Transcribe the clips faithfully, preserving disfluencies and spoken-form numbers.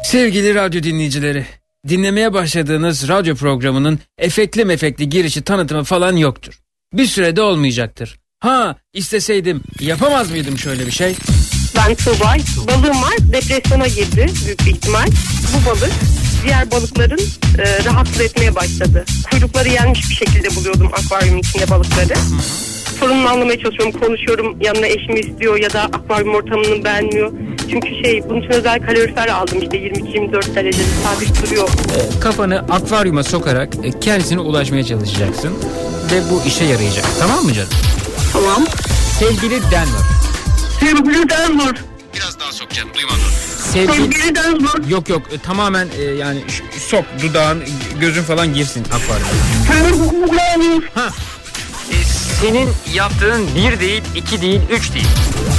Sevgili radyo dinleyicileri, dinlemeye başladığınız radyo programının efektli mefekli girişi tanıtımı falan yoktur. Bir sürede olmayacaktır. Ha, isteseydim yapamaz mıydım şöyle bir şey? Ben Tuğba, balığım var, depresyona girdi büyük bir ihtimal. Bu balık diğer balıkların e, rahatsız etmeye başladı. Kuyrukları yenmiş bir şekilde buluyordum akvaryumun içinde balıkları. Sorununu anlamaya çalışıyorum, konuşuyorum, yanına eşimi istiyor ya da akvaryum ortamını beğenmiyor. Çünkü şey, bunun için özel kalorifer aldım, işte yirmi iki yirmi dört derecede sabit duruyor. E, kafanı akvaryuma sokarak e, kendisine ulaşmaya çalışacaksın ve bu işe yarayacak, tamam mı canım? Tamam. Sevgili Denver. Sevgili Denver. Biraz daha sok canım, duymadım. Sevgili, Sevgili Denver. Yok yok e, tamamen e, yani ş- sok, dudağın, gözün falan girsin akvaryuma. Ha. E, senin yaptığın bir değil, iki değil, üç değil.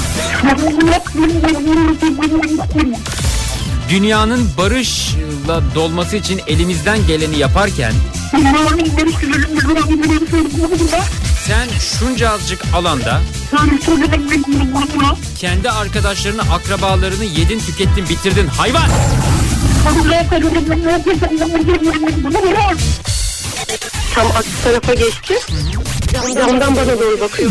Dünyanın barışla dolması için elimizden geleni yaparken sen şunca azıcık alanda kendi arkadaşlarını, akrabalarını yedin, tükettin, bitirdin hayvan. Tam aksi tarafa geçti. Camdan bana doğru bakıyor.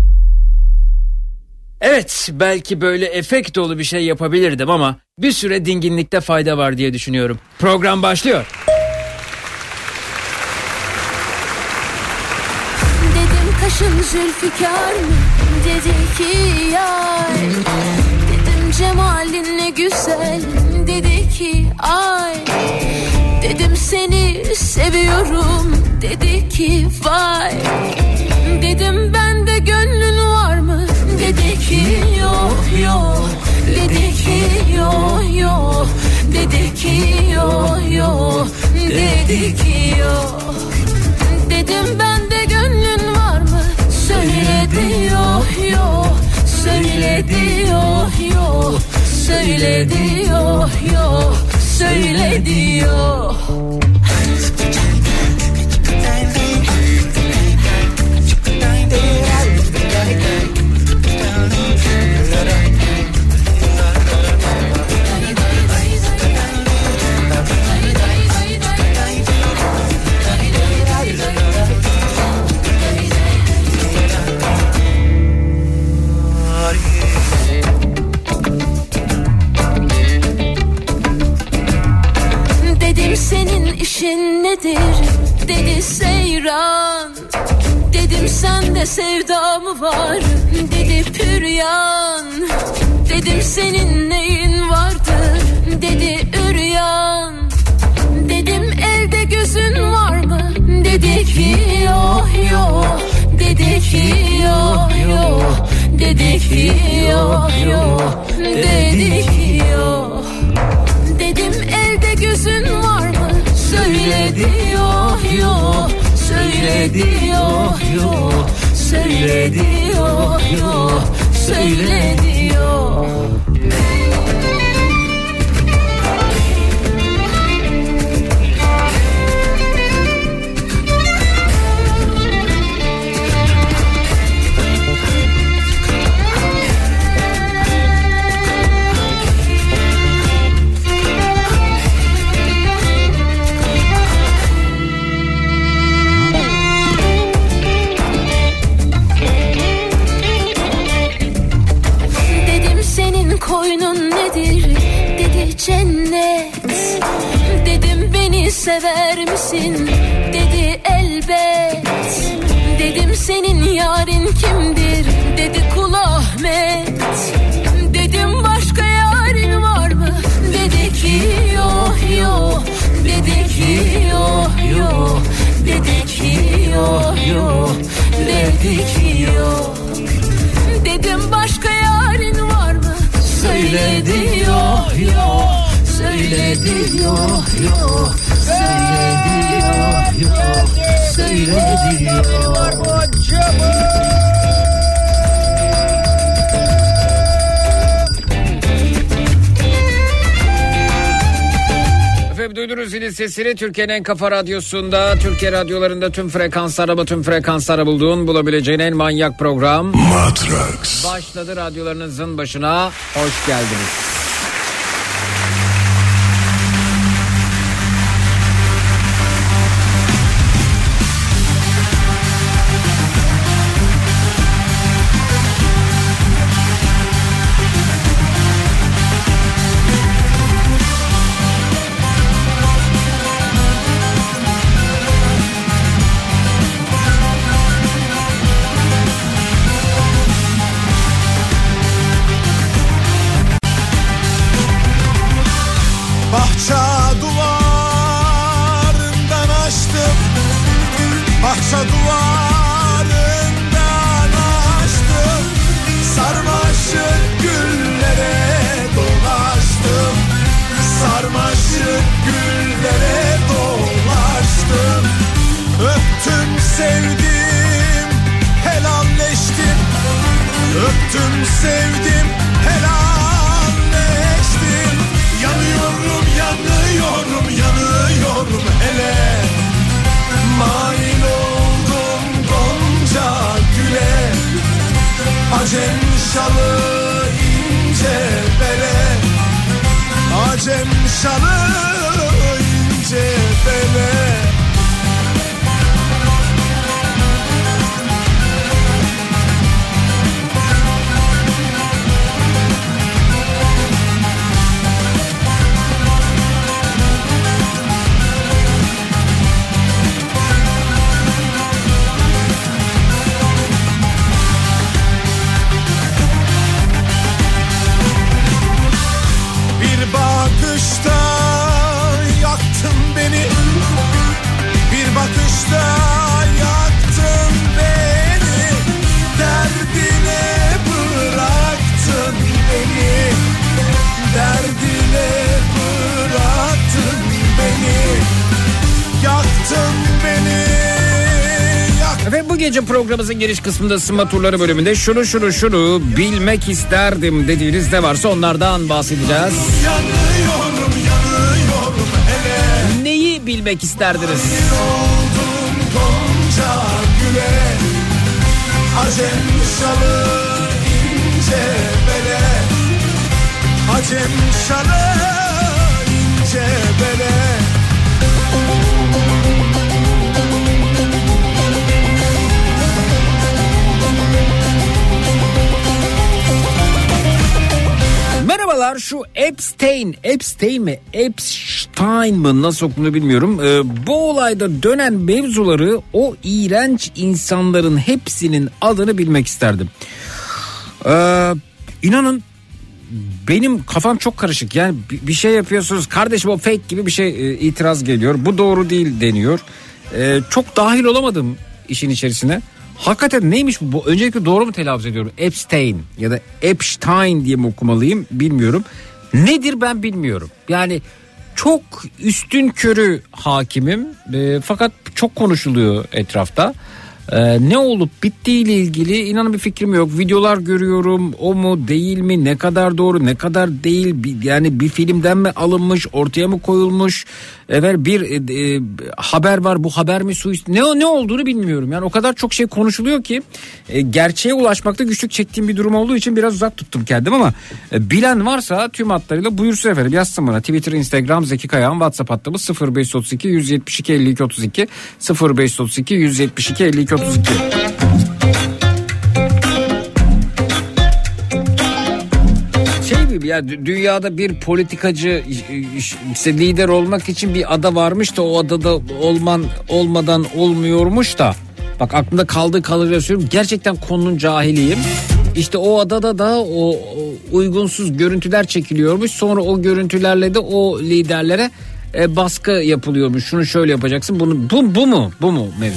Evet, belki böyle efekt dolu bir şey yapabilirdim ama bir süre dinginlikte fayda var diye düşünüyorum. Program başlıyor. Dedim kaşın zülfikar mı? Dedi ki yar. Dedim cemalin ne güzel. Dedi ki ay. Dedim seni seviyorum. Dedi ki vay. Dedim bende gönlün var mı? Dedi ki yok yok. Dedi ki yok yok. Dedi ki yok yok. Dedi ki yok. Dedim bende gönlün var mı? Söyledi yok yok. Söyledi yok yok. Söyledi yok yok. Söyledi yok. Dedim senin işin nedir? Dedi seyran. Dedim sende sevda mı var? Dedi püryan. Dedim senin neyin vardır? Dedi üryan. Dedim elde gözün var mı? Dedi ki yok yok. Dedi ki yok yok. Dedi ki yok yok. Dedi ki yok. Dedim elde gözün var mı? Söyledi yok yok. Söyledi yok yok. Söyledi yok yok. Söyledi yok. Koynun nedir? Dedi cennet. Dedim beni sever misin? Dedi elbet. Dedim senin yarın kimdir? Dedi Kul Ahmet. Dedim başka yarın var mı? Dedi ki yok yok. Dedi ki yok yok. Dedi ki yok yok. Dedi ki yok. Dedim başka yarın var mı? Söyledi yok yok. Söyledi yok yok. Söyledi yok yok. Söyledi yok. Efendim duydunuz zilin sesini Türkiye'nin en kafa radyosunda, Türkiye radyolarında tüm frekanslara, tüm frekanslara bulduğun, bulabileceğin en manyak program Matrax başladı. Radyolarınızın başına hoş geldiniz. Bahçe duvarından açtım, bahçe duvarından açtım, sarmaşık güllere dolaştım, sarmaşık güllere dolaştım. Öptüm sevdim helalleştim, öptüm sevdim helalleştim. Yanıyorum yanıyorum yanıyorum hele, mail oldum gonca güle, acem şalı ince bele, acem şalı ince bele. Bakışta yaktın beni, bir bakışta yaktın beni, derdine bıraktın beni, derdine bıraktın beni, yaktın beni, yaktın. Ve bu gece programımızın giriş kısmında ısınma turları bölümünde şunu şunu şunu bilmek isterdim dediğiniz ne varsa onlardan bahsedeceğiz. Yanıyorum, yanıyorum hele. Neyi bilmek isterdiniz? Oldum gonca güle, acem şalı ince bele, acem şalı ince bele. Merhabalar, şu Epstein, Epstein mi, Epstein mi nasıl okunduğunu bilmiyorum. Ee, bu olayda dönen mevzuları, o iğrenç insanların hepsinin adını bilmek isterdim. Ee, inanın benim kafam çok karışık. Yani bir şey yapıyorsunuz, kardeşim o fake gibi bir şey e, itiraz geliyor. Bu doğru değil deniyor. Ee, çok dahil olamadım işin içerisine. Hakikaten neymiş bu? bu? Öncelikle doğru mu telaffuz ediyorum? Epstein ya da Epstein diye mi okumalıyım bilmiyorum. Nedir ben bilmiyorum. Yani çok üstün körü hakimim. E, fakat çok konuşuluyor etrafta. E, ne olup bittiğiyle ilgili inanın bir fikrim yok. Videolar görüyorum. O mu değil mi? Ne kadar doğru, ne kadar değil? Bir, yani bir filmden mi alınmış, ortaya mı koyulmuş? Evet, bir e, e, haber var. Bu haber mi suist? Ne ne olduğunu bilmiyorum. Yani o kadar çok şey konuşuluyor ki e, gerçeğe ulaşmakta güçlük çektiğim bir durum olduğu için biraz uzak tuttum kendim ama e, bilen varsa tüm hatlarıyla buyursun efendim. Yazsın bana. Twitter, Instagram, Zeki Kayağan, WhatsApp hattımız sıfır beş otuz iki yüz yetmiş iki elli iki otuz iki sıfır beş otuz iki yüz yetmiş iki elli iki otuz iki. Şey gibi ya, dünyada bir politikacı işte lider olmak için bir ada varmış da o adada olman olmadan olmuyormuş da. Bak aklımda kaldığı kalır söylüyorum. Gerçekten konunun cahiliyim. İşte o adada da o, o uygunsuz görüntüler çekiliyormuş. Sonra o görüntülerle de o liderlere e, baskı yapılıyormuş. Şunu şöyle yapacaksın. Bunu bu bu mu? Bu mu mevzu?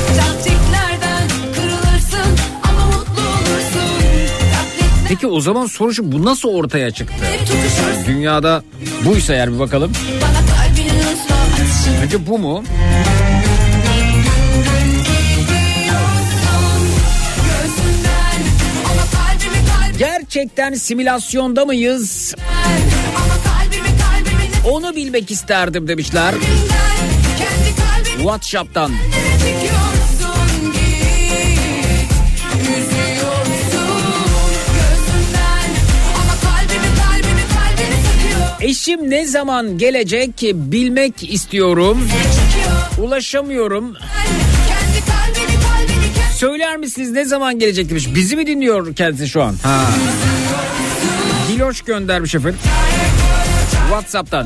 Peki o zaman soru şu, bu nasıl ortaya çıktı? Dünyada buysa eğer bir bakalım. Önce bu mu? Gerçekten simülasyonda mıyız? Onu bilmek isterdim demişler. WhatsApp'tan. Eşim ne zaman gelecek ki bilmek istiyorum. Ulaşamıyorum. Söyler misiniz ne zaman gelecek demiş. Bizi mi dinliyor kendisi şu an? Ha. Diloş göndermiş efendim. WhatsApp'tan.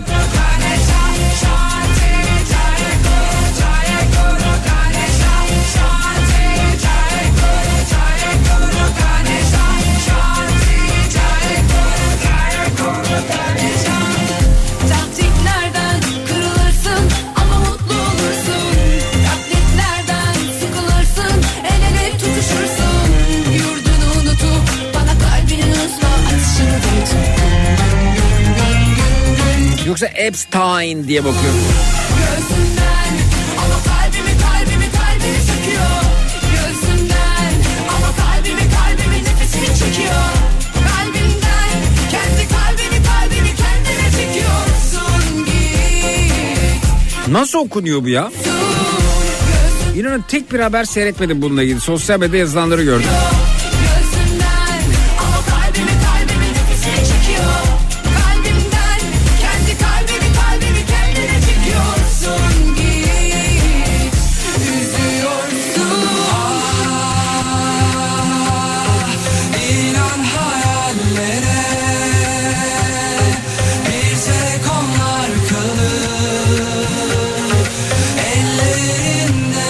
Yoksa Epstein diye bakıyorum. Gözümden ama kalbimi kalbimi kalbimi çekiyor. Gözümden ama kalbimi kalbimi nefesini çekiyor. Kalbimden kendi kalbimi kalbimi kendine çekiyorsun git. Nasıl okunuyor bu ya? İnanın tek bir haber seyretmedim bununla ilgili. Sosyal medyada yazılanları gördüm. Gözümden ama kalbimi kalbimi nefesini çekiyor. Kalbimden kendi kalbimi kalbimi kendine çekiyorsun git. Üzüyorsun. Ah, inan hayallere bir tek onlar kalır ellerinde.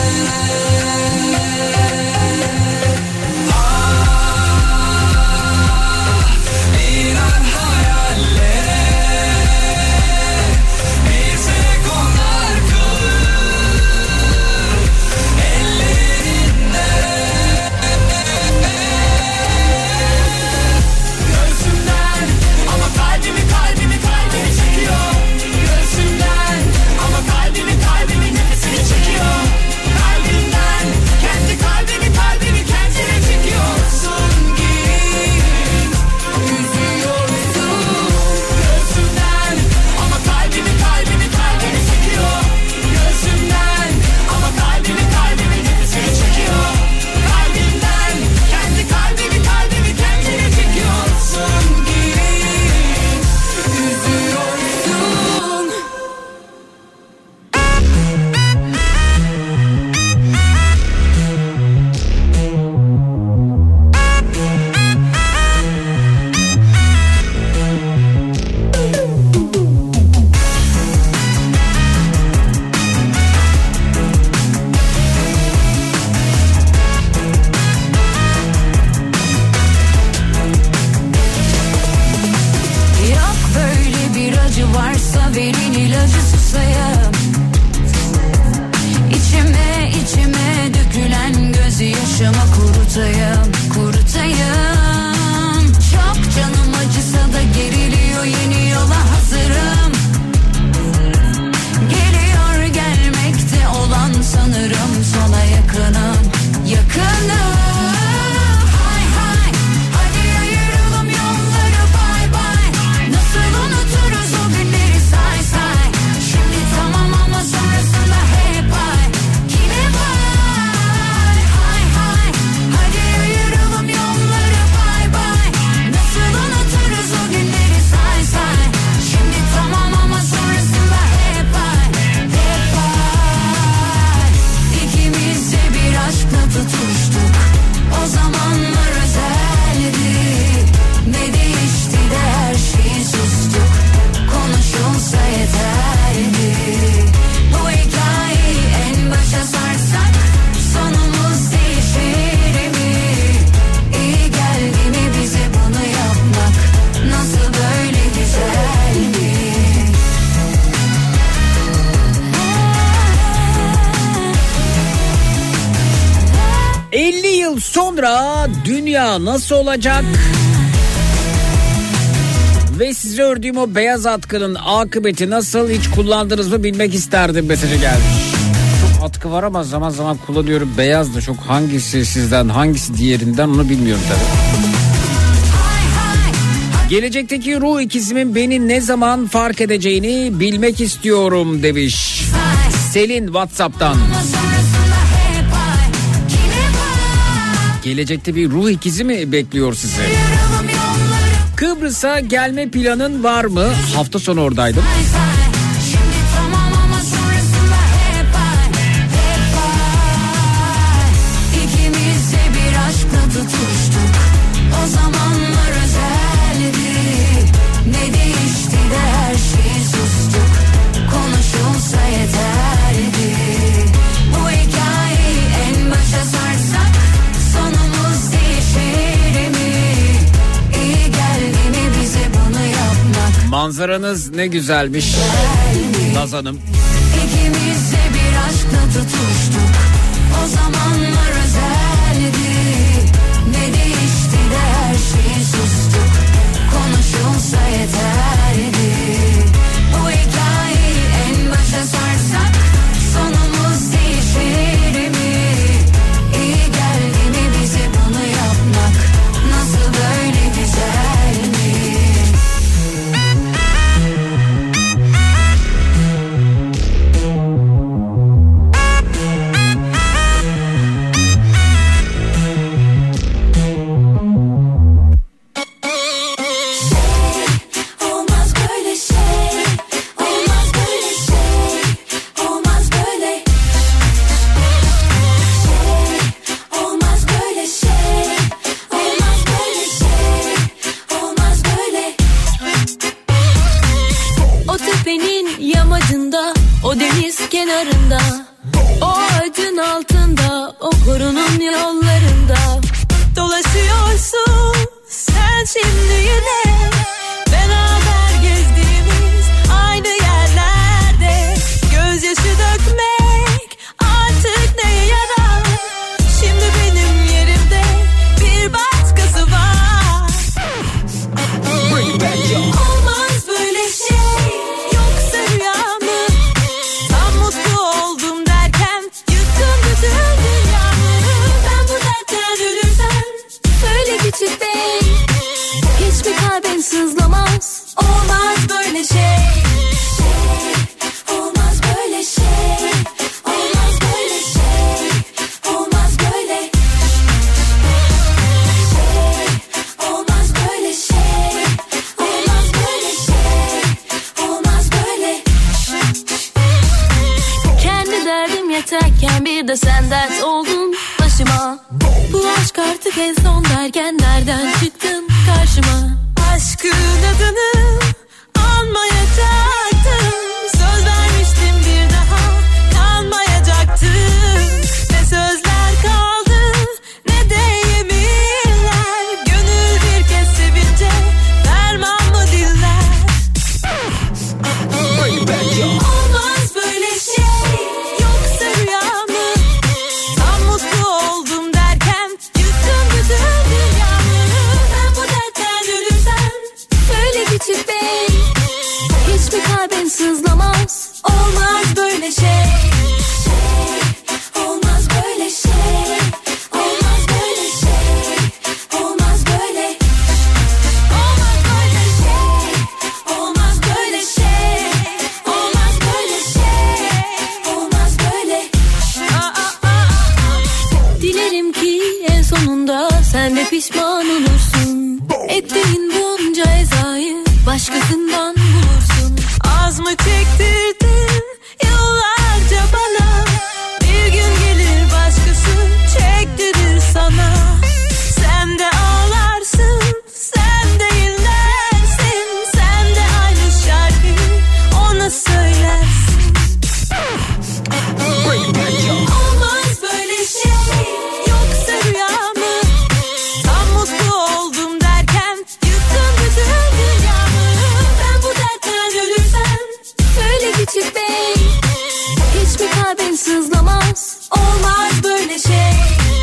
Sonra dünya nasıl olacak? Ve size ördüğüm o beyaz atkının akıbeti nasıl, hiç kullandınız mı bilmek isterdim mesajı gelmiş. Çok atkı var ama zaman zaman kullanıyorum, beyaz da çok, hangisi sizden hangisi diğerinden onu bilmiyorum tabii. Gelecekteki ruh ikisimin beni ne zaman fark edeceğini bilmek istiyorum demiş Selin WhatsApp'tan. Gelecekte bir ruh ikizi mi bekliyor sizi? Kıbrıs'a gelme planın var mı? Hafta sonu oradaydım. O zamanlar özeldi. Ne değişti de her şeyi sustuk. Konuşulsa yeterdi. Bu hikayeyi en başa sarsak sonumuz değişir mi? İyi geldi mi bize bunu yapmak? Manzaranız ne güzelmiş Naz Hanım. İkimiz de bir aşkla tutuştuk. O zamanlar özeldi. Ne değişti de her şeyi sustuk. Konuşulsa yeterdi. yamacında, o deniz kenarında, o ağacın altında, o korunun yollarında dolaşıyorsun sen şimdi yine. Beraber gezdiğimiz aynı yerlerde gözyaşı dökmek artık neye yarar? Şimdi benim yerimde bir başkası var. Olmaz böyle şey, yoksa rüya mı? Tam mutlu oldum derken yıktın bütün dünyamı. Ben bu dertten ölürsem söyle küçük bey, hiç mi kalbin sızlamaz? Olmaz böyle şey. Olmaz böyle şey. Olmaz böyle şey. Olmaz böyle şey. Olmaz böyle şey. Olmaz böyle şey. Olmaz böyle. Kendi derdim yeterken bir de sen dert oldun başıma. Bu aşk artık en son derken nereden çıktın karşıma? Aşkın adını anmayacaktım. Söz vermiştim bir daha kanmayacaktım. Ne sözler kaldı ne de yeminler. Gönül bir kez sevince derman mı diller? Olmaz böyle şey, yoksa rüya mı? Tam mutlu oldum derken yıktın bütün dünyamı. Ben bu dertten ölürsem söyle küçük bey, hiç mi kalbin sızlamaz? Olmaz böyle şey. Olmaz böyle şey. Olmaz böyle şey. Olmaz böyle. Olmaz böyle şey. Olmaz böyle şey. Olmaz böyle şey. Olmaz böyle. Aa, aa, aa. Dilerim ki en sonunda sen de pişman olursun. Ettiğin bunca ezayı başkasından bulursun. Az mı çektirdin yıllarca bana? Bir gün gelir başkası çektirir sana. Sen de ağlarsın, sen de inlersin. Sen de aynı şarkıyı ona söylersin. Olmaz böyle şey, yoksa rüya mı? Tam mutlu oldum derken yıktın bütün dünyamı. Ben bu dertten ölürsem söyle küçük bey, hiç mi kalbin sızlamaz? Olmaz böyle şey.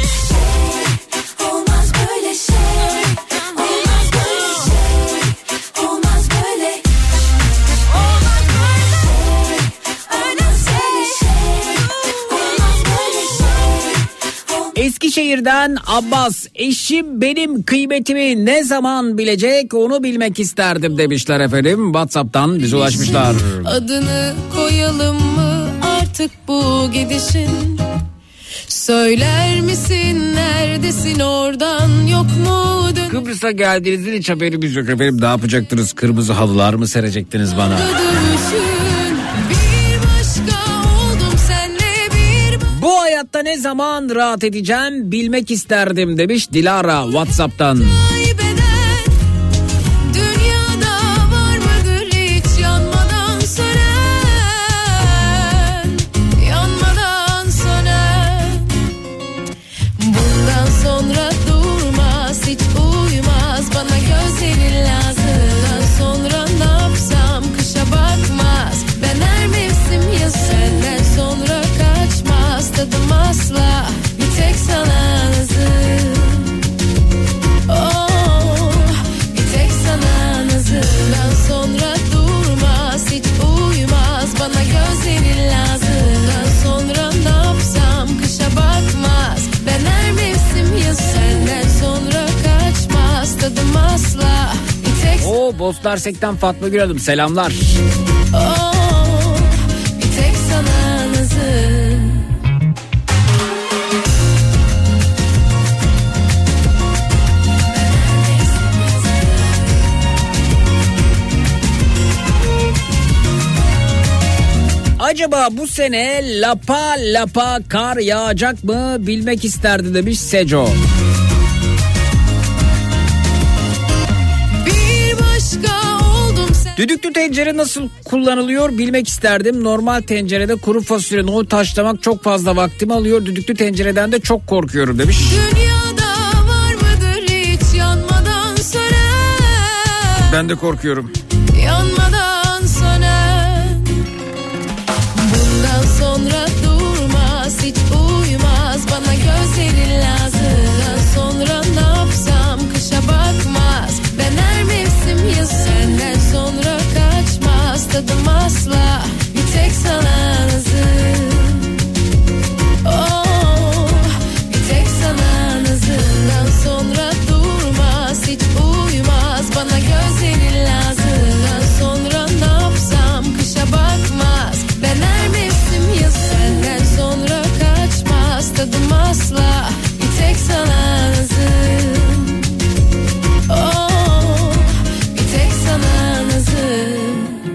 Olmaz böyle şey. Olmaz böyle şey. Olmaz böyle. Olmaz böyle. Öyle şey. Olmaz böyle şey. Eskişehir'den Abbas, eşim benim kıymetimi ne zaman bilecek onu bilmek isterdim demişler efendim. WhatsApp'tan bize ulaşmışlar. Adını koyalım mı artık bu gidişin? Söyler misin neredesin, oradan yok mu dön? Kıbrıs'a geldiğinizde hiç haberimiz yok efendim. Ne yapacaktınız? Kırmızı halılar mı serecektiniz bana? Dönüşün, bir başka oldum senle bir. Bu hayatta ne zaman rahat edeceğim bilmek isterdim demiş Dilara WhatsApp'tan. Kaybeden dünyada var mıdır hiç yanmadan sönen, yanmadan sönen. Bundan sonra durmaz, hiç uymaz, bana gözlerin lazım. Bundan sonra ne yapsam kışa bakmaz, ben her mevsim yaz. Senden sonra kaçmaz tadım asla, bir tek sana nazım. Oh, bir tek sana nazımdan sonra durmaz, hiç uymaz, bana gözlerin lazım. Bundan sonra ne yapsam kışa bakmaz, ben her mevsim yaz. Senden sonra kaçmaz tadım asla, bir tek Oo, Bostarsek'ten Fatma Gül Hanım selamlar. oh, bir tek sana nazım. Acaba bu sene lapa lapa kar yağacak mı bilmek isterdi demiş Seco. Düdüklü tencere nasıl kullanılıyor bilmek isterdim. Normal tencerede kuru fasulye, nohut haşlamak çok fazla vaktimi alıyor. Düdüklü tencereden de çok korkuyorum demiş. Dünyada var mıdır hiç yanmadan sönen? Ben de korkuyorum. Yanmadan sönen. Bundan sonra durmaz, hiç uymaz, bana gözlerin lazım. Sonra ne yapsam kışa bakmaz, ben her mevsim yaz. Senden sonra kaçmaz tadım asla, bir tek sana nazım. Oh, bir tek sana nazımdan sonra durmaz, hiç uymaz, bana gözlerin lazım. Sonra ne yapsam kışa bakmaz, ben her mevsim yaz. Senden sonra kaçmaz tadım asla, bir tek sana nazım. Oh, bir tek sana nazım.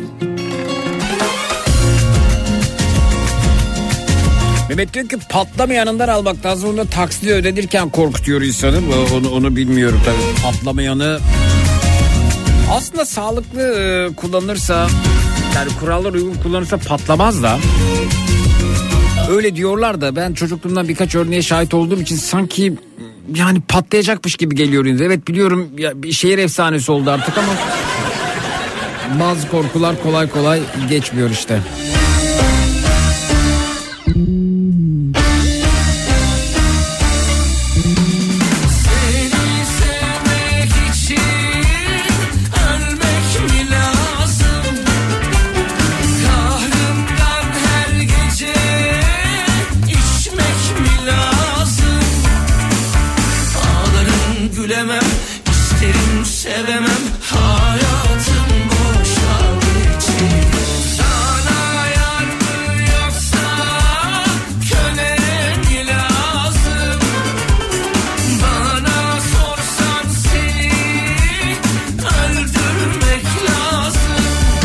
Mehmet diyor ki patlamayanından almak lazım. Onu da taksidi ödenirken korkutuyor insanı. Onu, onu bilmiyorum tabii. Patlamayanı aslında sağlıklı e, kullanılırsa, yani kurallar uygun kullanırsa patlamaz da. Öyle diyorlar da ben çocukluğumdan birkaç örneğe şahit olduğum için sanki yani patlayacakmış gibi geliyor. Evet biliyorum ya, bir şehir efsanesi oldu artık ama bazı korkular kolay kolay geçmiyor işte. Sevemem hayatım boşa geçir. Sana yar mı yoksa köle mi lazım? Bana sorsan seni öldürmek lazım.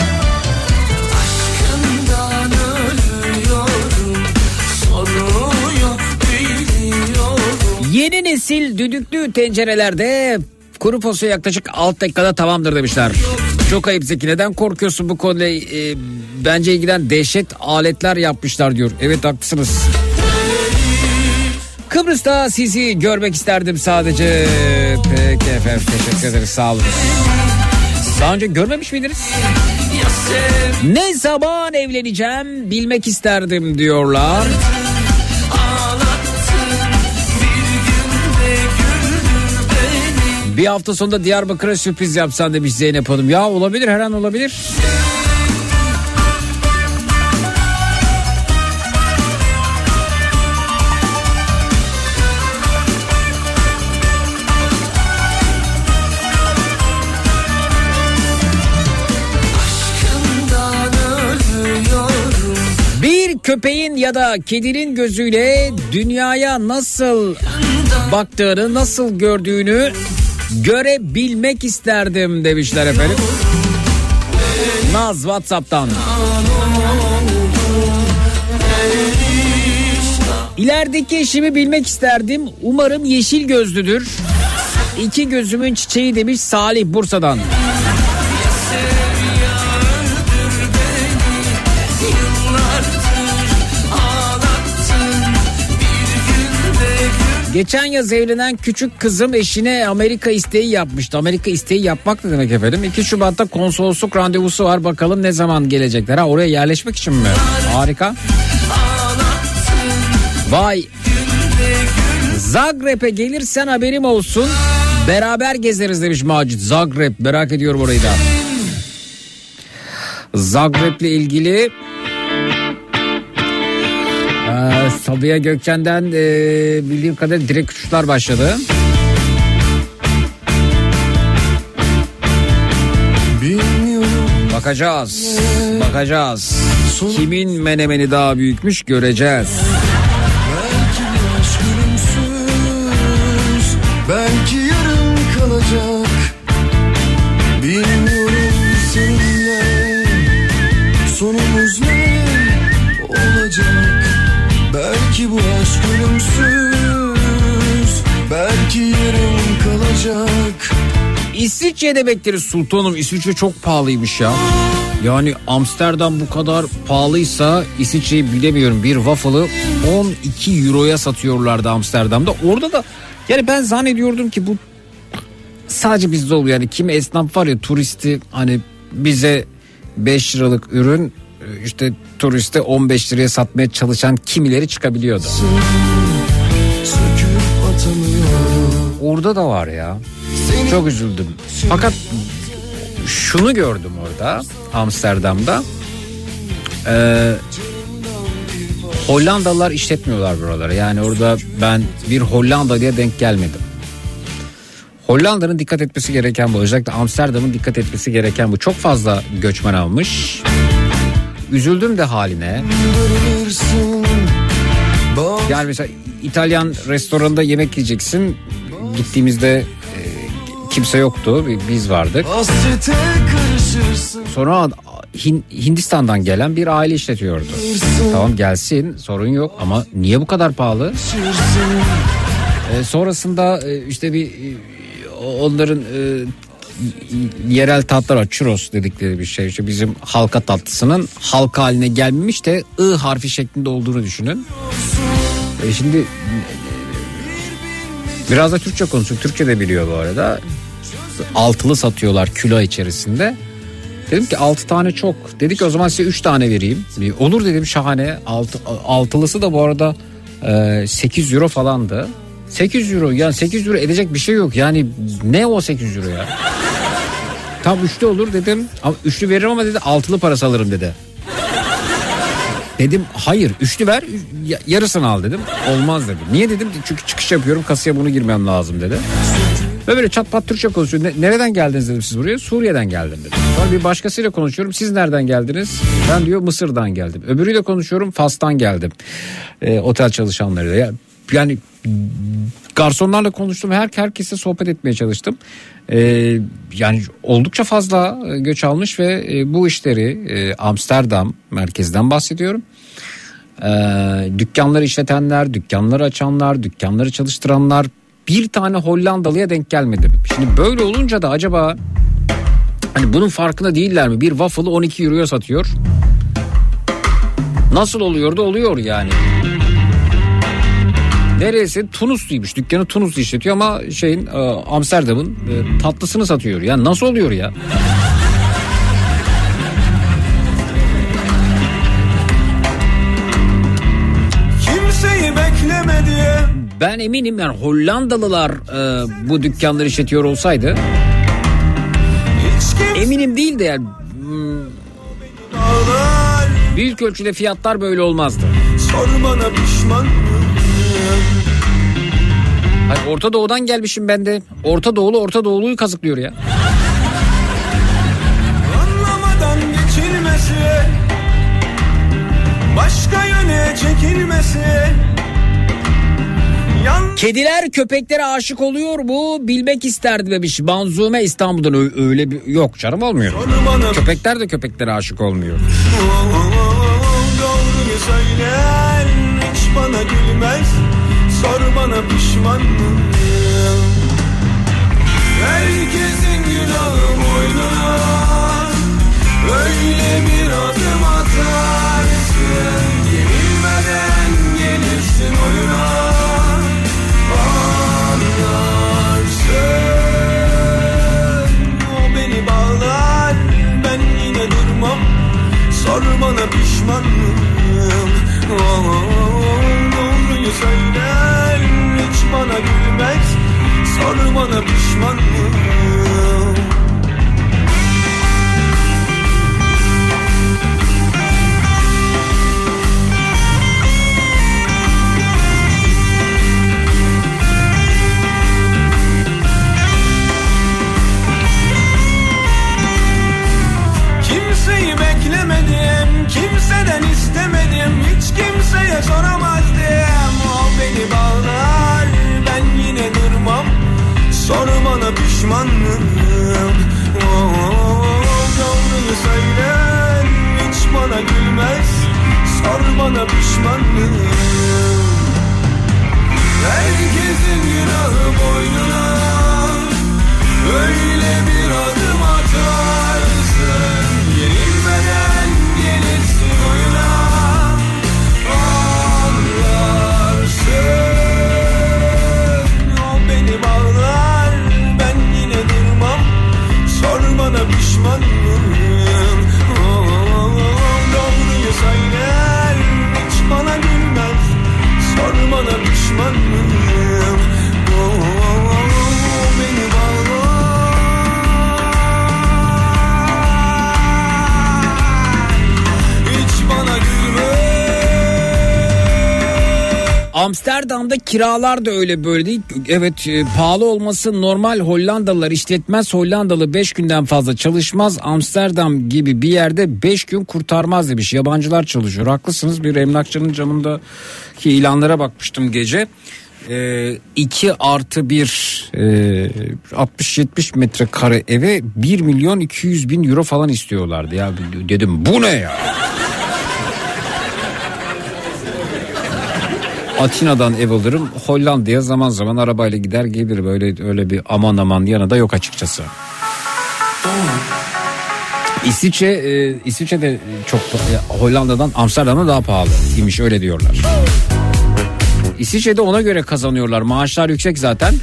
Aşkından ölüyorum, sonu yok biliyorum. Yeni nesil düdüklü tencerelerde kuru fasulye yaklaşık altı dakikada tamamdır demişler. Çok ayıp Zeki, neden korkuyorsun bu konuyla? E, bence ilgilen dehşet aletler yapmışlar diyor. Evet haklısınız. Kıbrıs'ta sizi görmek isterdim sadece. Peki efendim, teşekkür ederiz, sağ olun. Daha önce görmemiş miydiniz? Ne zaman evleneceğim bilmek isterdim diyorlar. Bir hafta sonunda Diyarbakır'a sürpriz yapsan demiş Zeynep Hanım. Ya olabilir, her an olabilir. Bir köpeğin ya da kedinin gözüyle dünyaya nasıl baktığını, nasıl gördüğünü görebilmek isterdim demişler efendim. Naz WhatsApp'tan. İlerideki eşimi bilmek isterdim. Umarım yeşil gözlüdür. İki gözümün çiçeği demiş Salih Bursa'dan. Geçen yaz evlenen küçük kızım eşine Amerika isteği yapmıştı. Amerika isteği yapmak ne demek efendim? iki Şubat'ta konsolosluk randevusu var. Bakalım ne zaman gelecekler. Ha, oraya yerleşmek için mi? Harika. Vay. Zagreb'e gelirsen haberim olsun. Beraber gezeriz demiş Macit. Zagreb, merak ediyorum orayı da. Zagreb'le ilgili Ee, Sabiha Gökçen'den e, bildiğim kadarıyla direkt uçuşlar başladı. Bakacağız, bakacağız. Kimin menemeni daha büyükmüş göreceğiz. Belki biraz gülümsüz, belki yarım kalacak. Bilmiyorum seninle sonumuz ne olacak. Belki bu aşk ölümsüz, belki yarım kalacak. İsviçre'de bekleriz sultanım. İsviçre çok pahalıymış ya. Yani Amsterdam bu kadar pahalıysa İsviçre'yi bilemiyorum. Bir waffle'ı on iki euroya satıyorlardı Amsterdam'da. Orada da yani ben zannediyordum ki bu sadece bizde oluyor. Yani kimi esnaf var ya, turisti hani bize beş liralık ürün işte turiste on beş liraya satmaya çalışan kimileri çıkabiliyordu. Orada da var ya. Çok üzüldüm. Fakat şunu gördüm orada Amsterdam'da. Ee, Hollandalılar işletmiyorlar buraları. Yani orada ben bir Hollandalıya denk gelmedim. Hollanda'nın dikkat etmesi gereken bu. Özellikle Amsterdam'ın dikkat etmesi gereken bu. Çok fazla göçmen almış. Üzüldüm de haline. Yani mesela İtalyan restoranında yemek yiyeceksin. Gittiğimizde e, kimse yoktu. Biz vardık. Sonra Hin, Hindistan'dan gelen bir aile işletiyordu. Tamam, gelsin, sorun yok ama niye bu kadar pahalı? E, sonrasında e, işte bir e, onların e, yerel tatlar var. Churros dedikleri bir şey. İşte bizim halka tatlısının halka haline gelmemiş de I harfi şeklinde olduğunu düşünün. E şimdi biraz da Türkçe konuşuyor. Türkçe de biliyor bu arada. Altılı satıyorlar kilo içerisinde. Dedim ki altı tane çok. Dedi ki o zaman size üç tane vereyim. Olur dedim, şahane. Altı, altılısı da bu arada e, sekiz euro falandı. sekiz euro, yani sekiz euro edecek bir şey yok. Yani ne o sekiz euro ya? Tam üçlü olur dedim. Ama üçlü veririm ama dedi altılı parası alırım dedi. Dedim hayır, üçlü ver, yarısını al dedim. Olmaz dedim. Niye dedim? Çünkü çıkış yapıyorum, kasaya bunu girmem lazım dedi. Ve böyle çat pat Türkçe konuşuyor. Ne, nereden geldiniz dedim siz buraya? Suriye'den geldim dedim. Sonra bir başkasıyla konuşuyorum. Siz nereden geldiniz? Ben diyor Mısır'dan geldim. Öbürüyle konuşuyorum. Fas'tan geldim. E, otel çalışanlarıyla. Ya, yani garsonlarla konuştum. Her herkesle sohbet etmeye çalıştım. E, yani oldukça fazla göç almış ve e, bu işleri e, Amsterdam merkezden bahsediyorum. E, dükkanları işletenler, dükkanları açanlar, dükkanları çalıştıranlar, bir tane Hollandalıya denk gelmedim. Şimdi böyle olunca da acaba hani bunun farkında değiller mi? Bir waffle'ı on iki euroya satıyor. Nasıl oluyor da oluyor yani. Neresi? Tunusluymuş. Dükkanı Tunuslu işletiyor ama şeyin Amsterdam'ın tatlısını satıyor. Yani nasıl oluyor ya? Kimseyi beklemedi. Ben eminim yani Hollandalılar e, bu dükkanları işletiyor olsaydı, eminim değil de yani hmm, büyük ölçüde fiyatlar böyle olmazdı. Sor bana pişman. Hayır, Orta Doğu'dan gelmişim ben de. Orta Doğulu Orta Doğulu'yu kazıklıyor ya. Anlamadan geçilmesi, başka yöne çekilmesi. Kediler köpeklere aşık oluyor mu? Bilmek isterdi demiş. Manzume İstanbul'dan. Öyle bir yok canım, olmuyor. Köpekler de köpeklere aşık olmuyor. Doğruyu söyler, hiç bana gülmez. Sor bana pişman mıyım? Herkesin günahı boynuna, öyle bir adım atarsın. Yenilmeden gelirsin oyuna. O beni bağlar, ben yine durmam. Sor bana pişman mıyım? Doğruyu söyler, hiç bana gülmez. Sor bana pişman mıyım? Kimseyi beklemedim, kimseden istemedim, hiç kimseye soramazdım. O beni bağlar, ben yine durmam. Sor bana pişman mıyım? Oh, doğruyu söyler, hiç bana gülmez. Sor bana pişman mıyım? Herkesin günahı boynuna, Öyle bir adım atarsın, yenilmeden gelirsin oyuna. Anlarsın. O beni bağlar, ben yine durmam. Sor bana pişman mıyım? Doğruyu söyler, hiç bana gülmez. Sor bana pişman mıyım? Beni bağlar, hiç bana gülmez. Amsterdam'da kiralar da öyle böyle değil. Evet, e, pahalı olması normal. Hollandalılar işletmez. Hollandalı beş günden fazla çalışmaz. Amsterdam gibi bir yerde beş gün kurtarmaz demiş. Yabancılar çalışıyor. Haklısınız. Bir emlakçının camındaki ilanlara bakmıştım gece. E, iki artı bir e, altmış yetmiş metrekare eve bir milyon iki yüz bin euro falan istiyorlardı. Ya dedim bu ne ya? Atina'dan ev alırım, Hollanda'ya zaman zaman arabayla gider gelirim. Öyle öyle bir aman aman yanı da yok açıkçası. İsviçre, e, İsviçre de çok e, Hollanda'dan Amsterdam'da daha pahalı imiş, öyle diyorlar. İsviçre'de ona göre kazanıyorlar. Maaşlar yüksek zaten.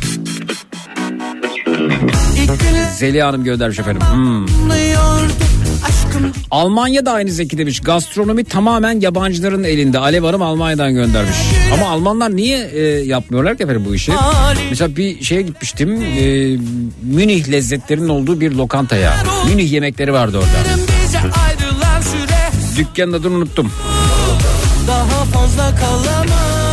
Zeliha Hanım göndermiş efendim. Hmm. Almanya da aynı Zeki demiş. Gastronomi tamamen yabancıların elinde. Alev Hanım Almanya'dan göndermiş. Ama Almanlar niye e, yapmıyorlar ki efendim bu işi? Mesela bir şeye gitmiştim. E, Münih lezzetlerinin olduğu bir lokantaya. Münih yemekleri vardı orada. Dükkanın adını unuttum. Daha fazla kalamam.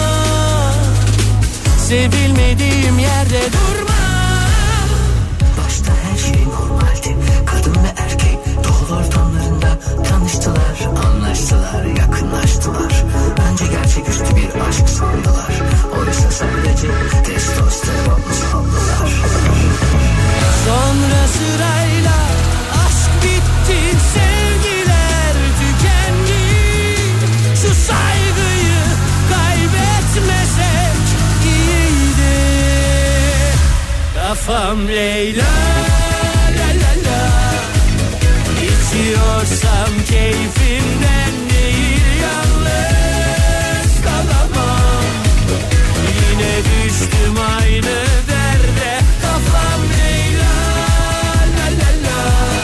Sevilmediğim yerde durma. Başta her şey normaldi. Kadın ve erkek doğal ortamlarında tanıştılar, anlaştılar, yakınlaştılar. Önce gerçeküstü bir aşk sandılar. Oysa sadece testosteron sandılar. Sonra sırayla aşk bitti, sevgiler tükendi. Şu saygıyı kaybetmesek iyiydi. Kafam Leyla, la la la. İçiyorsam keyfimden değil, yalnız kalamam. Yine düştüm aynı derde. Kafam Leyla, la la la.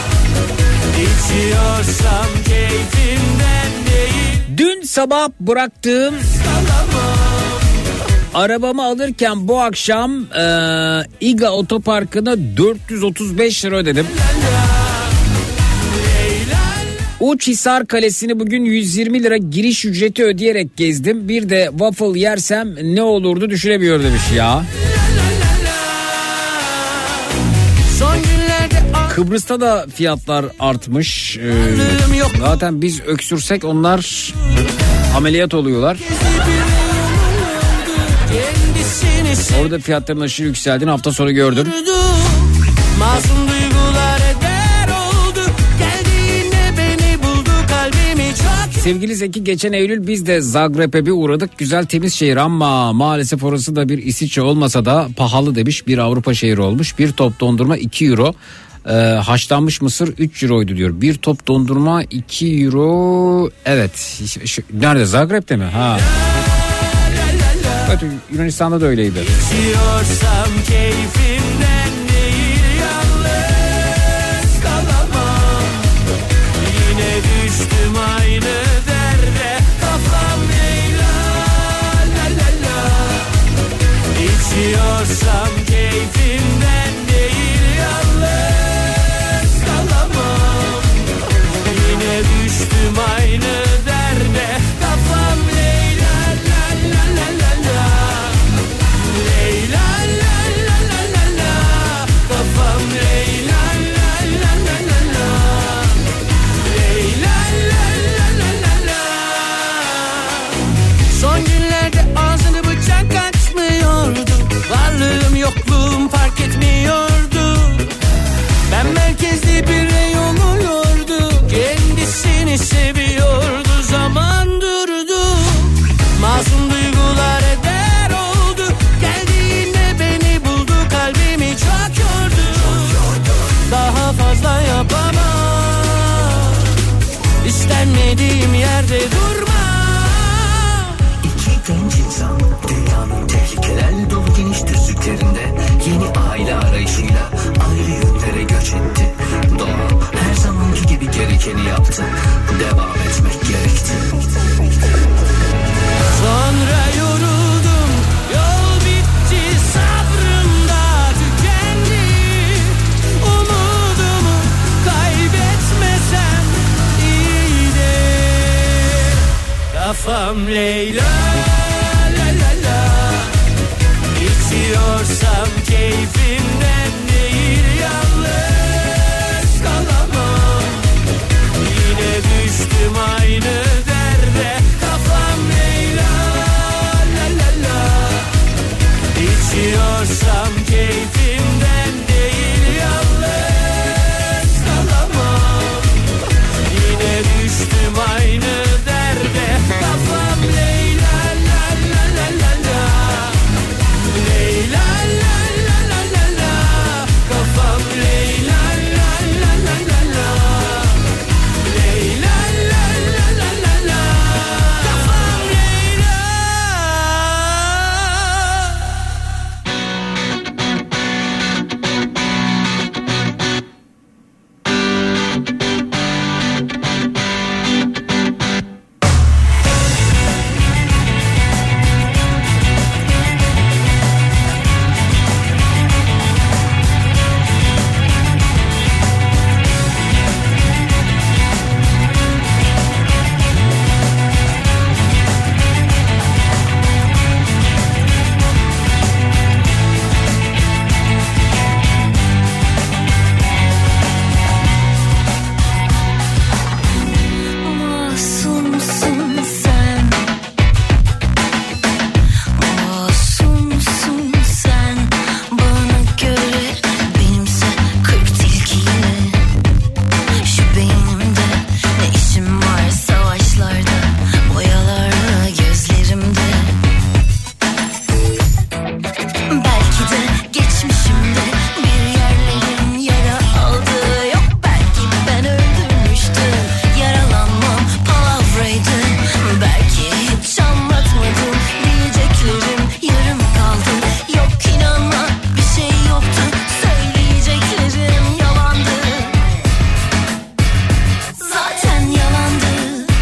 İçiyorsam keyfimden değil. Dün sabah bıraktığım arabamı alırken bu akşam e, İGA Otoparkı'na dört yüz otuz beş lira ödedim. Uçhisar Kalesi'ni bugün yüz yirmi lira giriş ücreti ödeyerek gezdim. Bir de waffle yersem ne olurdu düşünemiyor demiş ya. Kıbrıs'ta da fiyatlar artmış. Ee, zaten biz öksürsek onlar ameliyat oluyorlar. Orada fiyatların aşırı yükseldiğini hafta sonu gördüm. Masum duygular eder oldu. Geldiğinde beni buldu, kalbimi çok. Sevgili Zeki, geçen Eylül biz de Zagreb'e bir uğradık. Güzel temiz şehir ama maalesef orası da bir İsviçre olmasa da pahalı demiş. Bir Avrupa şehri olmuş. Bir top dondurma iki euro. Ee, haşlanmış mısır üç euroydu diyor. Bir top dondurma iki euro. Evet. Şu, nerede? Zagreb'te mi? Ha. Evet, Yunanistan'da da öyleydi. İçiyorsam keyfimden değil, yalnız kalamam. Yine düştüm aynı derde. Kafam Leyla, la la la. İçiyorsam keyfimden değil, yalnız kalamam. Yine düştüm aynı derde. Kafam Leyla, la la la la la. Leyla la la la la la. Kafam Leyla la la la la la. Leyla la la la la la. Son günlerde ağzını bıçak açmıyordu. Varlığım yokluğum fark etmiyordu. Ben merkezli bir reyon oluyordu. Kendisini seviyordu. Zaman durdu. Masum duygular eder oldu. Geldiğinde beni buldu. Kalbimi çok yordu. Gitmediğim yerde durma. İki genç insan dünyanın tehlikelerle dolu geniş düzlüklerinde yeni aile arayışıyla ayrı yönlere göç etti. Doğa her zamanki gibi gerekeni yaptı. Devam etmek gerekti. Sonra yoruldum, yol bitti, sabrım da tükendi. Umudumu kaybetmesem iyiydi. Kafam Leyla la la la. İçiyorsam keyfimden değil, yalnız kalamam. Yine düştüm aynı derde. Kafam Leyla la la la. İçiyorsam keyfimden değil, yalnız kalamam. Yine düştüm aynı derde. Kafam Leyla la la la la la. Leyla la la la la la. Kafam Leyla la la la la la. Leyla la la la la la. Kafam Leyla. Masumsun sen, masumsun sen. Bana göre benimse kırk tilki yine. Şu beynimde ne işim var savaşlarda, boyalarla gözlerimde. Belki de geçmişimde bir yerlerim yara aldı. Yok belki ben öldürmüştüm, yaralanmam palavraydı. Belki hiç anlatmadım, diyeceklerim yarım kaldı. Yok inanma bir şey yoktu, söyleyeceklerim yalandı. Zaten yalandı.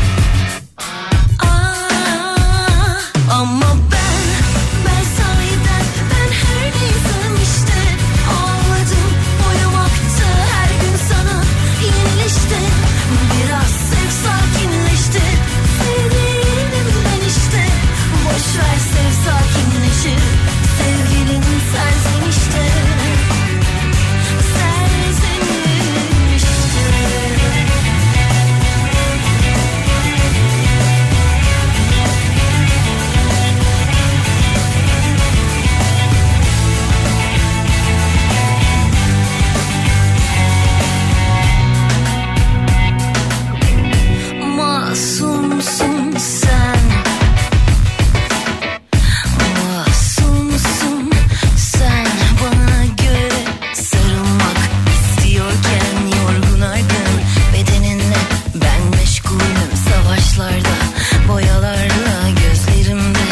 Aa, ama ben, ben sahiden ben her neysem işte. Ağladım, boyamaktı her gün sana yenilişti. Biraz sev sakinleşti, sevdiğim ben işte. Boşver sev sakinleşir, sevgilin sensin işte. Sensin işte. Masumsun sen, masumsun sen. Bana göre sarılmak istiyorken yorgun argın bedeninle ben meşgulüm savaşlarda, boyalarla gözlerimde.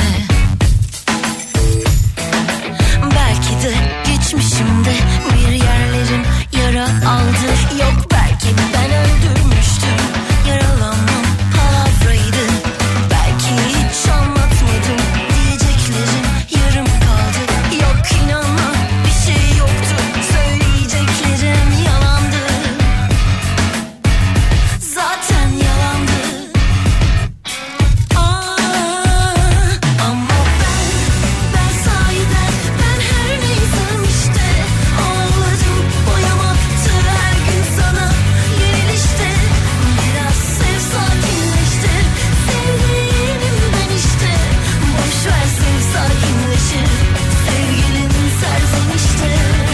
Belki de geçmişimde bir yerlerim yara aldı. Yok belki ben öldürmüştüm, yaralanmam palavraydı. Belki hiç anlatmadım, diyeceklerim yarım kaldı. Yok inanma bir şey yoktu, söyleyeceklerim yalandı. Zaten yalandı. Aa, ama ben, ben sahiden ben her neysem işte. Ağladım, boyamaktı her gün sana yenilişti. Biraz sev sakinleşti, sevdiğim ben işte. Boşver sev sakinleşir, sevgilin serzen işte.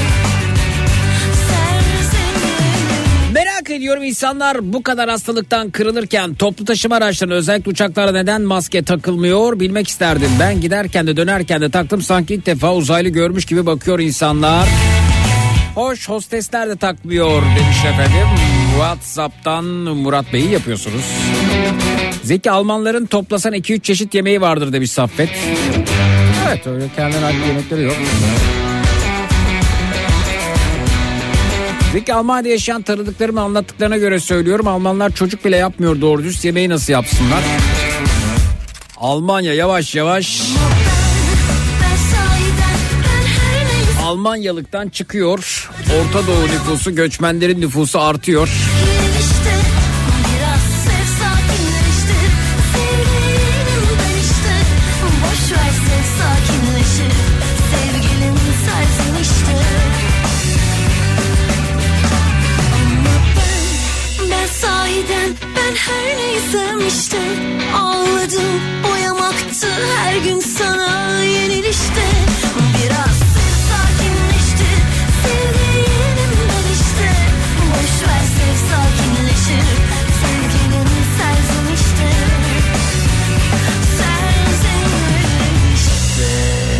Serzenim. Merak ediyorum, insanlar bu kadar hastalıktan kırılırken toplu taşıma araçlarına, özellikle uçaklara neden maske takılmıyor bilmek isterdim. Ben giderken de dönerken de taktım, sanki ilk defa uzaylı görmüş gibi bakıyor insanlar. Hoş hostesler de takmıyor demiş efendim. WhatsApp'tan Murat Bey'i yapıyorsunuz. Zeki, Almanların toplasan iki üç çeşit yemeği vardır demiş Saffet. Evet, öyle kendine ait yemekleri yok. Zeki, Almanya'da yaşayan tanıdıklarımın anlattıklarına göre söylüyorum. Almanlar çocuk bile yapmıyor doğru düz, yemeği nasıl yapsınlar? Almanya yavaş yavaş Almanyalıktan çıkıyor. Orta Doğu nüfusu, göçmenlerin nüfusu artıyor. Ben her neysem işte, ağladım, boyamaktı her gün sana yenilişte. Biraz sev, sakinleştir, sevgilim ben işte. Boş ver, sev, sakinleşir, sevgilim sensin işte. Sensin işte.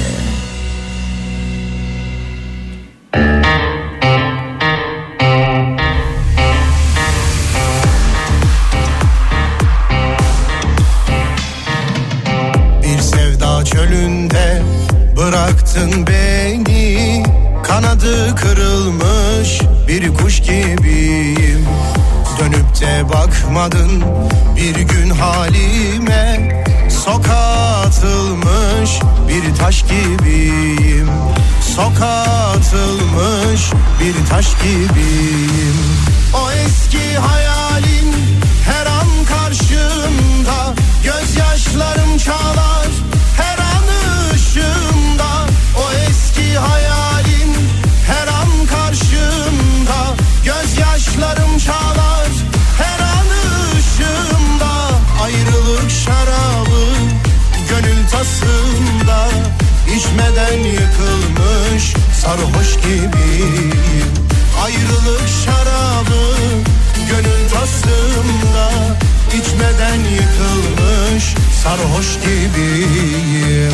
Çölünde bıraktın beni, kanadı kırılmış bir kuş gibiyim. Dönüp de bakmadın bir gün halime, sokağa atılmış bir taş gibiyim. Sokağa atılmış bir taş gibiyim. O eski hayalin her an karşımda, gözyaşlarım çalar her an ışığımda. O eski hayalin her an karşımda, gözyaşlarım çalar her an ışığımda. Ayrılık şarabı gönül tasımda, içmeden yıkılmış sarhoş gibiyim. Ayrılık şarabı gönül tasımda, içmeden yıkılmış sarhoş gibiyim.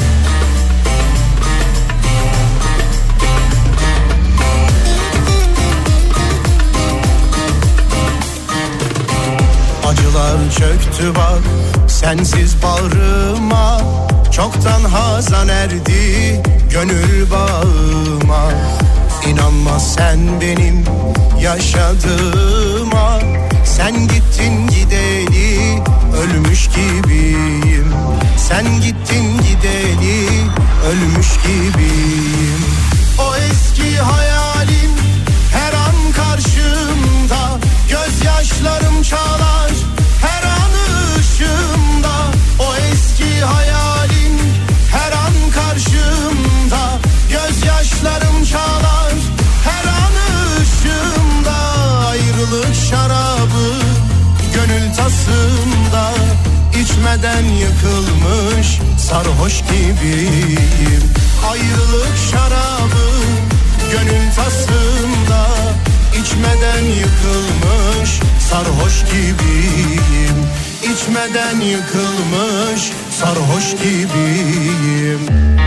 Acılar çöktü bak sensiz bağrıma, çoktan hazan erdi gönül bağıma. İnanma sen benim yaşadığıma, sen gittin gideli ölmüş gibiyim. Sen gittin gideli ölmüş gibiyim. O eski hayalim her an karşımda, gözyaşlarım çalar her an ışığımda. O eski hayalim her an karşımda, gözyaşlarım çalar her an ışığımda. Ayrılık şarabı gönül tasımda, içmeden yıkılmış sarhoş gibiyim. Ayrılık şarabı gönül tasımda, içmeden yıkılmış sarhoş gibiyim. İçmeden yıkılmış sarhoş gibiyim.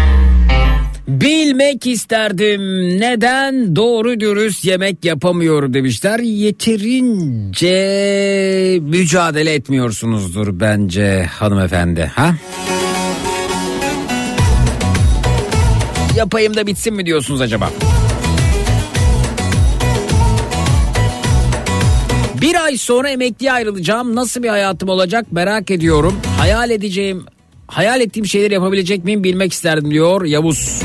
Bilmek isterdim neden doğru dürüst yemek yapamıyorum demişler. Yeterince mücadele etmiyorsunuzdur bence hanımefendi, ha? Yapayım da bitsin mi diyorsunuz acaba? Bir ay sonra emekliye ayrılacağım. Nasıl bir hayatım olacak merak ediyorum. Hayal edeceğim, hayal ettiğim şeyleri yapabilecek miyim bilmek isterdim diyor Yavuz.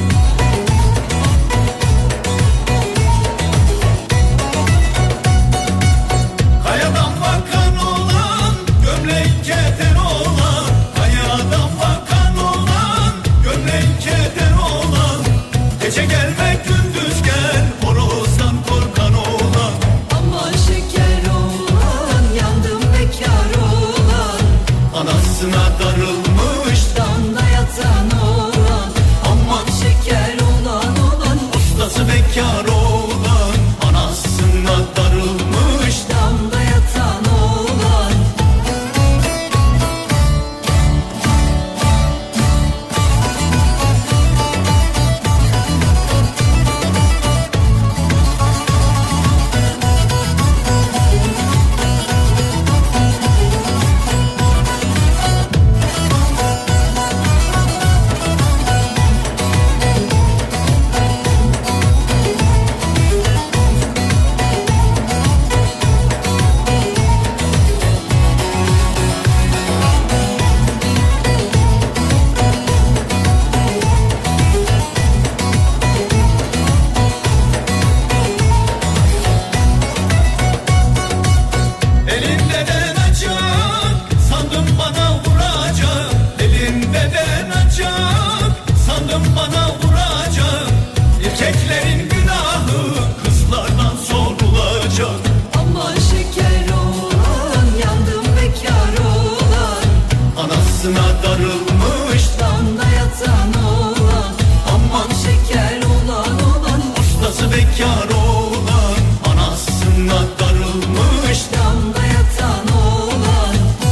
erkeklerin günahı kızlardan sorulacak. Aman şeker oğlan, yandım bekar oğlan. Anasına darılmış Damda yatan oğlan. Aman şeker oğlan oğlan. ustası bekar oğlan. Anasına darılmış Damda yatan oğlan.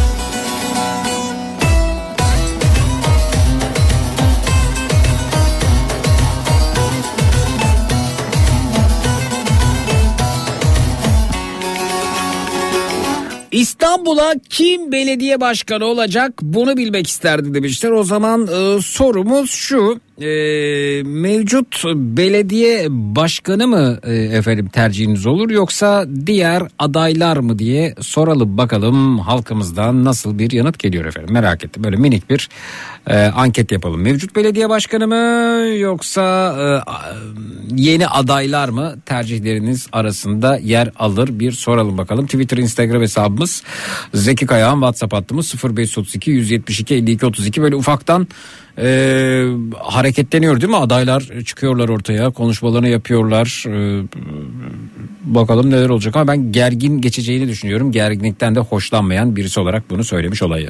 İstanbul'a kim belediye başkanı olacak bunu bilmek isterdi demişler. O zaman e, sorumuz şu, e, mevcut belediye başkanı mı e, efendim tercihiniz olur yoksa diğer adaylar mı diye soralım bakalım halkımızdan nasıl bir yanıt geliyor efendim, merak ettim. Böyle minik bir e, anket yapalım. Mevcut belediye başkanı mı yoksa e, yeni adaylar mı tercihleriniz arasında yer alır bir soralım bakalım. Twitter, Instagram hesabımız Zeki Kayağan, WhatsApp hattımız sıfır beş otuz iki yüz yetmiş iki elli iki otuz iki. Böyle ufaktan e, hareketleniyor değil mi? Adaylar çıkıyorlar ortaya, konuşmalarını yapıyorlar. E, bakalım neler olacak ama ben gergin geçeceğini düşünüyorum. Gerginlikten de hoşlanmayan birisi olarak bunu söylemiş olayım.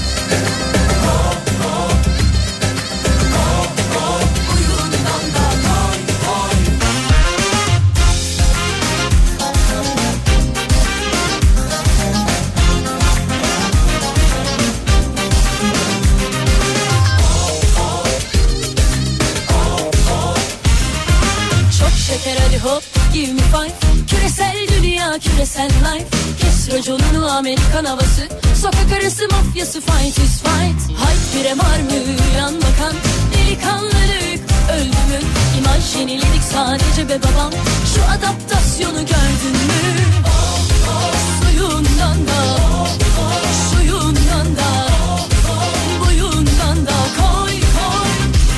Give me five. Küresel dünya, küresel life. Kes raconunu, Amerikan havası. Sokak arası mafyası, fight is fight. Hayt bire var mı yan bakan? Delikanlılık öldü mü? İmaj yeniledik sadece be babam. Şu adaptasyonu gördün mü? Suyundan da, suyundan da, buyundan da koy koy.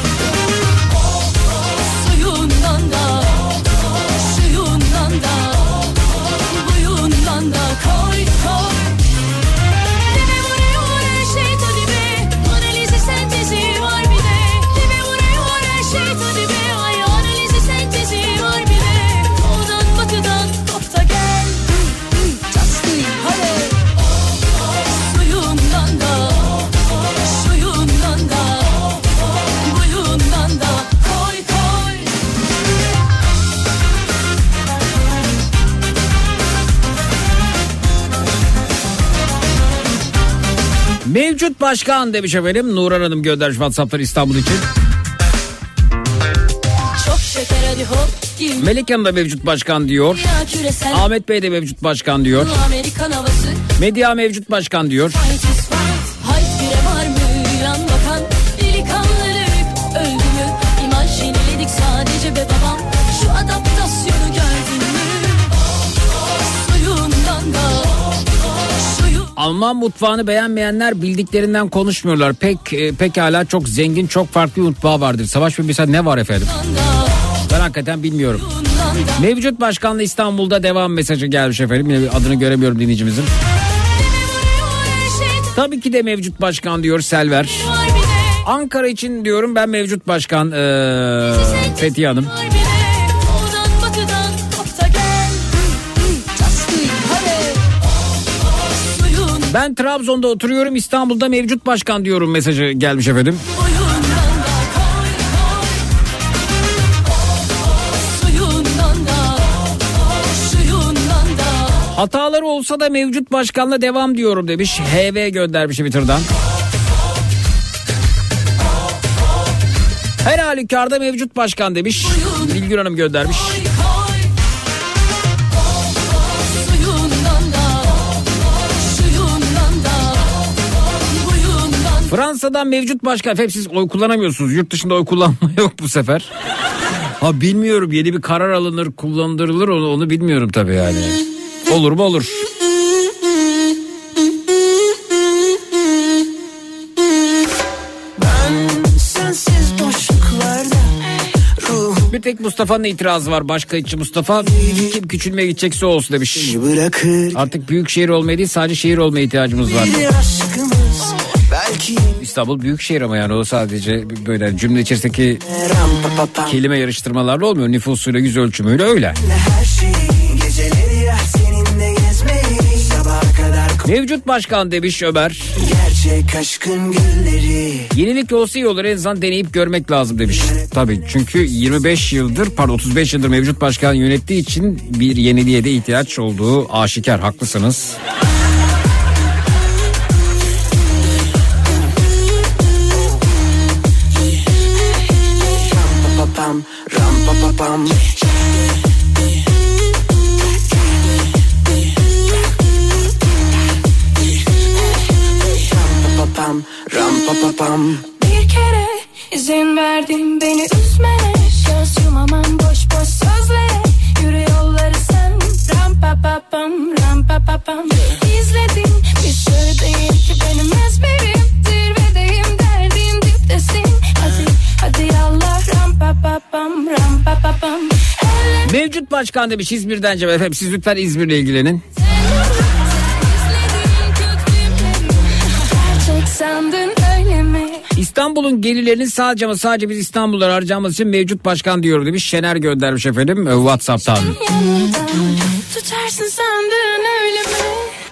Suyundan da, buyundan da koy koy. Dibe vuruyor her şey tabibe. Analizi sentezi var bir de. Dibe vuruyor her şey tabibe. Ay analizi sentezi var bir de. Doğudan batıdan kop da gel. Just do it, hadi. Suyundan da, suyundan da, buyundan da koy koy. Mevcut başkan demiş efendim. Nurhan Hanım göndermiş WhatsApp'tan İstanbul için. Çok şeker hadi hop. Give Melek Hanım da mevcut başkan diyor. ya küresel. Ahmet Bey de mevcut başkan diyor. Amerikan havası. Medya mevcut başkan diyor. Fight is fight. Hayt bire var mı yan bakan? Delikanlılık öldü mü? İmaj yeniledik sadece be babam. Şu adaptasyonu gördün mü? Suyundan da, suyu. Alman mutfağını beğenmeyenler bildiklerinden konuşmuyorlar. Pek e, pekala çok zengin, çok farklı bir mutfağı vardır. Savaş Bey mesela ne var efendim? Ben hakikaten bilmiyorum. Mevcut başkanla İstanbul'da devam mesajı gelmiş efendim. Yine adını göremiyorum dinleyicimizin. Tabii ki de mevcut başkan diyor Selver. Ankara için diyorum ben mevcut başkan ee, Fethiye Hanım. Ben Trabzon'da oturuyorum, İstanbul'da mevcut başkan diyorum mesajı gelmiş efendim. Hataları olsa da mevcut başkanla devam diyorum demiş. H V göndermiş Twitter'dan. Her halükarda mevcut başkan demiş. Bilgün Hanım göndermiş. Fransa'dan mevcut başkan. Hep siz oy kullanamıyorsunuz. Yurt dışında oy kullanma yok bu sefer. Ha bilmiyorum, yeni bir karar alınır, kullandırılır, onu, onu bilmiyorum tabii yani. Olur mu olur. Bir tek Mustafa'nın itirazı var. Başka içi Mustafa kim küçülmeye gidecekse olsun demiş. Artık büyük şehir olmaya değil, sadece şehir olmaya ihtiyacımız var. İstanbul büyük şehir ama yani o sadece böyle cümle içerisindeki kelime yarıştırmalarla olmuyor. Nüfusuyla, yüz ölçümüyle öyle. Mevcut başkan demiş Ömer. Gerçek aşkın gülleri. Yenilik olsa iyi olur, en azından deneyip görmek lazım demiş. Tabii çünkü yirmi beş yıldır pardon otuz beş yıldır mevcut başkan yönettiği için bir yeniliğe de ihtiyaç olduğu aşikar, haklısınız. Bir kere izin verdim beni üzmene, göz yumamam boş boş sözlere, yürü yolları sen, ram pa pa pam, ram pa pa pam. İzledim bir şey değil ki benim ezberim, zirvedeyim derdin diptesin, hadi hadi Allah, ram pa pa pam, ram pa pa pam. Mevcut başkan demiş İzmir'den Cem. Efendim siz lütfen İzmir'le ilgilenin. İstanbul'un gelirlerinin sadece ama sadece biz İstanbul'dan harcamamız için mevcut başkan diyorum demiş. Şener göndermiş efendim WhatsApp'tan. Tutarsın sandın öyle mi?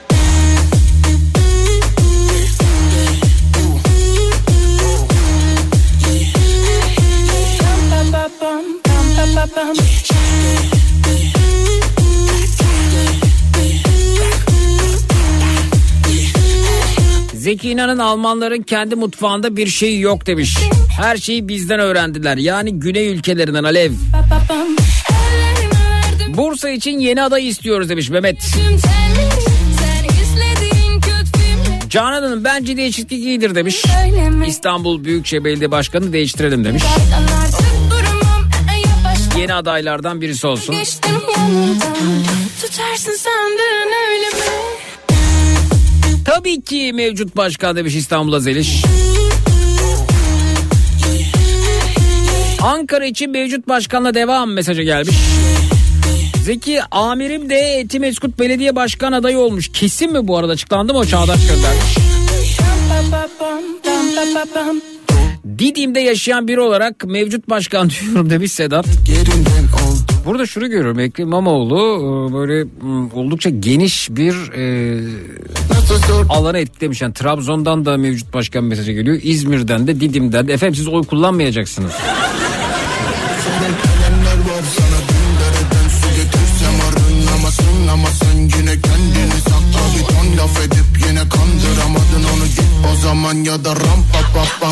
Zeki İnan'ın Almanların kendi mutfağında bir şey yok demiş. Her şeyi bizden öğrendiler. Yani Güney ülkelerinden Alev. Bursa için yeni aday istiyoruz demiş Mehmet. Canan Hanım bence değişiklik iyidir demiş. İstanbul Büyükşehir Belediye Başkanı değiştirelim demiş. Yeni adaylardan birisi olsun. Tutarsın sandın öyle mi? Tabii ki mevcut başkan demiş İstanbul'a Zeliş. Ankara için mevcut başkanla devam mesajı gelmiş. Zeki amirim de Etimeskut Belediye Başkan adayı olmuş. Kesin mi bu arada, açıklandı mı? O Çağdaş göndermiş. Didim'de yaşayan biri olarak mevcut başkan diyorum demiş Sedat. Burada şunu görüyorum, Ekrem İmamoğlu böyle oldukça geniş bir e, alanı etkilemiş. Yani Trabzon'dan da mevcut başkan mesajı geliyor. İzmir'den de, Didim'den de. Efendim siz oy kullanmayacaksınız. O zaman ya da ram pa pa pa.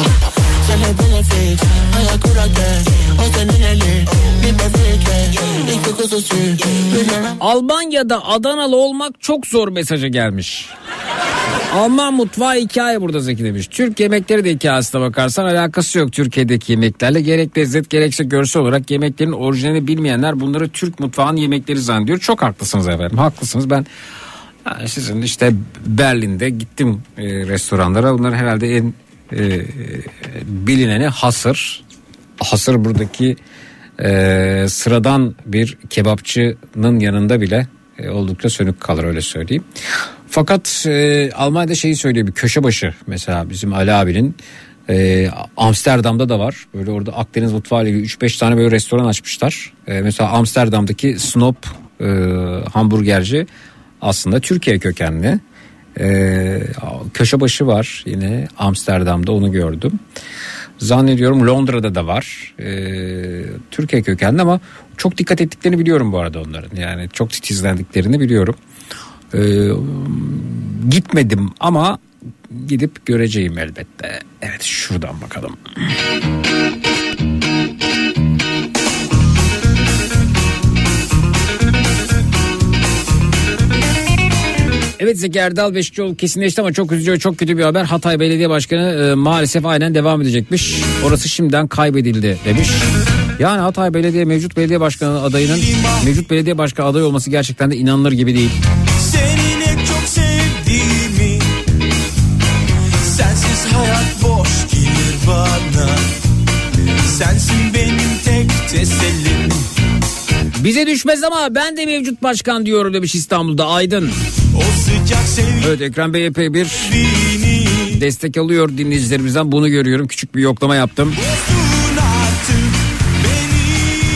Almanya'da Adanalı olmak çok zor mesajı gelmiş. Alman mutfağı hikaye burada Zeki demiş. Türk yemekleri de hikayesine bakarsan alakası yok Türkiye'deki yemeklerle. Gerek lezzet gerekse görsel olarak yemeklerin orijinalini bilmeyenler bunları Türk mutfağının yemekleri zannediyor. Çok haklısınız efendim, haklısınız. Ben yani sizin işte Berlin'de gittim e, restoranlara. Bunların herhalde en e, bilineni hasır. Hasır buradaki e, sıradan bir kebapçının yanında bile e, oldukça sönük kalır, öyle söyleyeyim. Fakat e, Almanya'da şeyi söylüyor, bir köşe başı mesela bizim Ali abinin e, Amsterdam'da da var. Böyle orada Akdeniz mutfağı ile üç beş tane böyle restoran açmışlar. E, mesela Amsterdam'daki Snoop e, hamburgerci aslında Türkiye kökenli. Ee, köşebaşı var yine Amsterdam'da, onu gördüm. Zannediyorum Londra'da da var. Ee, Türkiye kökenli ama çok dikkat ettiklerini biliyorum bu arada onların. Yani çok titizlendiklerini biliyorum. Ee, gitmedim ama gidip göreceğim elbette. Evet, şuradan bakalım. Evet, Zeki Erdal Beşikçioğlu kesinleşti ama çok üzücü, çok kötü bir haber. Hatay Belediye Başkanı e, maalesef aynen devam edecekmiş. Orası şimdiden kaybedildi demiş. Yani Hatay Belediye mevcut belediye başkanı adayının mevcut belediye başkanı adayı olması gerçekten de inanılır gibi değil. Seninle çok sevdiğimi, sensiz hayat boş gelir bana. Sensin benim tek tesellim. Bize düşmez ama ben de mevcut başkan diyorum demiş İstanbul'da Aydın. O sıcak sevgi. Evet, Ekrem Bey epey bir destek alıyor dinleyicilerimizden, bunu görüyorum. Küçük bir yoklama yaptım. Bozdun artık beni.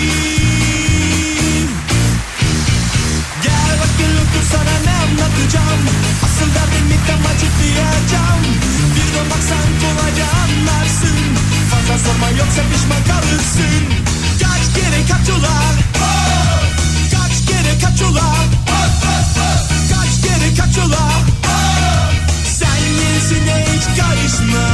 Gel bakın otur, sana ne anlatacağım. Asıl derdimi tam açıklayacağım. Bir de baksan kolayca anlarsın. Fazla sorma yoksa pişman kalırsın. Kaç kere kaç ola, kaç kere kaç ola, kaç kere kaç ola. Sen yenisine hiç karışma.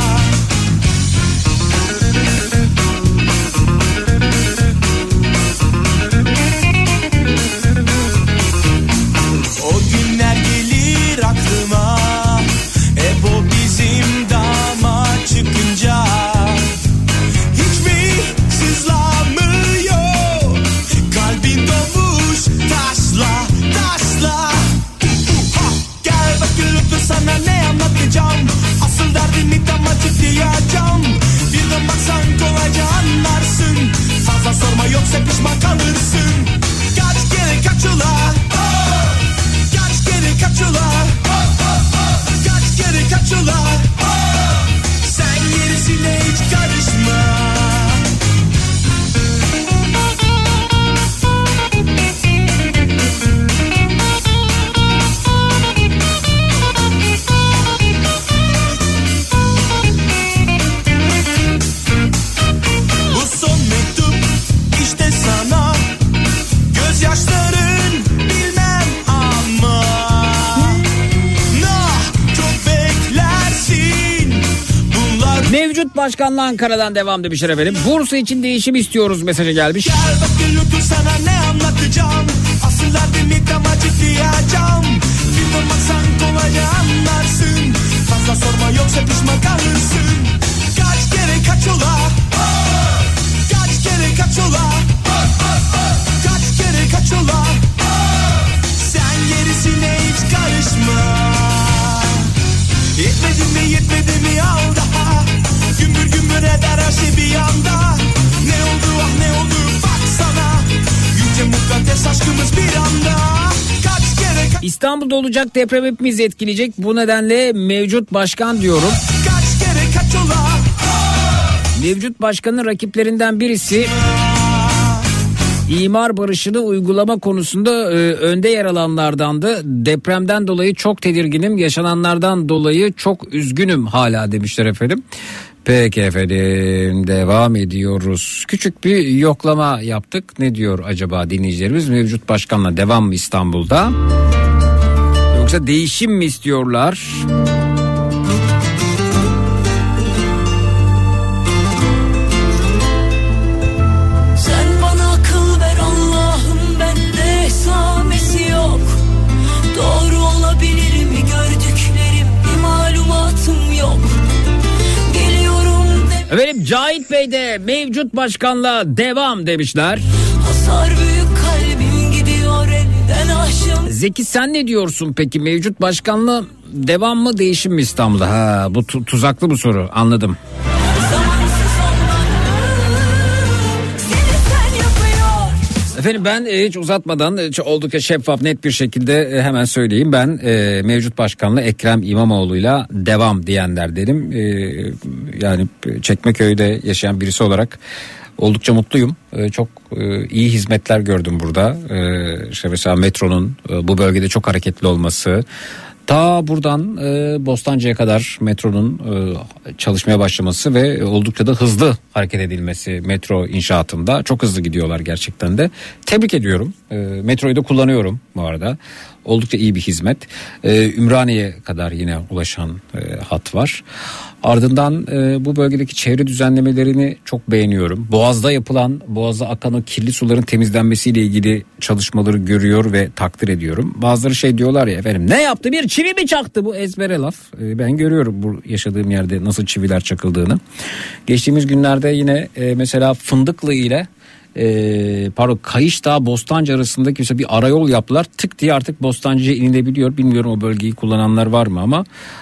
O günler gelir aklıma, hep o bizim dama çıkınca. Hiç mi sızlamıyor, kalbin dolmuş taşla taşla. Gel bak gülüp sana ne anlatacağım. Asıl derdimi tam açıklayacağım. Bir de baksan kolayca anlarsın. Fazla sorma yoksa pişman kalırsın. Kaç kere kaç ola, kaç kere kaç ola, kaç kere kaç ola. Sen gerisine hiç karışma. Bu son mektup işte sana, gözyaşların bilmem ama. Nah, çok beklersin bunlar. Mevcut başkanla Ankara'dan devam demişler efendim. Bursa için değişim istiyoruz mesajı gelmiş. Gel bak gel otur, sana ne anlatacağım. Asıl derdimi tam açıklayacağım. Bir baksan kolayca anlarsın. Fazla sorma yoksa pişman kalırsın. Kaç kere kaç ola, kaç kere kaç ola, kaç kere kaç ola. Sen gerisine hiç karışma. Yetmedi mi yetmedi mi al daha. Gümbür gümbür eder her şey bir anda. Ne oldu ah ne oldu baksana. Yüce mukaddes aşkımız bir anda. Kaç kere kaç, İstanbul'da olacak deprem hepimizi etkileyecek. Bu nedenle mevcut başkan diyorum. kaç kere kaç ola. Mevcut başkanın rakiplerinden birisi imar barışını uygulama konusunda e, önde yer alanlardandı. Depremden dolayı çok tedirginim, yaşananlardan dolayı çok üzgünüm hala demişler efendim. Peki efendim, devam ediyoruz. Küçük bir yoklama yaptık. Ne diyor acaba dinleyicilerimiz? Mevcut başkanla devam mı İstanbul'da? Yoksa değişim mi istiyorlar? Sen bana akıl ver Allah'ım, bende esamesi yok. Doğru olabilir mi gördüklerim, bir malumatım yok. Geliyorum de Efendim Cahit Bey de mevcut başkanla devam demişler. hasar büyük, kalbim gidiyor elden aşım. Zeki sen ne diyorsun peki, mevcut başkanla devam mı değişim mi İstanbul'da? Ha, bu tu- tuzaklı bu soru, anladım. Zamansız olmanı seni sen yapıyor. Efendim ben e, hiç uzatmadan e, çok oldukça şeffaf net bir şekilde e, hemen söyleyeyim. Ben e, mevcut başkanla Ekrem İmamoğlu'yla devam diyenlerdenim. E, yani Çekmeköy'de yaşayan birisi olarak oldukça mutluyum. E, çok e, iyi hizmetler gördüm burada. E, işte mesela metronun e, bu bölgede çok hareketli olması. Ta buradan e, Bostancı'ya kadar metronun e, çalışmaya başlaması ve oldukça da hızlı hareket edilmesi metro inşaatında. Çok hızlı gidiyorlar gerçekten de. Tebrik ediyorum. E, metroyu da kullanıyorum bu arada. Oldukça iyi bir hizmet. E, Ümraniye'ye kadar yine ulaşan e, hat var. Ardından e, bu bölgedeki çevre düzenlemelerini çok beğeniyorum. Boğaz'da yapılan, Boğaz'a akan o kirli suların temizlenmesiyle ilgili çalışmaları görüyor ve takdir ediyorum. Bazıları şey diyorlar ya, efendim ne yaptı, bir çivi mi çaktı, bu ezbere laf. E, ben görüyorum bu yaşadığım yerde nasıl çiviler çakıldığını. Geçtiğimiz günlerde yine e, mesela Fındıklı ile e, pardon Kayışdağ Bostancı arasındaki mesela bir arayol yaptılar. Tık diye artık Bostancı'ya inilebiliyor. Bilmiyorum o bölgeyi kullananlar var mı ama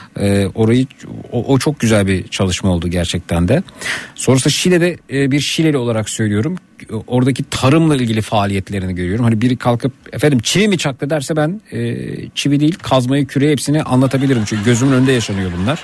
E, orayı o, o çok güzel bir çalışma oldu gerçekten de. Sonrasında Şile'de e, bir Şileli olarak söylüyorum. Oradaki tarımla ilgili faaliyetlerini görüyorum. Hani biri kalkıp efendim çivi mi çaktı derse ben e, çivi değil kazmayı, küreği hepsini anlatabilirim. Çünkü gözümün önünde yaşanıyor bunlar.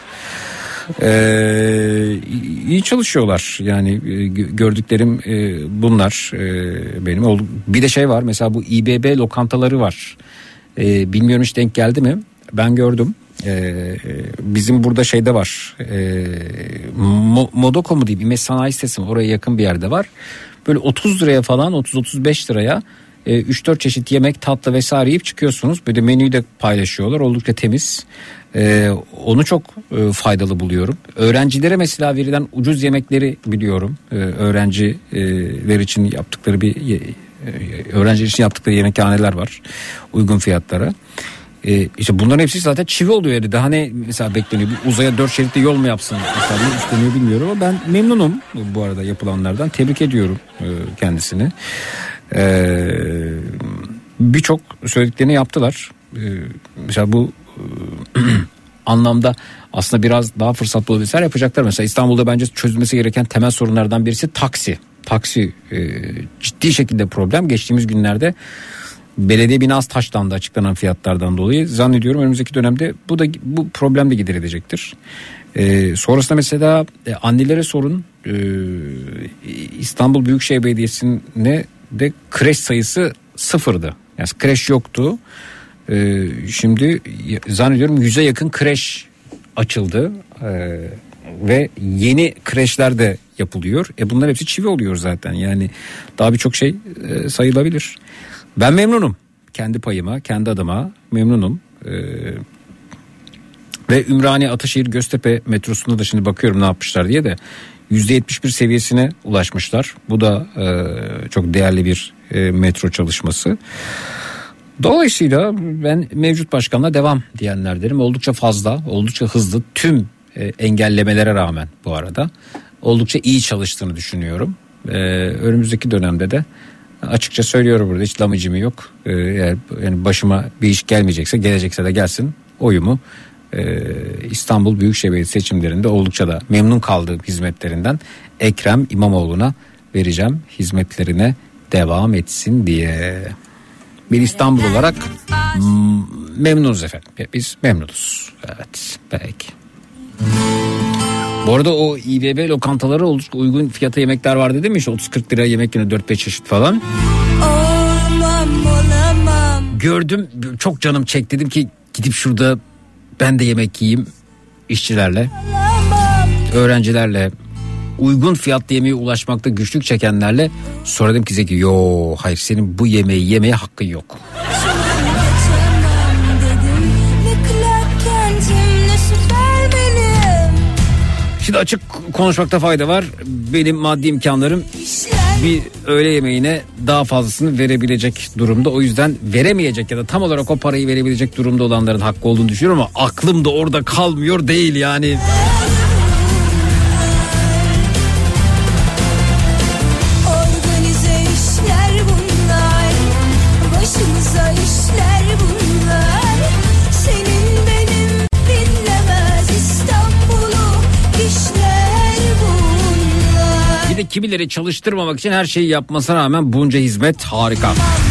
Ee, iyi çalışıyorlar yani e, gördüklerim e, bunlar e, benim oldu. Bir de şey var mesela bu İBB lokantaları var. E, bilmiyorum hiç denk geldi mi? Ben gördüm. Ee, bizim burada şeyde var. Ee, Modoko mu diyeyim? İmece Sanayi Sitesi mi? Oraya yakın bir yerde var. Böyle otuz liraya falan otuz otuz beş liraya e, üç dört çeşit yemek, tatlı vesaire yiyip çıkıyorsunuz. Böyle menüyü de paylaşıyorlar. Oldukça temiz. Ee, onu çok e, faydalı buluyorum. Öğrencilere mesela verilen ucuz yemekleri biliyorum. Ee, öğrenciler için yaptıkları bir e, öğrenciler için yaptıkları yemekhaneler var. Uygun fiyatlara. Ee, işte bunların hepsi zaten çivi oluyor yani. Daha ne mesela bekleniyor? Bir uzaya dört şeritli yol mu yapsın? Mesela ne isteniyor bilmiyorum ama ben memnunum bu arada yapılanlardan. Tebrik ediyorum e, kendisini. Ee, Birçok söylediklerini yaptılar. Ee, mesela bu e, anlamda aslında biraz daha fırsat bulabilseler yapacaklar. Mesela İstanbul'da bence çözülmesi gereken temel sorunlardan birisi taksi. Taksi e, ciddi şekilde problem. Geçtiğimiz günlerde belediye binası taşlandı açıklanan fiyatlardan dolayı. Zannediyorum önümüzdeki dönemde bu da bu problem de giderilecektir. Ee, sonrasında mesela e, annelere sorun. Ee, İstanbul Büyükşehir Belediyesi'ne de kreş sayısı sıfırdı. Yani kreş yoktu. Ee, şimdi zannediyorum yüze yakın kreş açıldı. Ee, ve yeni kreşler de yapılıyor. E bunlar hepsi çivi oluyor zaten. Yani daha birçok şey e, sayılabilir. Ben memnunum. Kendi payıma, kendi adıma memnunum. Ee, ve Ümraniye, Ataşehir, Göztepe metrosunda da şimdi bakıyorum ne yapmışlar diye de yüzde yetmiş bir seviyesine ulaşmışlar. Bu da e, çok değerli bir e, metro çalışması. Dolayısıyla ben mevcut başkanla devam diyenler derim. Oldukça fazla, oldukça hızlı tüm e, engellemelere rağmen bu arada oldukça iyi çalıştığını düşünüyorum. E, önümüzdeki dönemde de açıkça söylüyorum burada hiç lamıcımı yok. Ee, eğer yani başıma bir iş gelmeyecekse gelecekse de gelsin oyumu e, İstanbul Büyükşehir Belediyesi seçimlerinde oldukça da memnun kaldığım hizmetlerinden Ekrem İmamoğlu'na vereceğim, hizmetlerine devam etsin diye. Bir İstanbul olarak m- memnunuz efendim. Biz memnunuz. Evet peki. Bu arada o İBB lokantaları oldukça uygun fiyata yemekler var dedim mi? İşte otuz kırk lira yemek yine dört beş çeşit falan. Olmam, olamam. Gördüm çok canım çekti dedim ki gidip şurada ben de yemek yiyeyim işçilerle, olamam. Öğrencilerle, uygun fiyatlı yemeğe ulaşmakta güçlük çekenlerle. Sonra dedim ki Zeki yo hayır senin bu yemeği yemeye hakkın yok. Şimdi açık konuşmakta fayda var. Benim maddi imkanlarım bir öğle yemeğine daha fazlasını verebilecek durumda. O yüzden veremeyecek ya da tam olarak o parayı verebilecek durumda olanların hakkı olduğunu düşünüyorum ama aklım da orada kalmıyor değil yani. Organize işler bunlar, başımıza işler bunlar. Senin benim dinlemez İstanbul'u işler bunlar. Bir de kimileri çalıştırmamak için her şeyi yapmasına rağmen bunca hizmet harika.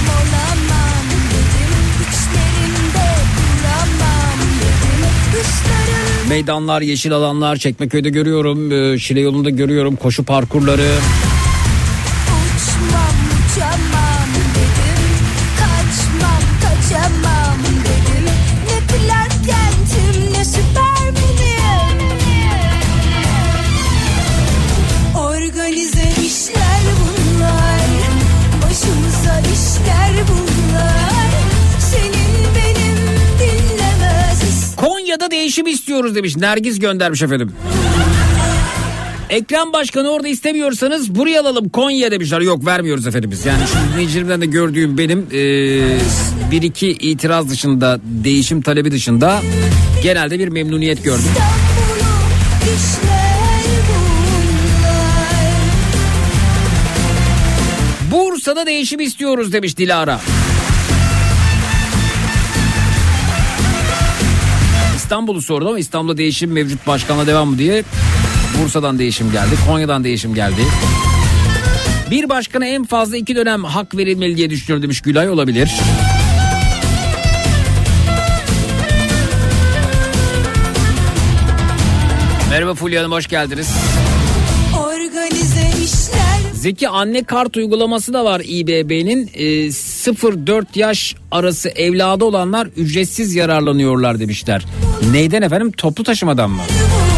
Meydanlar, yeşil alanlar, Çekmeköy'de görüyorum, Şile yolunda görüyorum, koşu parkurları. Uçmam, uçamam dedim, kaçmam, kaçamam dedim. Ne Clark Kent'im, ne Superman'im. Organize işler bunlar, başımıza işler bunlar. Senin benim dinlemez. Konya'da değişim istiyoruz demiş. Nergis göndermiş efendim. Ekrem Başkan'ı orada istemiyorsanız buraya alalım Konya demişler. Yok vermiyoruz efendim biz. Yani şimdi dinleyicilerimden de gördüğüm benim e, bir iki itiraz dışında, değişim talebi dışında genelde bir memnuniyet gördüm. Bursa'da değişim istiyoruz demiş Dilara. İstanbul'u sordu ama İstanbul'da değişim mevcut başkanla devam mı diye. Bursa'dan değişim geldi, Konya'dan değişim geldi. Bir başkana en fazla iki dönem hak verilmeli diye düşünüyorum demiş Gülay. Olabilir. Merhaba Fulya Hanım, hoş geldiniz. Organize işler. Zeki, anne kart uygulaması da var İ B B'nin. E, sıfır dört yaş arası evladı olanlar ücretsiz yararlanıyorlar demişler. Neyden efendim? Toplu taşımadan mı?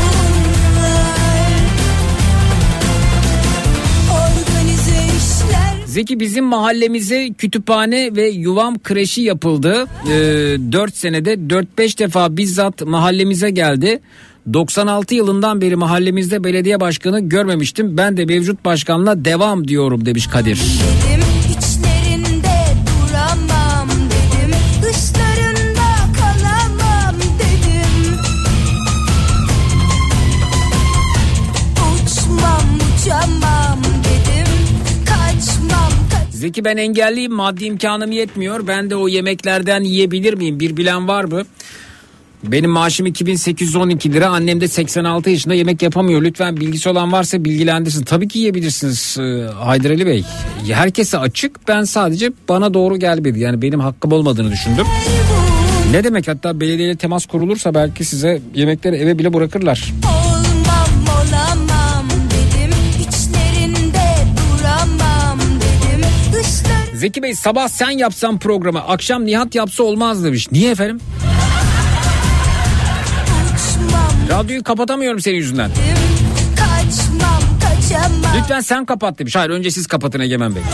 Zeki, bizim mahallemize kütüphane ve yuvam kreşi yapıldı. Ee, dört senede dört beş defa bizzat mahallemize geldi. doksan altı yılından beri mahallemizde belediye başkanı görmemiştim. Ben de mevcut başkanla devam diyorum demiş Kadir. Dedim içlerinde duramam dedim. Dışlarında kalamam dedim. Uçmam uçamam dedim. Kaçmam kaç. Zeki, ben engelliyim, maddi imkanım yetmiyor. Ben de o yemeklerden yiyebilir miyim? Bir bilen var mı? Benim maaşım iki bin sekiz yüz on iki lira. Annem de seksen altı yaşında, yemek yapamıyor. Lütfen bilgisi olan varsa bilgilendirsin. Tabii ki yiyebilirsiniz Haydar Ali Bey. Herkese açık. Ben sadece bana doğru gelmedi. Yani benim hakkım olmadığını düşündüm. Ne demek, hatta belediyeyle temas kurulursa belki size yemekleri eve bile bırakırlar. Olmam olamam dedim. İçlerinde duramam dedim. Dışlar... Zeki Bey, sabah sen yapsan programı, akşam Nihat yapsa olmaz demiş. Niye efendim? Radyoyu kapatamıyorum senin yüzünden. Kaçmam, kaçamam. Lütfen sen kapat demiş. Hayır, önce siz kapatın Egemen Bey.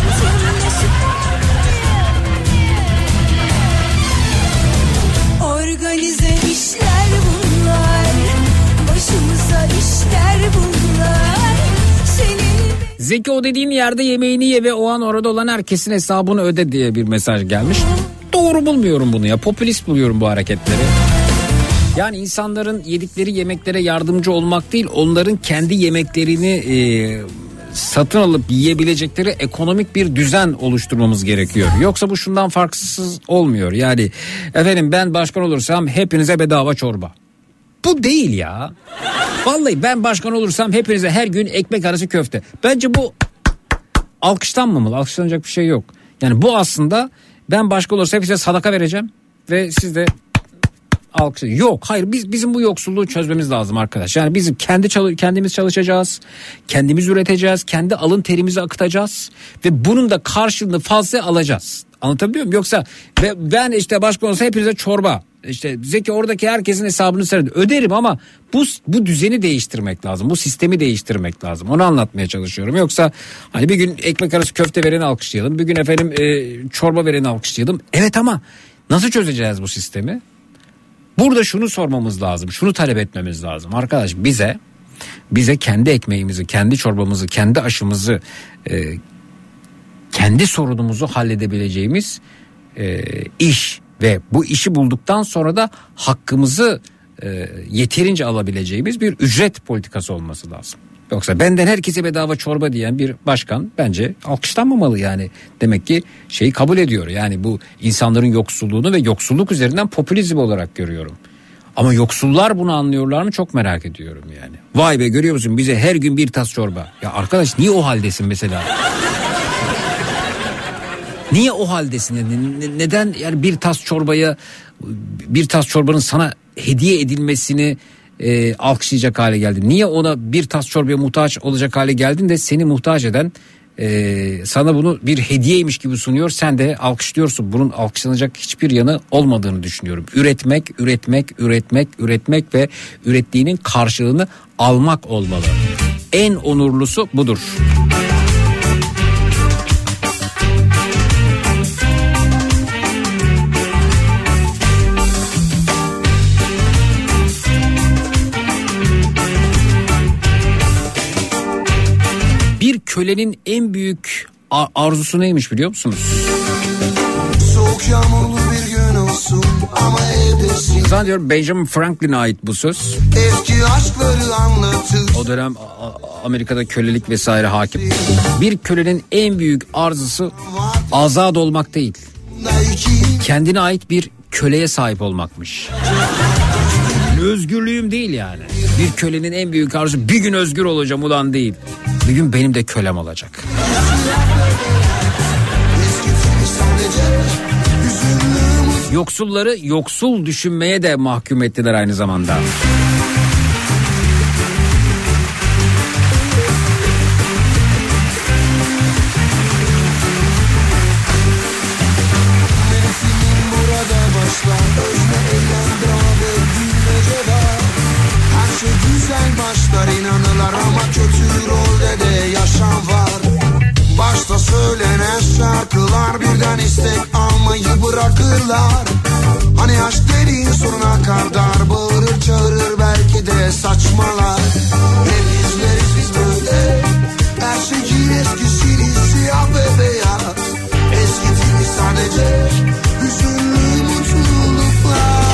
Organize işler bunlar. Başımıza işler bunlar. Senin... Zeki, o dediğin yerde yemeğini ye ve o an orada olan herkesin hesabını öde diye bir mesaj gelmiş. Doğru bulmuyorum bunu ya. Popülist buluyorum bu hareketleri. Yani insanların yedikleri yemeklere yardımcı olmak değil, onların kendi yemeklerini e, satın alıp yiyebilecekleri ekonomik bir düzen oluşturmamız gerekiyor. Yoksa bu şundan farksız olmuyor. Yani efendim, ben başkan olursam hepinize bedava çorba. Bu değil ya. Vallahi ben başkan olursam hepinize her gün ekmek arası köfte. Bence bu alkışlanmamalı. Alkışlanacak bir şey yok. Yani bu aslında, ben başkan olursam hepinize sadaka vereceğim ve siz de alkış. Yok, hayır, biz bizim bu yoksulluğu çözmemiz lazım arkadaş. Yani bizim kendi çalı, kendimiz çalışacağız, kendimiz üreteceğiz, kendi alın terimizi akıtacağız ve bunun da karşılığını fazla alacağız. Anlatabiliyor muyum? Yoksa ben işte başkan olsa hepinize çorba. İşte Zeki, oradaki herkesin hesabını sen öderim ama bu bu düzeni değiştirmek lazım. Bu sistemi değiştirmek lazım. Onu anlatmaya çalışıyorum. Yoksa hani bir gün ekmek arası köfte vereni alkışlayalım, bir gün efendim e, çorba vereni alkışlayalım. Evet, ama nasıl çözeceğiz bu sistemi? Burada şunu sormamız lazım, şunu talep etmemiz lazım. Arkadaş, bize bize kendi ekmeğimizi, kendi çorbamızı, kendi aşımızı, e, kendi sorunumuzu halledebileceğimiz e, iş ve bu işi bulduktan sonra da hakkımızı e, yeterince alabileceğimiz bir ücret politikası olması lazım. Yoksa benden herkese bedava çorba diyen bir başkan bence alkışlanmamalı yani. Demek ki şeyi kabul ediyor. Yani bu insanların yoksulluğunu ve yoksulluk üzerinden popülizm olarak görüyorum. Ama yoksullar bunu anlıyorlar mı, çok merak ediyorum yani. Vay be, görüyor musun, bize her gün bir tas çorba. Ya arkadaş, niye o haldesin mesela? Niye o haldesin? Yani neden yani bir tas çorbaya, bir tas çorbanın sana hediye edilmesini E, alkışlayacak hale geldin? Niye ona bir tas çorbaya muhtaç olacak hale geldin de seni muhtaç eden e, sana bunu bir hediyeymiş gibi sunuyor, sen de alkışlıyorsun? Bunun alkışlanacak hiçbir yanı olmadığını düşünüyorum. Üretmek, üretmek, üretmek, üretmek ve ürettiğinin karşılığını almak olmalı. En onurlusu budur. Bir kölenin en büyük arzusu neymiş biliyor musunuz? Soğuk yağmurlu bir gün olsun ama evdesin. Zannediyorum Benjamin Franklin'e ait bu söz. Eski aşkları anlatır. O dönem Amerika'da kölelik vesaire hakim. Bir kölenin en büyük arzusu azat olmak değil, kendine ait bir köleye sahip olmakmış. özgürlüğüm değil yani. Bir kölenin en büyük arzusu bir gün özgür olacağım ulan değil. Bir gün benim de kölem olacak. Yoksulları yoksul düşünmeye de mahkum ettiler aynı zamanda. İnanırlar ama kötü rolde de yaşam var. Başta söylenen şarkılar birden istek almayı bırakırlar. Hani aşk dediğin sonuna kadar bağırır çağırır belki de saçmalar. Hep izleriz biz böyle her şeyin eskisini siyah ve beyaz. Eskitini sadece hüzünlü mutluluklar.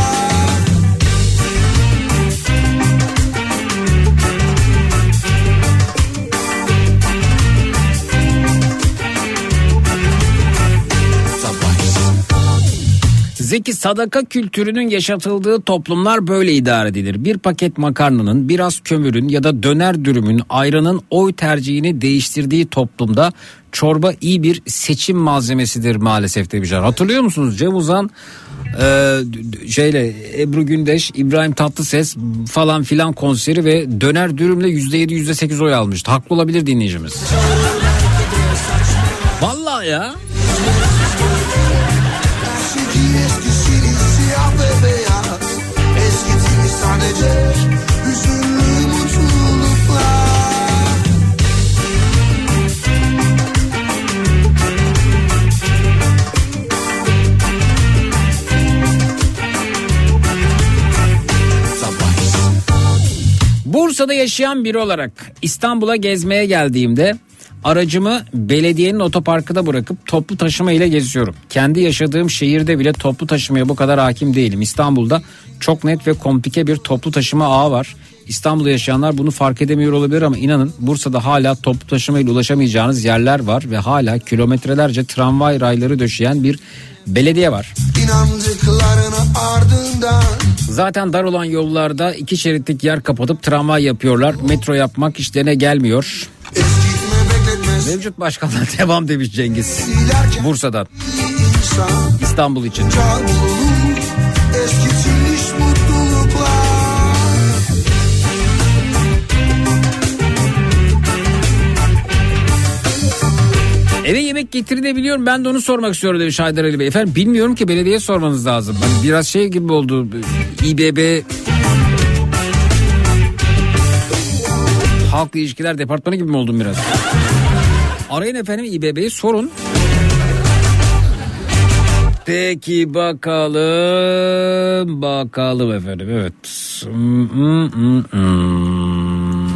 Zeki, sadaka kültürünün yaşatıldığı toplumlar böyle idare edilir. Bir paket makarnanın, biraz kömürün ya da döner dürümün, ayranın oy tercihini değiştirdiği toplumda çorba iyi bir seçim malzemesidir maalesef demişler. Hatırlıyor musunuz? Cem Uzan, e, şeyle Ebru Gündeş, İbrahim Tatlıses falan filan konseri ve döner dürümle yüzde yedi yüzde sekiz oy almıştı. Haklı olabilir dinleyicimiz. Vallahi ya. Sadece hüzünlü mutluluklar. Bursa'da yaşayan biri olarak İstanbul'a gezmeye geldiğimde aracımı belediyenin otoparkına bırakıp toplu taşıma ile geziyorum. Kendi yaşadığım şehirde bile toplu taşımaya bu kadar hakim değilim. İstanbul'da çok net ve komplike bir toplu taşıma ağı var. İstanbul'da yaşayanlar bunu fark edemiyor olabilir ama inanın Bursa'da hala toplu taşıma ile ulaşamayacağınız yerler var ve hala kilometrelerce tramvay rayları döşeyen bir belediye var. Zaten dar olan yollarda iki şeritlik yer kapatıp tramvay yapıyorlar. Metro yapmak işlerine gelmiyor. Mevcut başkanlar devam demiş Cengiz. Bursa'dan. İstanbul için. Eve yemek getirilebiliyor mu? Ben de onu sormak istiyorum demiş Haydar Ali Bey. Efendim bilmiyorum ki, belediyeye sormanız lazım. Hani biraz şey gibi oldu. İBB Halk İlişkiler Departmanı gibi mi oldum biraz? Arayın efendim İBB'yi sorun. Peki bakalım. Bakalım efendim, evet. Hmm, hmm, hmm, hmm.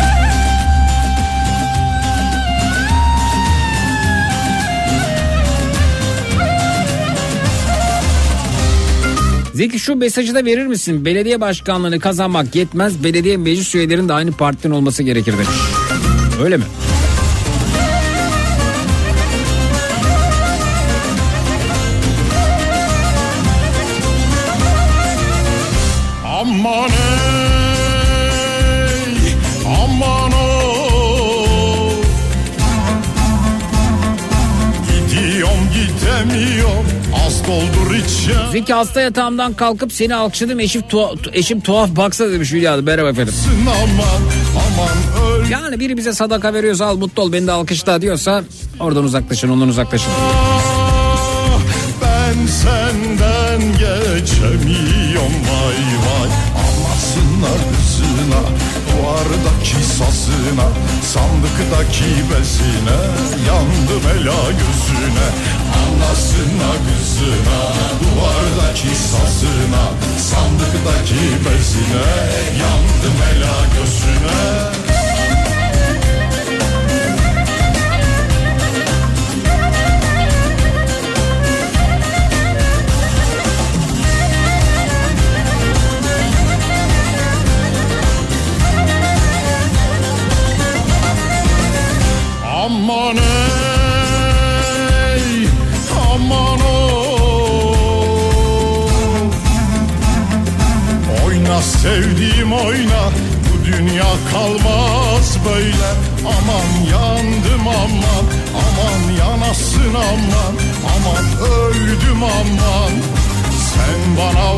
Zeki, şu mesajı da verir misin? Belediye başkanlığını kazanmak yetmez. Belediye meclis üyelerinin de aynı partiden olması gerekir demiş. Öyle mi? Aman ey, aman o, gidiyorum gidemiyorum, az doldur içe. Zeki, hasta yatağımdan kalkıp seni alkışladım, eşim, tuha- eşim tuhaf baksa demiş Hülya Hanım. Merhaba efendim. Aman, aman öl. Yani biri bize sadaka veriyorsa al mutlu ol, beni de alkışla diyorsa oradan uzaklaşın, ondan uzaklaşın. Ah, ben senden geçemiyorum vay vay. Anasına kızına, duvardaki sazına, sandıktaki bezine, yandım ela gözüne. Anasına kızına, duvardaki sazına, sandıktaki bezine, yandım ela gözüne. Aman ey, aman o, oyna sev olmaz böyle. Aman yandım aman, aman yanasın aman, aman öldüm aman. Sen bana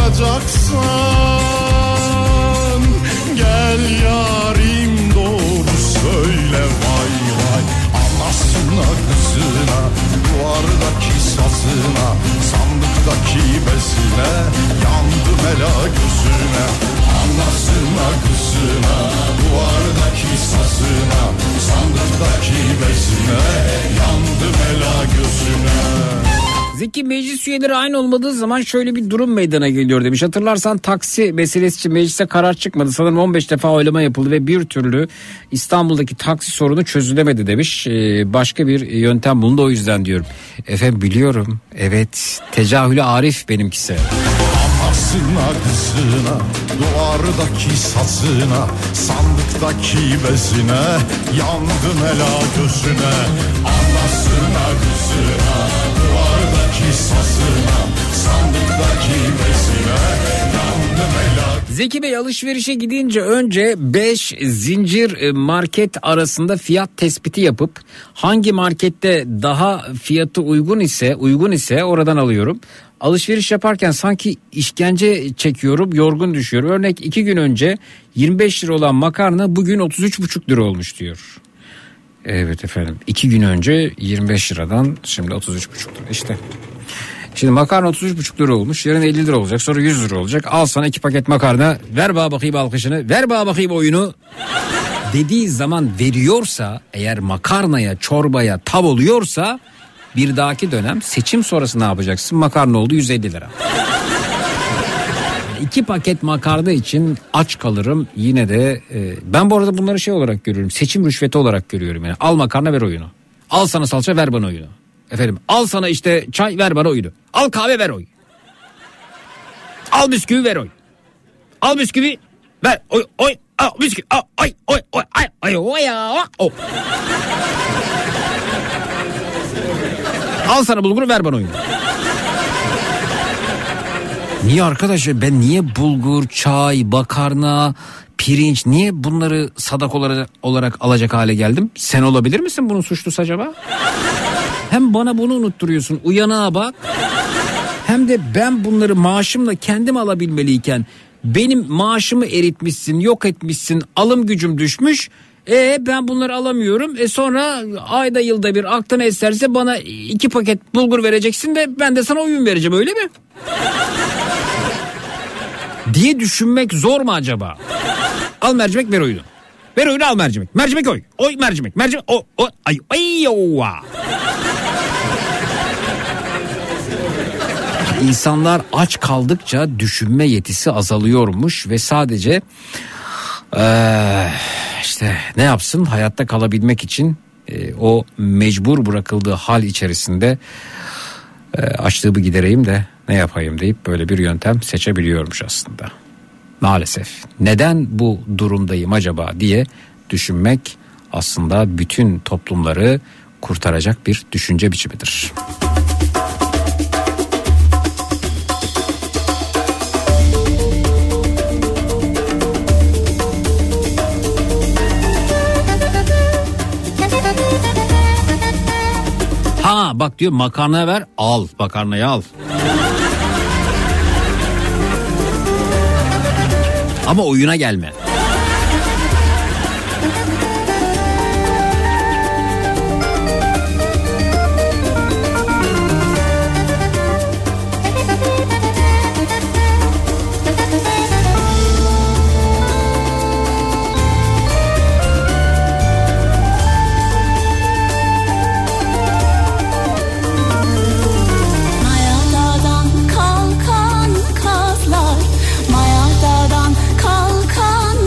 varacaksan gel yarim doğru söyle vay vay. Anasına kızına, duvardaki sazına, sandıktaki bezine, yandım ela gözüne. Anasına kızına, duvardaki sazına, sandıktaki bezine, yandım ela gözüne. Zeki, meclis üyeleri aynı olmadığı zaman şöyle bir durum meydana geliyor demiş. Hatırlarsan taksi meselesi için mecliste karar çıkmadı. Sanırım on beş defa oylama yapıldı ve bir türlü İstanbul'daki taksi sorunu çözülemedi demiş. Ee, başka bir yöntem bulundu, o yüzden diyorum. Efendim biliyorum. Evet, tecahülü Arif benimkisi. Anasına kızına, duvardaki sazına, sandıktaki bezine, yandım ela gözüne. Anasına kızına, duvardaki sazına, sandıktaki bezine, yandım ela. Zeki Bey, alışverişe gidince önce beş zincir market arasında fiyat tespiti yapıp hangi markette daha fiyatı uygun ise uygun ise oradan alıyorum. Alışveriş yaparken sanki işkence çekiyorum, yorgun düşüyorum. Örnek iki gün önce yirmi beş lira olan makarna bugün otuz üç buçuk lira olmuş diyor. Evet efendim, iki gün önce yirmi beş liradan şimdi otuz üç buçuk lira işte. Şimdi makarna otuz üç buçuk lira olmuş, yarın elli lira olacak, sonra yüz lira olacak. Al sana iki paket makarna, ver bana bakayım alkışını, ver bana bakayım oyunu dediği zaman veriyorsa, eğer makarnaya, çorbaya tav oluyorsa, bir dahaki dönem seçim sonrası ne yapacaksın? Makarna oldu yüz elli lira. İki paket makarna için aç kalırım yine de. E, ben bu arada bunları şey olarak görüyorum, seçim rüşveti olarak görüyorum. Yani al makarna, ver oyunu. Al sana salça, ver bana oyunu. Efendim, al sana işte çay, ver bana oyunu. Al kahve, ver oy. Al bisküvi, ver oy. Al bisküvi, ver oy oy. Al bisküvi, al oy oy oy ay ay oy ya. Oh. Al sana bulguru, ver bana oyunu. Niye arkadaşlar, ben niye bulgur, çay, makarna, pirinç, niye bunları sadak olarak, olarak alacak hale geldim? Sen olabilir misin bunun suçlusu acaba? Hem bana bunu unutturuyorsun, uyanığa bak. Hem de ben bunları maaşımla kendim alabilmeliyken benim maaşımı eritmişsin, yok etmişsin, alım gücüm düşmüş. E ben bunları alamıyorum. E sonra ayda yılda bir aklına eserse bana iki paket bulgur vereceksin de ben de sana oyun vereceğim, öyle mi? diye düşünmek zor mu acaba? Al mercimek, ver oyunu. Ver oyunu, al mercimek. Mercimek oy. Oy mercimek. Mercimek o o ay ay ova. İnsanlar aç kaldıkça düşünme yetisi azalıyormuş ve sadece ee, işte ne yapsın, hayatta kalabilmek için e, o mecbur bırakıldığı hal içerisinde e, açlığımı gidereyim de ne yapayım deyip böyle bir yöntem seçebiliyormuş aslında. Maalesef. Neden bu durumdayım acaba diye düşünmek aslında bütün toplumları kurtaracak bir düşünce biçimidir. Ha bak diyor, makarnaya ver, al makarnayı al. Ama oyuna gelme. Mayadadan kalkan kazlar, mayadadan kalkan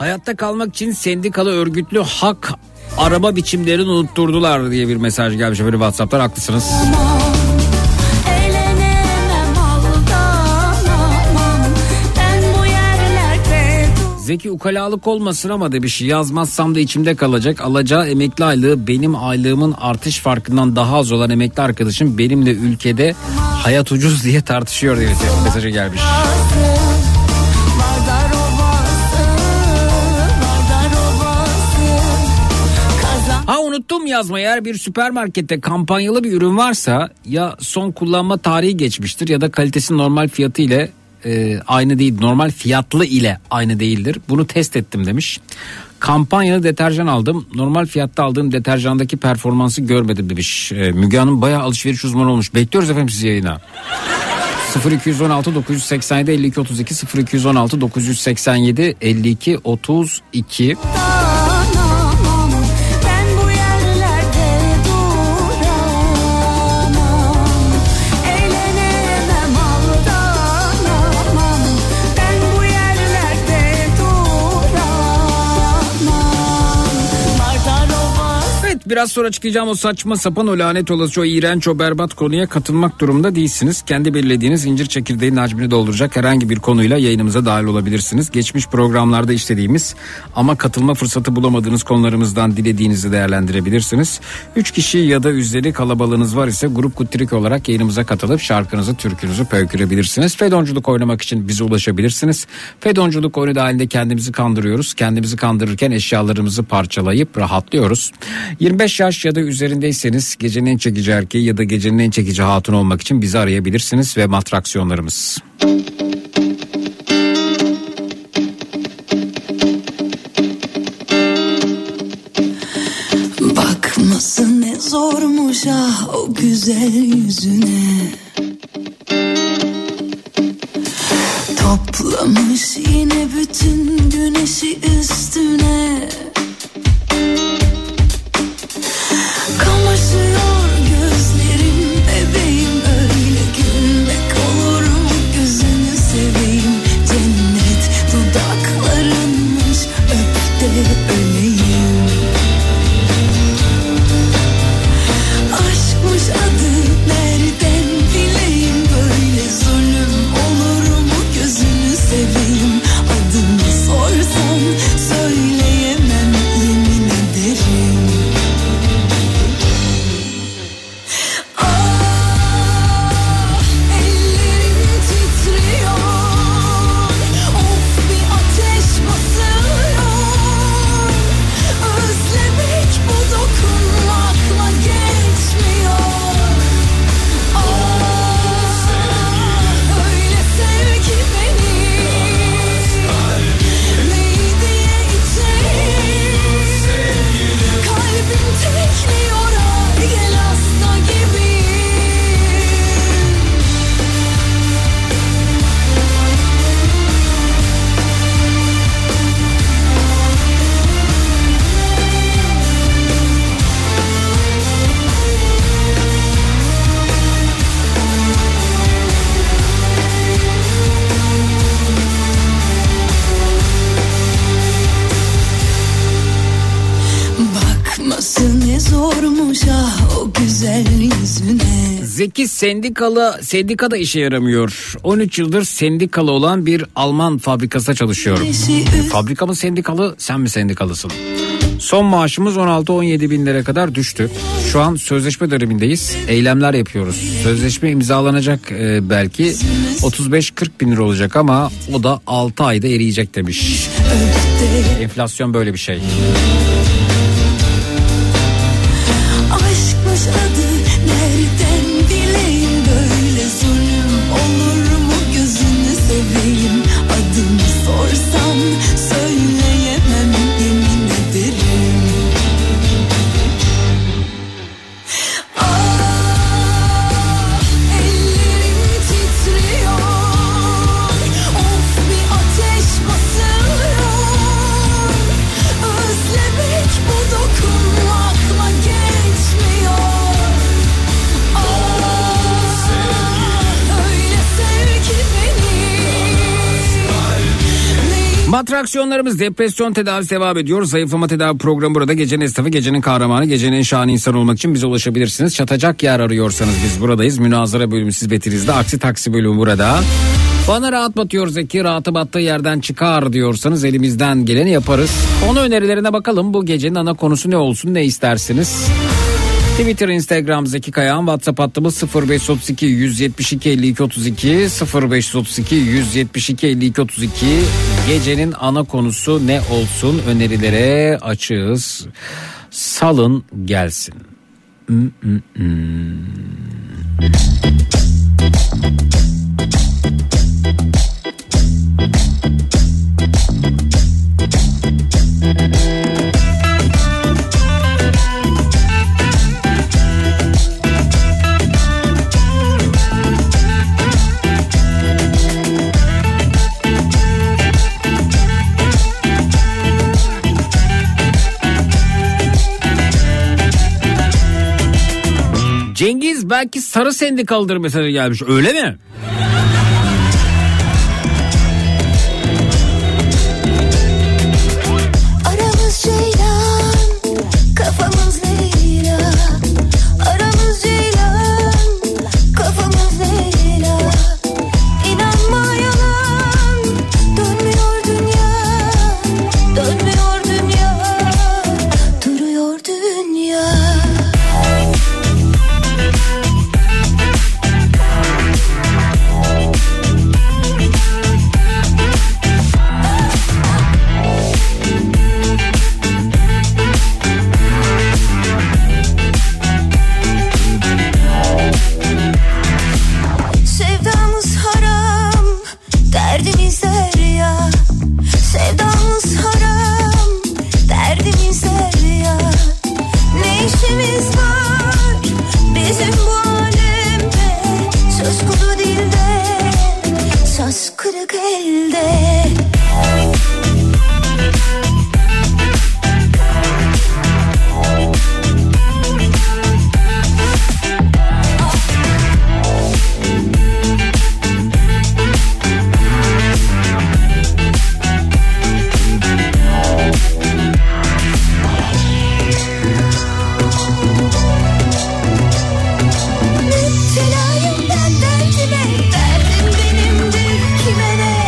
Hayatta kalmak için sendikalı örgütlü hak arama biçimlerini unutturdular diye bir mesaj gelmiş böyle WhatsApp'tan. Haklısınız. Zeki ukalalık olmasın ama demiş, yazmazsam da içimde kalacak. Alacağı emekli aylığı benim aylığımın artış farkından daha az olan emekli arkadaşım benimle ülkede hayat ucuz diye tartışıyor diye mesajı gelmiş. Ha unuttum yazmayı, eğer bir süpermarkette kampanyalı bir ürün varsa ya son kullanma tarihi geçmiştir ya da kalitesi normal fiyatı ile e, aynı değil, normal fiyatlı ile aynı değildir. Bunu test ettim demiş. Kampanyalı deterjan aldım, normal fiyatta aldığım deterjandaki performansı görmedim demiş. E, Müge Hanım bayağı alışveriş uzmanı olmuş. Bekliyoruz efendim sizi yayına. sıfır iki on altı dokuz seksen yedi elli iki otuz iki sıfır iki on altı dokuz seksen yedi elli iki otuz iki. Biraz sonra çıkacağım o saçma sapan, o lanet olası, o iğrenç, o berbat konuya katılmak durumunda değilsiniz. Kendi belirlediğiniz incir çekirdeğinin hacmini dolduracak herhangi bir konuyla yayınımıza dahil olabilirsiniz. Geçmiş programlarda işlediğimiz ama katılma fırsatı bulamadığınız konularımızdan dilediğinizi değerlendirebilirsiniz. Üç kişi ya da üzeri kalabalığınız var ise grup kutrik olarak yayınımıza katılıp şarkınızı, türkünüzü pöykürebilirsiniz. Fedonculuk oynamak için bize ulaşabilirsiniz. Fedonculuk oyunu dahilinde kendimizi kandırıyoruz. Kendimizi kandırırken eşyalarımızı parçalayıp rahatlıyoruz. yirmi beş yaş ya da üzerindeyseniz gecenin en çekici erkeği ya da gecenin en çekici hatun olmak için bizi arayabilirsiniz ve matraksiyonlarımız. Bakması ne zormuş ah o güzel yüzüne. Toplamış yine bütün güneşi üstüne. Kamaşıyor gözlerim bebeğim, öyle gülmek olur mu gözünü seveyim. Cennet dudaklarınmış, öp de öleyim. Aşkmış adı nereden bileyim, böyle zulüm olur mu gözünü seveyim. Adını sorsan söyleyemem yemin ederim. Ne zormuş ah o güzel yüzüne. Zeki sendikalı, sendikada işe yaramıyor. on üç yıldır sendikalı olan bir Alman fabrikasında çalışıyorum. Fabrika mı sendikalı, sen mi sendikalısın? Son maaşımız on altı on yedi bin lira kadar düştü. Şu an sözleşme dönemindeyiz. Eylemler yapıyoruz. Sözleşme imzalanacak e, belki otuz beş kırk bin lira olacak ama o da altı ayda eriyecek demiş. Enflasyon böyle bir şey. Adı nereden bileyim, böyle zulüm olur mu gözünü seveyim. Adını sorsam söyleyemem yemin ederim. Ah ellerim titriyor, of bir ateş basıyor. Özlemek Matraksiyonlarımız depresyon tedavisi devam ediyor. Zayıflama tedavi programı burada. Gecenin esnafı, gecenin kahramanı, gecenin en şahane insan olmak için bize ulaşabilirsiniz. Çatacak yer arıyorsanız biz buradayız. Münazara bölümü siz betirizde. Aksi taksi bölümü burada. Bana rahat batıyor Zeki, rahatı battığı yerden çıkar diyorsanız elimizden geleni yaparız. Konu önerilerine bakalım. Bu gecenin ana konusu ne olsun, ne istersiniz? Twitter, Instagram Zeki Kayağan, WhatsApp hattımız sıfır beş otuz iki yüz yetmiş iki elli iki otuz iki sıfır beş otuz iki yüz yetmiş iki elli iki otuz iki. Gecenin ana konusu ne olsun, önerilere açığız. Salın gelsin. Mm-mm-mm. Cengiz belki sarı sendikalıdır mesajı gelmiş, öyle mi? Aramız Ceylan, kafamız Leyla. Aramız Ceylan, kafamız Leyla. İnanma yalan, dönmüyor dünya, dönmüyor dünya, duruyor dünya. Sevdamız haram, derdimiz derya. Sevdamız haram, derdimiz derya. Ne işimiz var bizim bu alemde? Söz kuru dilde, söz kırık elde. Müptelayım ben derdime, derdim benimdir kime ne?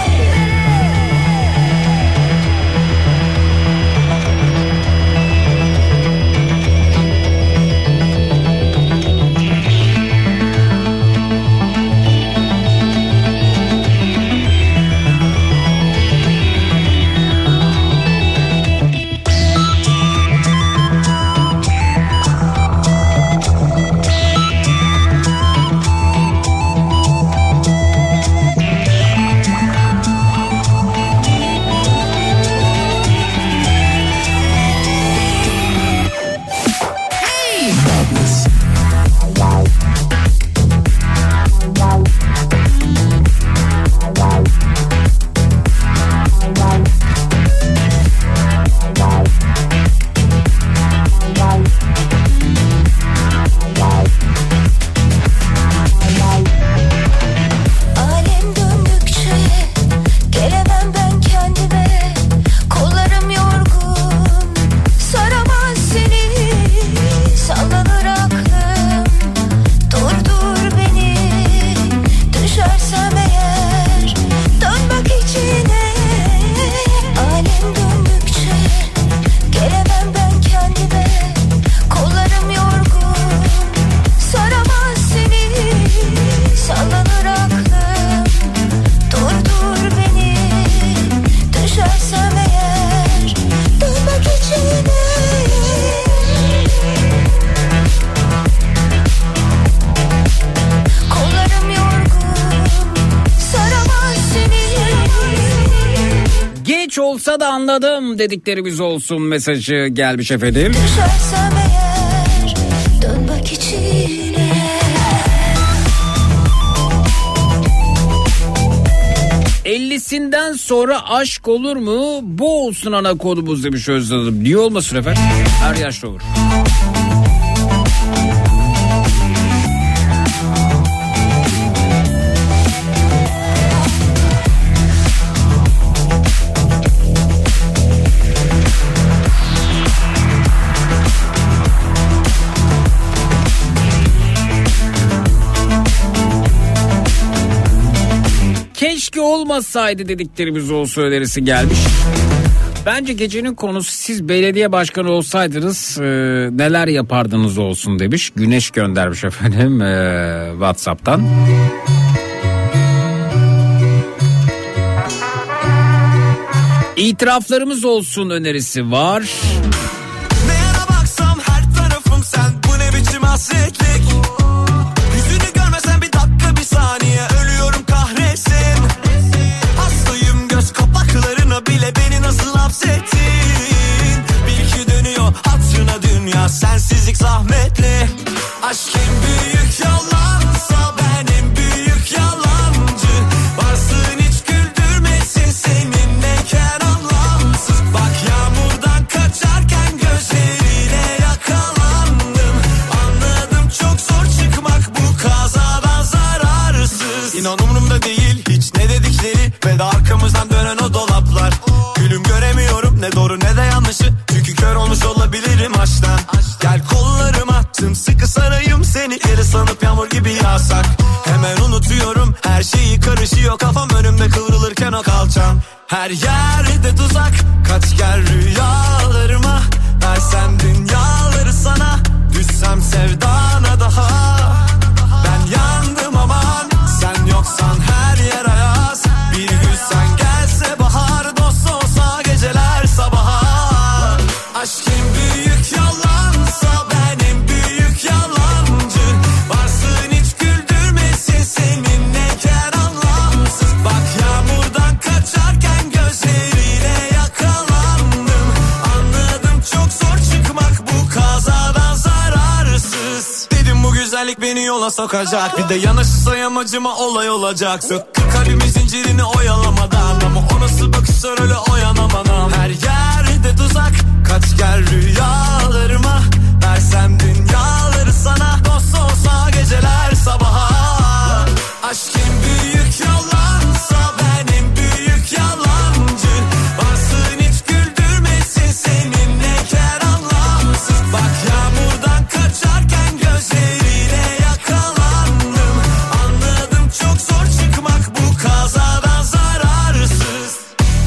Alem döndükçe gelemem ben kendime. Kollarım yorgun, saramaz seni. Sallanır aklım, durdur beni. Düşersem eğer dön bak içine. Alem döndükçe gelemem ben kendime. Kollarım yorgun, saramaz seni. Sallanır aklım, durdur beni. Düşersem eğer dön bak içine. Kollarım yorgun, saramaz seni. Geç olsa da anladım dediklerimiz olsun mesajı gelmiş efendim. Düşersem eğer dön bak içine. ellisinden sonra aşk olur mu? Bu olsun ana kodumuz demiş Özlem Hanım. Niye olmasın efendim? Her yaşta olur. olmasaydı dediklerimiz olsun önerisi gelmiş. Bence gecenin konusu siz belediye başkanı olsaydınız e, neler yapardınız olsun demiş. Güneş göndermiş efendim e, WhatsApp'tan. İtiraflarımız olsun önerisi var. Neyine baksam her tarafım sen, bu ne biçim hasretlik. Yüzünü görmesen bir dakika bir saniye ölüyorum kahretsin. Hastayım göz kapaklarına bile, beni nasıl hapsettin. Bil ki dönüyor hatırına dünya, sensizlik zahmetli. Aşk en büyük yalansa ben en büyük yalancı. Varsın hiç güldürmesin seninleyken anlamsız. Bak yağmurdan kaçarken gözlerine yakalandım. Anladım çok zor çıkmak bu kazadan zararsız. İnan umurumda değil hiç ne dedikleri ve de arkamızdan dönen o dolaplar. Gülüm göremiyorum ne doğru ne de yanlışı, çünkü kör olmuş olabilirim aşktan. Gel kollarıma sımsıkı sarayım seni, yeri sanıp yağmur gibi yağsak. Hemen unutuyorum her şeyi, karışıyor kafam önümde kıvrılırken o kalçam. Her yerde tuzak, kaç gel rüyalarıma. Versem dünyaları sana, düşsem sevdana daha. Ben yandım aman, sen yoksan her yer ayaz. Bir gün sen gelse bahar, dost olsa geceler sabaha. Aşk en büyük yalansa ben en büyük yalancı. Varsın hiç güldürmesin seninleyken anlamsız. Bak yağmurdan kaçarken gözlerine yakalandım. Anladım çok zor çıkmak bu kazadan zararsız. Dedim bu güzellik beni yola sokacak, bir de yanaşırsa yamacıma olay olacak. Söktü kalbimin zincirini oyalamadan, ama o nasıl bakışlar öyle oyanamadan. Her yerde tuzak, kaç gel rüyalarıma. Versem dünyaları sana, dost olsa geceler sabaha. Aşk en büyük yalansa ben en büyük yalancı. Varsın hiç güldürmesin seninleyken anlamsız. Bak yağmurdan kaçarken gözlerine yakalandım. Anladım çok zor çıkmak bu kazadan zararsız.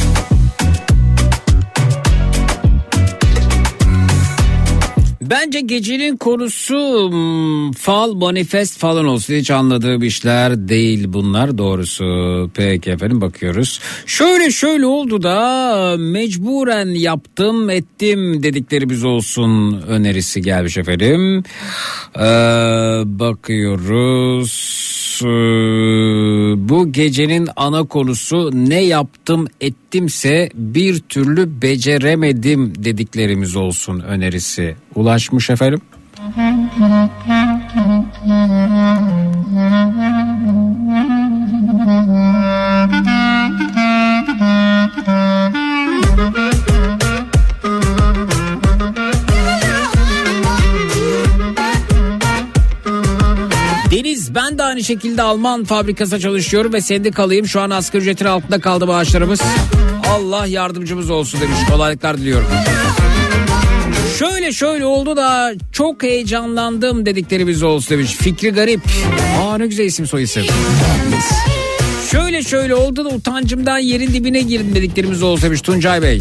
Bence gecenin konusu hmm, fal, manifest falan olsun. Hiç anladığım işler değil bunlar doğrusu. Peki efendim bakıyoruz. Şöyle şöyle oldu da mecburen yaptım ettim dediklerimiz olsun önerisi gelmiş efendim. Ee, bakıyoruz. Ee, bu gecenin ana konusu ne yaptım ettimse bir türlü beceremedim dediklerimiz olsun önerisi ulaşmış efendim. Deniz, ben de aynı şekilde Alman fabrikasında çalışıyorum ve sendikalıyım. Şu an asgari ücretin altında kaldı maaşlarımız. Allah yardımcımız olsun demiş. Kolaylıklar diliyorum. Şöyle şöyle oldu da çok heyecanlandım dediklerimiz olsun demiş. Fikri Garip. Aa ne güzel isim soy isim. Şöyle şöyle oldu da utancımdan yerin dibine girdim dediklerimiz olsun demiş Tuncay Bey.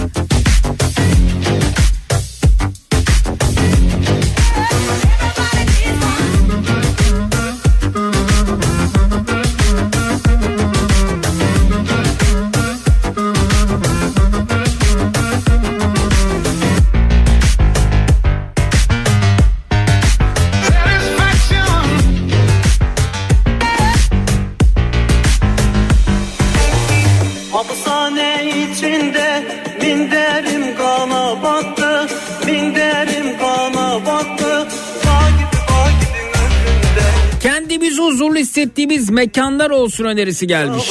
Huzurlu hissettiğimiz mekanlar olsun önerisi gelmiş.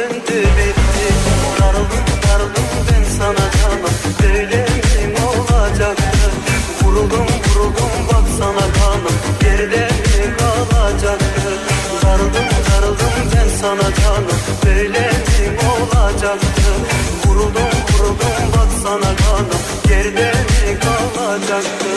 Vuruldum vuruldum baksana kanım, geride mi kalacaktı? Darıldım darıldım ben sana canım, böyle mi olacaktı? Vuruldum vuruldum baksana kanım, geride mi kalacaktı?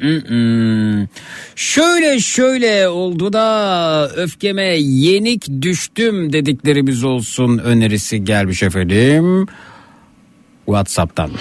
Mm-mm. Şöyle şöyle oldu da öfkeme yenik düştüm dediklerimiz olsun önerisi gelmiş efendim WhatsApp'tan.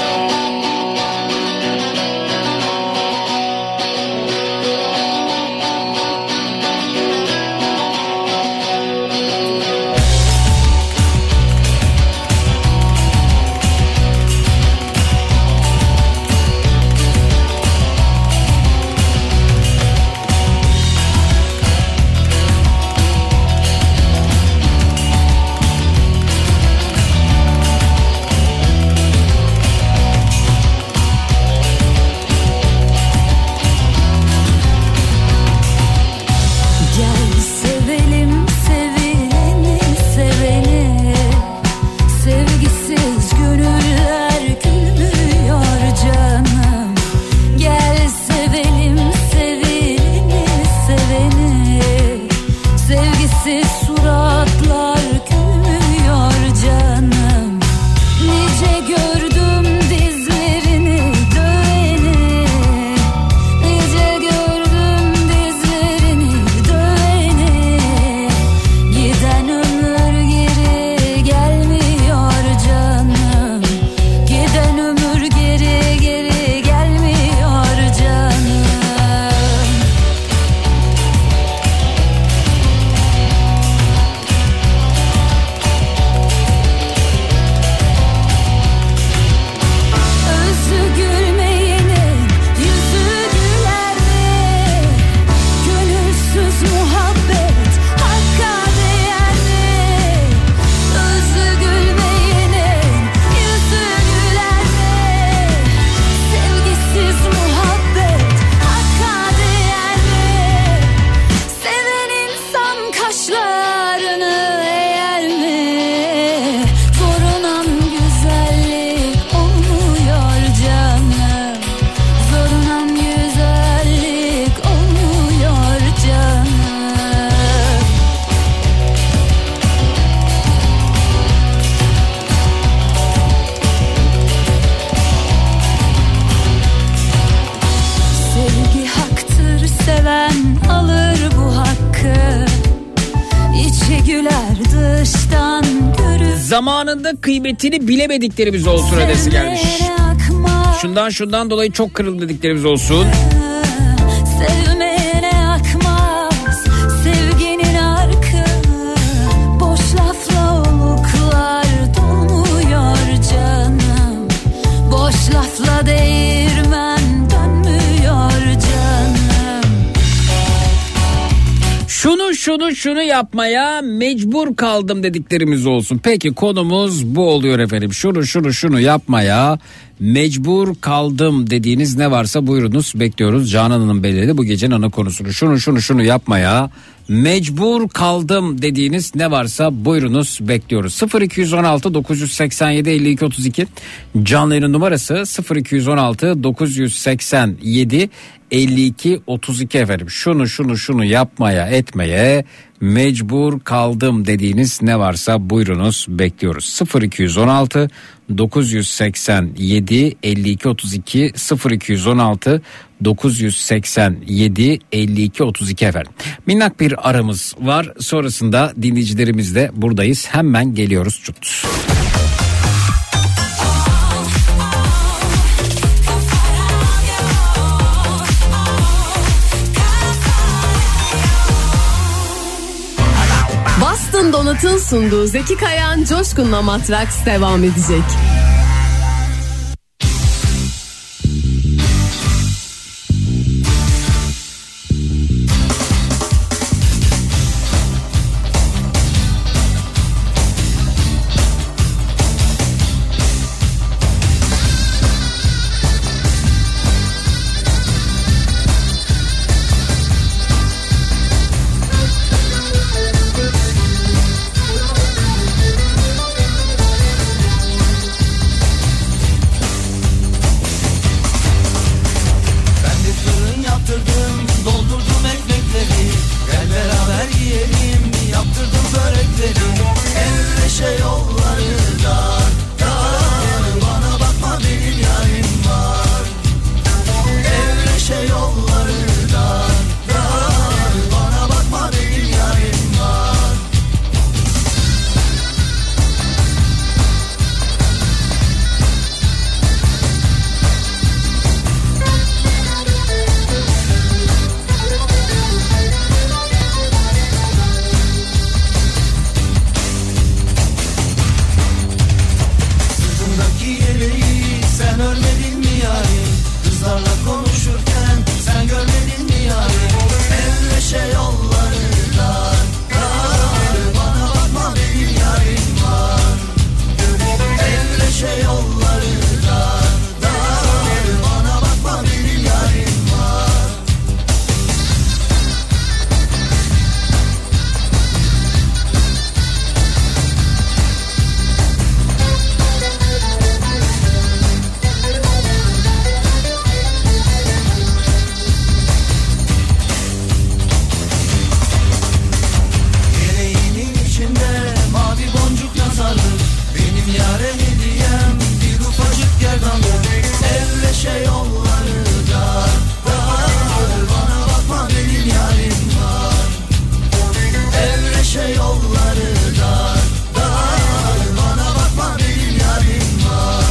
Zamanında kıymetini bilemediklerimiz olsun ödesi gelmiş. Şundan şundan dolayı çok kırıldı dediklerimiz olsun. Sevmeyene akmaz sevginin arkı, boş lafla oluklar dolmuyor canım, boş lafla değirmen dönmüyor canım. Şunu şunu şunu yapmaya mecbur kaldım dediklerimiz olsun. Peki konumuz bu oluyor efendim. Şunu şunu şunu yapmaya mecbur kaldım dediğiniz ne varsa buyurunuz, bekliyoruz. Canan Hanım belirledi bu gecenin ana konusunu. Şunu şunu şunu yapmaya mecbur kaldım dediğiniz ne varsa buyurunuz, bekliyoruz. sıfır iki on altı dokuz seksen yedi elli iki otuz iki canlı yayın numarası sıfır iki on altı dokuz seksen yedi elli iki otuz iki efendim. Şunu şunu şunu yapmaya etmeye mecbur kaldım dediğiniz ne varsa buyurunuz, bekliyoruz. sıfır iki on altı dokuz seksen yedi elli iki otuz iki sıfır iki on altı dokuz seksen yedi elli iki otuz iki efendim. Minnak bir aramız var, sonrasında dinleyicilerimizle buradayız, hemen geliyoruz. Çut. Boston Donut'un sunduğu Zeki Kayan Coşkun'la Matraks devam edecek. sen ölmedin mi yarim? Kızlarla konuşurken sen görmedin mi yarim? Evreşe yolları dar, dar, bana bakma benim yarim var. Evreşe yolları dar, dar, bana bakma benim yarim var. Yeleğinin içinde mavi boncuk yazardım. Benim yâre hediyem bir ufacık gerdanlık. Evreşe yolları dar, dar, bana bakma benim yarim var. Evreşe yolları dar, dar, bana bakma benim yarim var.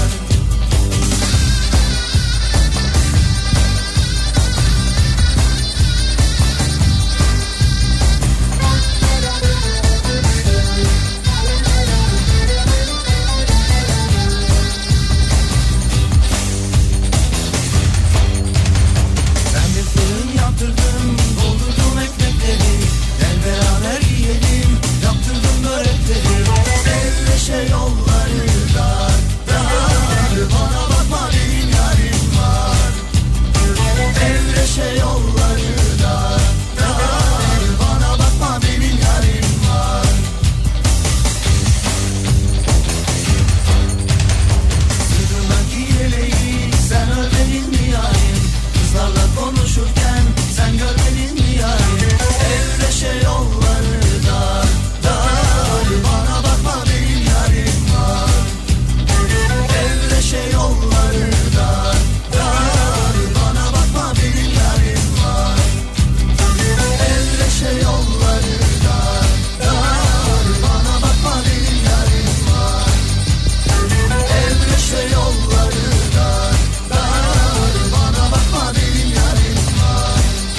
Ben bir fırın yaptırdım, doldurdum ekmekleri. Gel beraber yiyelim, yaptırdım börekleri. Evreşe yolları dar, dar, bana bakma benim yarim var. Evreşe yolları dar, dar, bana bakma benim yarim var. Sırtındaki yeleği sen ölmedin mi yarim? Kızlarla konuşurken sen görmedin mi yarim? Evreşe yolları dar, dar, bana bakma benim yarim var. Evreşe yolları dar, dar, bana bakma benim yarim var. Evreşe yolları dar, dar, bana bakma benim yarim var. Evreşe yolları dar, dar, bana bakma benim yarim var.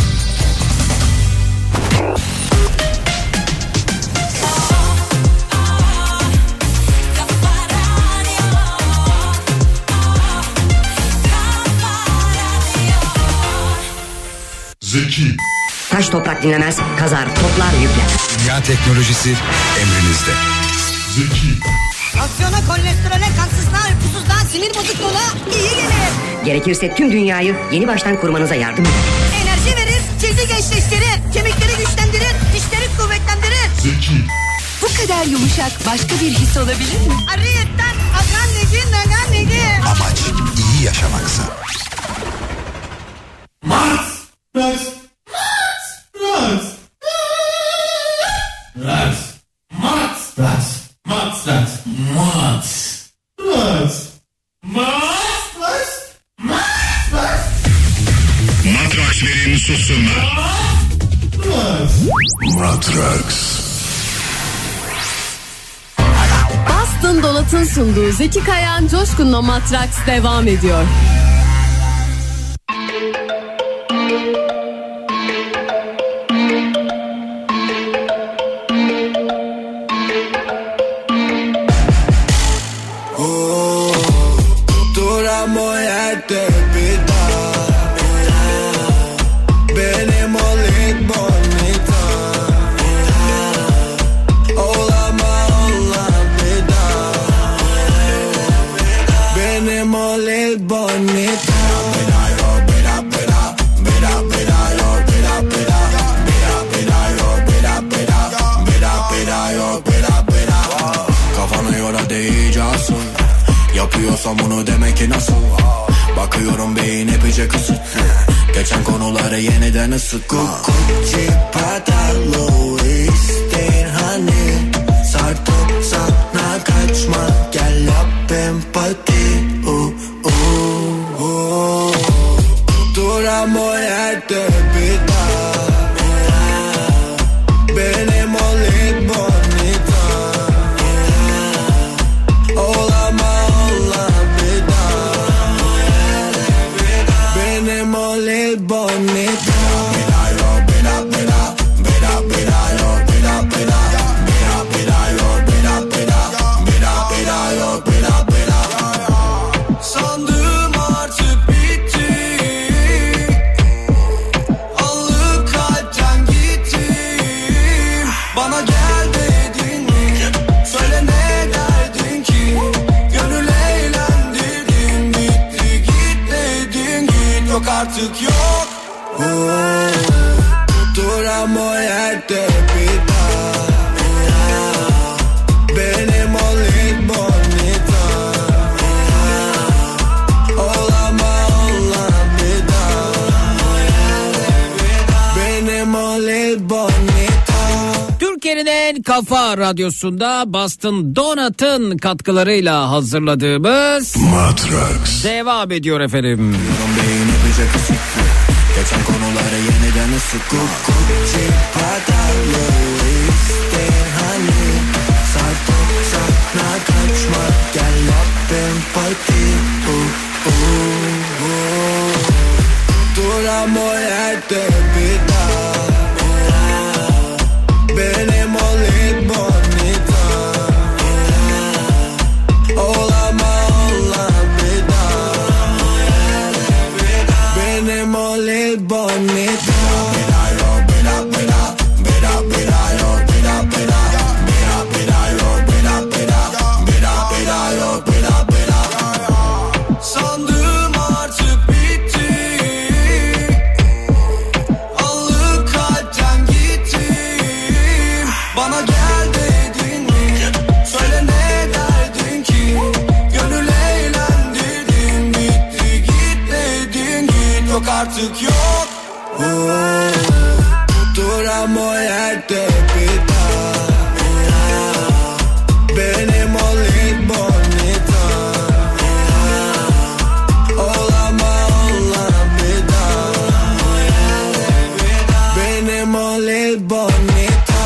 Zeki, Taş toprak dinlemez, kazar, toplar, yükler. Dünya teknolojisi emrinizde. Zeki, Tansiyona, kolesterole, kansızlığa, uykusuzluğa, sinir bozukluğuna iyi gelir. Gerekirse tüm dünyayı yeni baştan kurmanıza yardım eder. Enerji verir, cildi gençleştirir, kemikleri güçlendirir, dişleri kuvvetlendirir. Zeki, Bu kadar yumuşak başka bir his olabilir mi? Ariyetten akan negi nagan negi. Amaç iyi yaşamaksa. Mars, Mars, Mars, Mars, Mars, Mars, Mars, Mars, Mars, Mars, Mars, Mars, Matrax verin sussunlar. Matrax. Boston Dolat'ın sunduğu Zeki Kayan Coşkun'la Matraks devam ediyor. Duramo yerde bir daha. Benim o lit bonita. Olama ola bir daha. Benim o lit bonita. Kafana yola değeceksin. Yapıyorsam bunu demek ki nasıl? Bakıyorum beyin epeyce kısıt. Geçen konuları yeniden ısıt. Gucci padalı isteyin hani. Sartıp sana kaçma. Gel yap empati. uh, uh, uh. Duramo yerde bir daha. Benim o lit bonita. Olama ola bir daha. Benim o lit bonita. artık yok. Oo, duramo yerde bir daha. Benim o Lil Bonita. Olama ola bir daha. Benim o Lil Bonita. Türkiye'nin en kafa radyosunda Boston Donut'ın katkılarıyla hazırladığımız Matrax devam ediyor efendim. Geçen konuları yeniden ısık kukuçi padarlı ister hani saat doksan'a kaçma gel yapın parti uh, uh, uh. Duramo yerde bir daha. Benim o Lil Bonita. Olama ola bir daha. Benim o Lil Bonita. Sandım artık bitti. Allık kalpten gittim. Bana gel dedin mi? Söyle ne derdin ki? Gönül eğlendirdin. Bitti git dedin git. Yok artık yok. Oo, duramo yerde bir daha. Benim o Lil Bonita. Olama ola bir daha. Benim o Lil Bonita.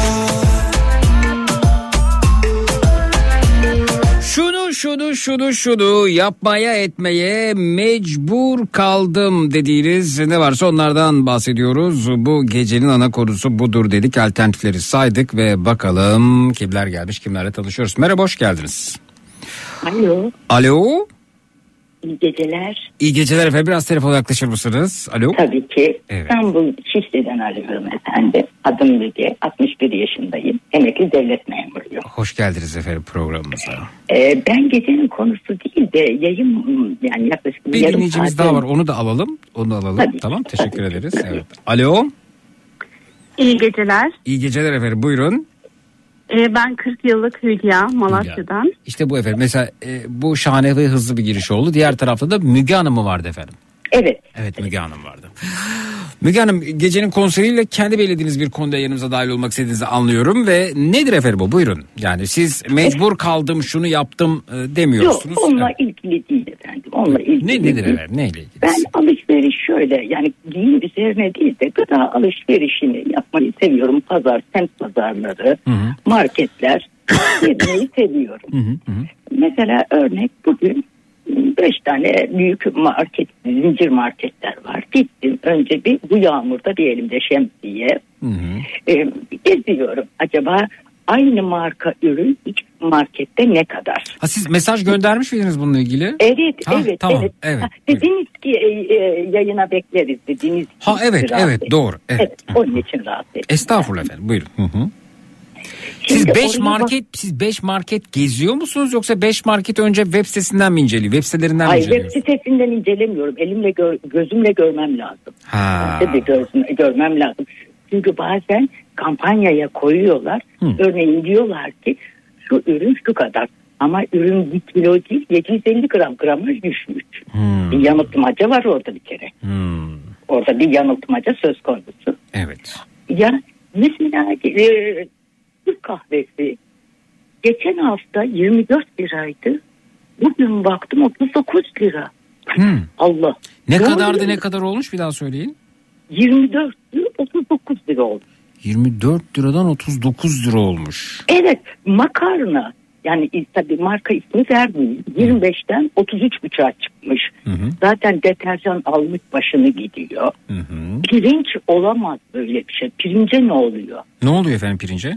Şunu şunu şunu şunu yapmaya etmeye mecbur kaldım dediğiniz ne varsa onlardan bahsediyoruz. Bu gecenin ana konusu budur dedik, alternatifleri saydık ve bakalım kimler gelmiş, kimlerle tanışıyoruz. Merhaba, hoş geldiniz. Alo. Alo. İyi geceler. İyi geceler efendim, biraz telefona yaklaşır mısınız? Alo. Tabii ki. Evet. İstanbul Şişli'den arıyorum efendim. Adım Müge. altmış bir yaşındayım. Emekli devlet memuruyum. Hoş geldiniz efendim programımıza. Ee, ben gecenin konusu değil de yayın, yani yaklaşık Bir yarım dinleyicimiz saat daha var, önce- onu da alalım. Onu da alalım. Tabii, Tamam, teşekkür tabii. ederiz. Evet. Alo. İyi geceler. İyi geceler efendim, buyurun. Ee, ben kırk yıllık Hülya Malatya'dan. İşte bu efendim. Mesela e, bu şahane ve hızlı bir giriş oldu. Diğer tarafta da Müge Hanım mı vardı efendim? Evet. Evet, Müge Hanım vardı. Müge Hanım, gecenin konseriyle kendi belirlediğiniz bir konuda yanımıza dahil olmak istediğinizi anlıyorum ve nedir efendim bu? Buyurun. Yani siz mecbur kaldım, şunu yaptım e, demiyorsunuz. Yok, onunla Evet. ilgili değil efendim. Onunla ilgili Ne nedir değil. efendim? Neyle ilgili? Ben alışveriş şöyle, yani giyim üzerine değil de gıda alışverişini yapmayı seviyorum. Pazar, semt pazarları, Hı hı. marketler gezmeyi seviyorum. Hı hı hı. Mesela örnek bugün beş tane büyük market, zincir marketler var. Gittim önce bir, bu yağmurda bir elimde şemsiye. Hı hı. E, geziyorum. Acaba aynı marka ürün X markette ne kadar? Ha, siz mesaj göndermiş miydiniz bununla ilgili? Evet, Ha, evet, tamam, evet. evet, Ha, dediniz ki e, e, yayına bekleriz dediniz. Ha, evet, Rahat evet, edin. doğru, evet. onun için rahat edin. Estağfurullah efendim, buyurun. Hı hı. Siz Şimdi beş oraya market siz beş market geziyor musunuz, yoksa beş market önce web sitesinden mi inceliyor? Web sitelerinden mi Hayır, web inceliyorsunuz? sitesinden incelemiyorum. Elimle gör, gözümle görmem lazım. Ha. Tabii gözüm, görmem lazım. Çünkü bazen kampanyaya koyuyorlar. Hı. Örneğin diyorlar ki şu ürün şu kadar. Ama ürün bir kilo değil, yedi yüz elli gram gramaj düşmüş. Hmm. Bir yanıltmaca var orada bir kere. Hmm. Orada bir yanıltmaca söz konusu. Evet. Ya mesela e, Türk kahvesi geçen hafta yirmi dört liraydı. Bugün baktım otuz dokuz lira. Hmm. Allah. Ne Ne kadardı, oluyor? ne kadar olmuş, bir daha söyleyin. yirmi dört lira otuz dokuz lira oldu. yirmi dört liradan otuz dokuz lira olmuş. Evet, makarna, yani tabii marka ismi vermeyeyim, yirmi beşten otuz üç buçuğa çıkmış. Hı hı. Zaten deterjan almış başını gidiyor. Hı hı. Pirinç olamaz böyle bir şey. Pirince ne oluyor? Ne oluyor efendim pirince?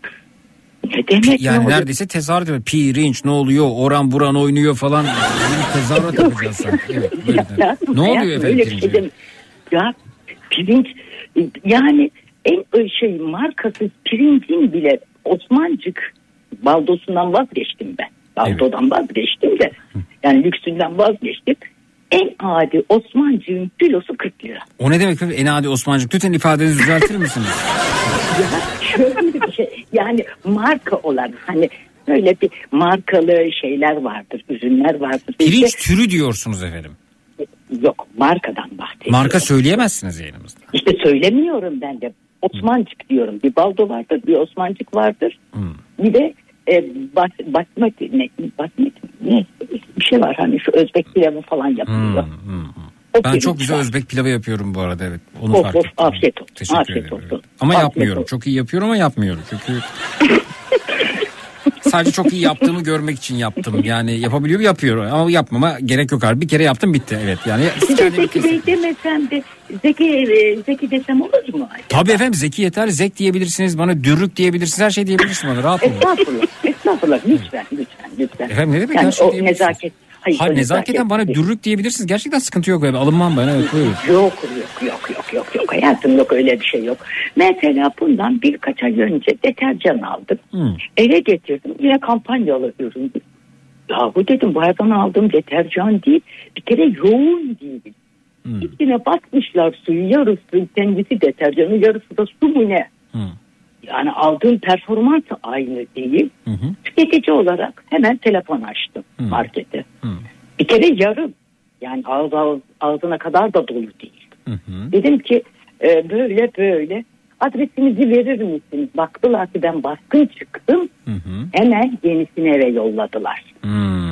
Ne demek Yani ne oluyor? neredeyse tezahürat ediyor. Pirinç ne oluyor? Oran buran oynuyor falan. Yani tezahürat yapacağız sanki. Evet, buyurun. Ya, Ne oluyor hayatım, efendim öyle bir şey pirince? deme- Ya pirinç, yani en şey markasız pirincin bile Osmancık baldosundan vazgeçtim ben. Baldodan vazgeçtim de yani lüksünden vazgeçtim. En adi Osmancığın kilosu kırk lira. O ne demek efendim? En adi Osmancık. Lütfen ifadenizi düzeltir misiniz? Ya şöyle bir şey. Yani marka olan hani böyle bir markalı şeyler vardır. Ürünler vardır. Pirinç İşte, türü diyorsunuz efendim. yok markadan bahsediyorum. Marka söyleyemezsiniz yayınımızda. İşte söylemiyorum ben de. Osmancık diyorum. Bir baldo vardır, bir Osmancık vardır. Hmm. Bir de e, bas, basmati ne, basmati ne bir şey var hani şu Özbek pilavı falan yapılıyor. Hmm, hmm. Ben çok güzel var. Özbek pilavı yapıyorum bu arada, evet. Onu of, fark of, ettim. Afiyet olsun. Teşekkür afiyet ederim. olsun. Evet. Ama afiyet yapmıyorum. Olsun. Çok iyi yapıyorum ama yapmıyorum. Çünkü sadece çok iyi yaptığımı görmek için yaptım. Yani yapabiliyor yapıyorum ama yapmama gerek yok abi. Bir kere yaptım bitti. Evet yani. Size Zeki Bey demesem de Zeki, Zeki desem olur mu? Tabii efendim, Zeki yeter. Zek diyebilirsiniz bana, dürrük diyebilirsiniz. Her şey diyebilirsiniz bana. Rahat olun. Estağfurullah. Estağfurullah. Lütfen lütfen lütfen. Efendim ne demek yani her şey o diyebilirsiniz. Nezaket. Hayır, Hayır nezaketen bana dürrük diyebilirsiniz. Gerçekten sıkıntı yok. Alınmam ben. Evet, buyurun. Yok yok yok yok yok yok. Hayatım yok, öyle bir şey yok. Mesela bundan birkaç ay önce deterjan aldım. Hmm. Eve getirdim. Yine kampanyalı ürün. Ya bu dedim bu yerden aldığım deterjan değil. Bir kere yoğun değil. Hmm. İçine basmışlar suyu. Yarısı kendisi deterjanı, yarısı da su mu ne? Hmm. Yani aldığım performans aynı değil. Hı hı. Tüketici olarak hemen telefon açtım hı. markete. Hı. Bir kere yarım. Yani ağız, ağız, ağzına kadar da dolu değil. Hı hı. Dedim ki e, böyle böyle adresinizi verir misiniz? Baktılar ki ben baskın çıktım. Hı hı. Hemen yenisini eve yolladılar. Hı.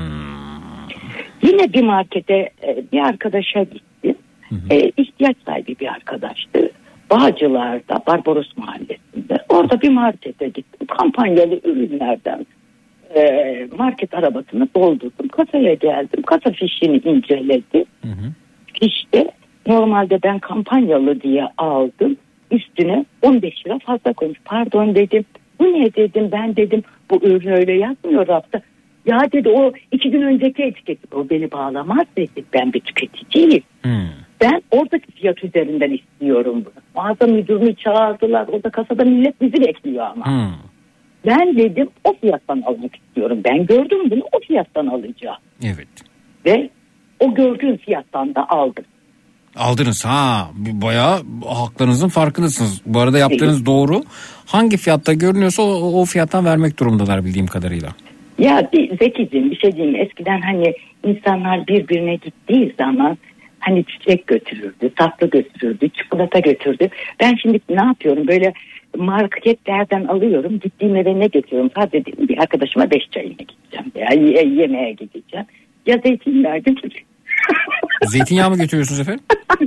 Yine bir markete e, bir arkadaşa gittim. Hı hı. E, ihtiyaç sahibi bir arkadaştı. Bağcılar'da, Barbaros Mahallesi'nde. Orada bir markete gittim. Kampanyalı ürünlerden e, market arabasını doldurdum. Kasaya geldim. Kasa fişini inceledi. Hı hı. Fişte normalde ben kampanyalı diye aldım. Üstüne on beş lira fazla koymuş. Pardon dedim. Bu ne dedim, ben dedim bu ürün öyle yazmıyor hafta. Ya dedi o iki gün önceki etiket. O beni bağlamaz dedi. Ben bir tüketiciyim. Hı. Ben oradaki fiyat üzerinden istiyorum. Mağaza müdürünü çağırdılar. Orada kasada millet bizi bekliyor ama. Hmm. Ben dedim o fiyattan almak istiyorum. Ben gördüm bunu, o fiyattan alacağım. Evet. Ve o gördüğüm fiyattan da aldım. Aldınız ha. Bayağı haklarınızın farkındasınız. Bu arada yaptığınız evet. Doğru. Hangi fiyatta görünüyorsa o, o fiyattan vermek durumundalar bildiğim kadarıyla. Ya bir Zekiciğim bir şey diyeyim. Eskiden hani insanlar birbirine gittiği zaman hani çiçek götürürdü, tatlı götürürdü, çikolata götürdü. Ben şimdi ne yapıyorum? Böyle marketlerden alıyorum. Gittiğim eve ne götürüyorum? Sadece bir arkadaşıma beş çayına gideceğim veya ye- yemeğe gideceğim. Ya zeytinyağı götürüyorum. Zeytinyağı mı götürüyorsunuz efendim?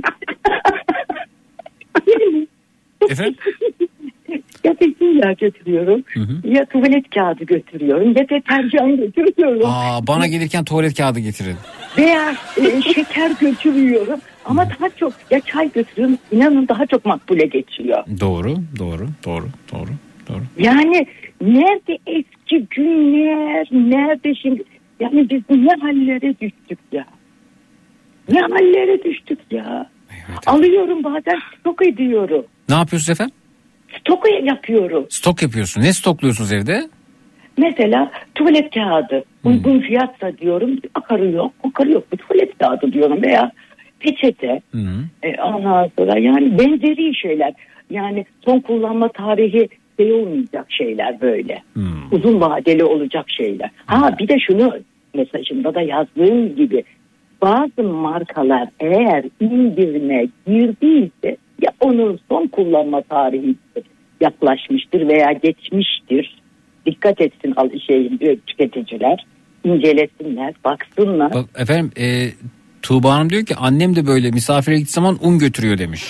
Efendim? Ya zeytinyağı götürüyorum. Hı hı. Ya tuvalet kağıdı götürüyorum. Ya deterjan götürüyorum. Aa, bana gelirken tuvalet kağıdı getirin. Veya e, şeker götürüyorum. Ama hı. daha çok ya çay götürüyorum. İnanın daha çok makbule geçiyor. Doğru, doğru, doğru, doğru, doğru. Yani nerede eski günler, nerede şimdi? Yani biz ne hallere düştük ya? Ne hallere düştük ya? Evet. Alıyorum bazen stok ediyorum. Ne yapıyorsunuz efendim? Stok yapıyorum. Stok yapıyorsun. Ne stokluyorsunuz evde? Mesela tuvalet kağıdı. Uygun hmm. fiyatsa diyorum. Akarı yok. Akarı yok. Bir tuvalet kağıdı diyorum. Veya peçete. Hmm. E, ondan sonra yani benzeri şeyler. Yani son kullanma tarihi şey olmayacak şeyler böyle. Hmm. Uzun vadeli olacak şeyler. Ha hmm. bir de şunu mesajımda da yazdığım gibi bazı markalar eğer indirime girdiyse ya onun son kullanma tarihi yaklaşmıştır veya geçmiştir. Dikkat etsin şey, tüketiciler, incelesinler, baksınlar. Bak efendim e, Tuğba Hanım diyor ki annem de böyle misafire gittiği zaman un götürüyor demiş.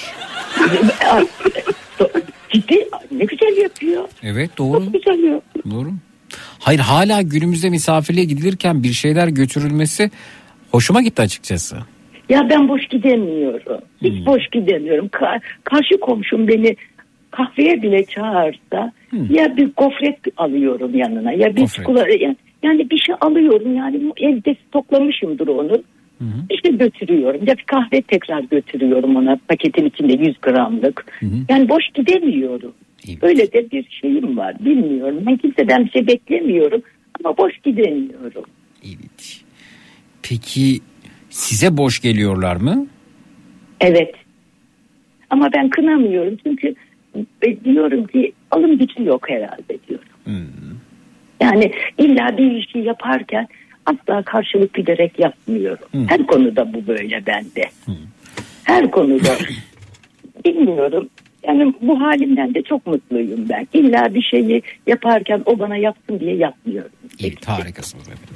Ciddi ne güzel yapıyor. Evet doğru. Çok güzel yapıyor. Doğru. Hayır hala günümüzde misafirliğe gidilirken bir şeyler götürülmesi hoşuma gitti açıkçası. Ya ben boş gidemiyorum. Hiç hmm. boş gidemiyorum. Ka- karşı komşum beni kahveye bile çağırsa hmm. ya bir gofret alıyorum yanına ya bir çikolata yani, yani bir şey alıyorum yani evde stoklamışımdır onu. Hmm. İşte götürüyorum. Ya bir kahve tekrar götürüyorum ona paketin içinde yüz gramlık. Hmm. Yani boş gidemiyorum. Evet. Öyle de bir şeyim var. Bilmiyorum. Ben kimseden bir şey beklemiyorum ama boş gidemiyorum. Evet. Peki Size boş geliyorlar mı? Evet. Ama ben kınamıyorum çünkü diyorum ki alım gücü yok herhalde diyorum. Hmm. Yani illa bir işi yaparken asla karşılık giderek yapmıyorum. Hmm. Her konuda bu böyle bende. Hmm. Her konuda. Bilmiyorum. Yani bu halimden de çok mutluyum ben. İlla bir şeyi yaparken o bana yapsın diye yapmıyorum. İyi, harikasınız efendim.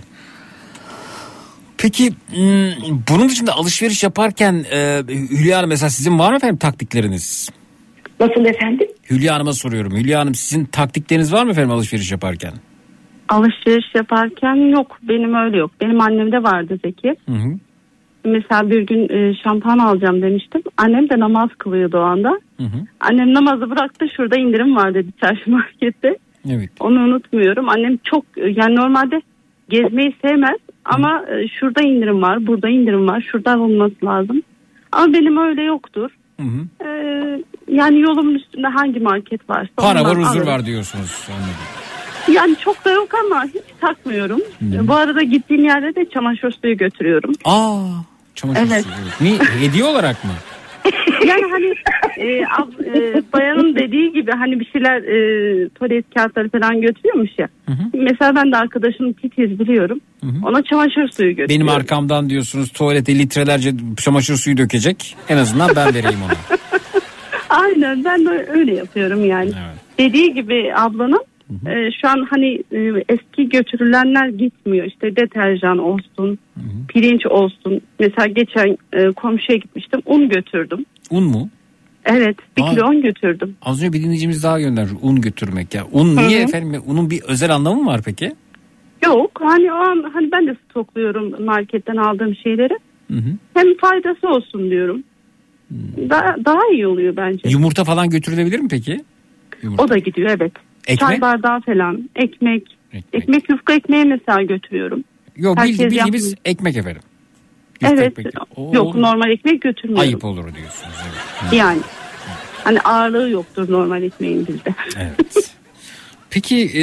Peki bunun dışında alışveriş yaparken e, Hülya Hanım mesela sizin var mı efendim taktikleriniz? Nasıl efendim? Hülya Hanım'a soruyorum. Hülya Hanım sizin taktikleriniz var mı efendim alışveriş yaparken? Alışveriş yaparken yok. Benim öyle yok. Benim annemde vardı Zeki. Hı hı. Mesela bir gün e, şampuan alacağım demiştim. Annem de namaz kılıyordu o anda. Hı hı. Annem namazı bıraktı. Şurada indirim var dedi çarşı markette. Evet. Onu unutmuyorum. Annem çok yani normalde gezmeyi sevmez. Ama e, şurada indirim var. Burada indirim var. Şurada olması lazım. Ama benim öyle yoktur. Hı hı. E, yani yolumun üstünde hangi market varsa. Para var huzur alırım. Var diyorsunuz. Anladım. Yani çok da yok ama hiç takmıyorum. Hı. Bu arada gittiğim yerde de çamaşır suyu götürüyorum. Aa, çamaşır evet. suyu. Ne, hediye olarak mı? Yani hani e, ab, e, bayanın dediği gibi hani bir şeyler e, tuvalet kağıtları falan götürüyormuş ya. Hı hı. Mesela ben de arkadaşımın titiz biliyorum. Hı hı. Ona çamaşır suyu götürüyorum. Benim arkamdan diyorsunuz tuvalete litrelerce çamaşır suyu dökecek. En azından ben vereyim ona. Aynen ben de öyle yapıyorum yani. Evet. Dediği gibi ablanın hı hı. E, şu an hani e, eski götürülenler gitmiyor. İşte deterjan olsun, hı hı. pirinç olsun. Mesela geçen e, komşuya gitmiştim. Un götürdüm. Un mu? Evet, bir Aa, kilo un götürdüm. Az önce bir dinleyicimiz daha gönderdi. Un götürmek ya. Un niye Hı-hı. efendim? Unun bir özel anlamı mı var peki? Yok. Hani o an hani ben de stokluyorum marketten aldığım şeyleri. Hı-hı. Hem faydası olsun diyorum. Hı-hı. Da, daha iyi oluyor bence. Yumurta falan götürülebilir mi peki? Yumurta. O da gidiyor evet. Ekmek? Çay bardağı falan. Ekmek. Ekmek, ekmek yufka ekmeği mesela götürüyorum. Yok bildi, bildiğimiz ekmek efendim. Yufka evet. Ekmek. Yok normal ekmek götürmüyorum. Ayıp olur diyorsunuz. Evet. Yani. Hani ağırlığı yoktur normal ekmeğin bizde. Evet. Peki e,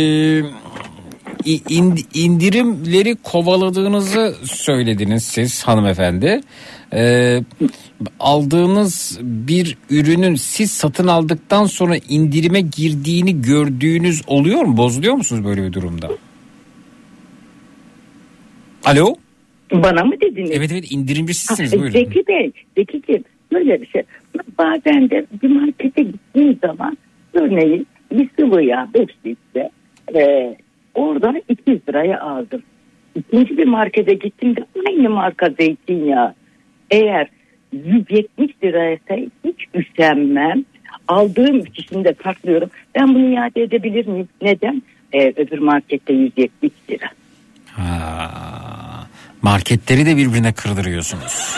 indirimleri kovaladığınızı söylediniz siz hanımefendi. E, aldığınız bir ürünün siz satın aldıktan sonra indirime girdiğini gördüğünüz oluyor mu? Bozuluyor musunuz böyle bir durumda? Alo? Bana mı dediniz? Evet evet indirimci sizsiniz. Ha, buyurun. Zeki Bey, Zeki'ciğim böyle bir şey. Bazen de bir markete gittiğim zaman örneğin bir sıvı yağ beş litre e, oradan iki yüz liraya aldım. İkinci bir markete gittim de aynı marka zeytinyağı eğer yüz yetmiş liraysa hiç üşenmem. Aldığım kişinin de saklıyorum. Ben bunu iade edebilir miyim? Neden? Ee, öbür markette yüz yetmiş lira. Ha, marketleri de birbirine kırdırıyorsunuz.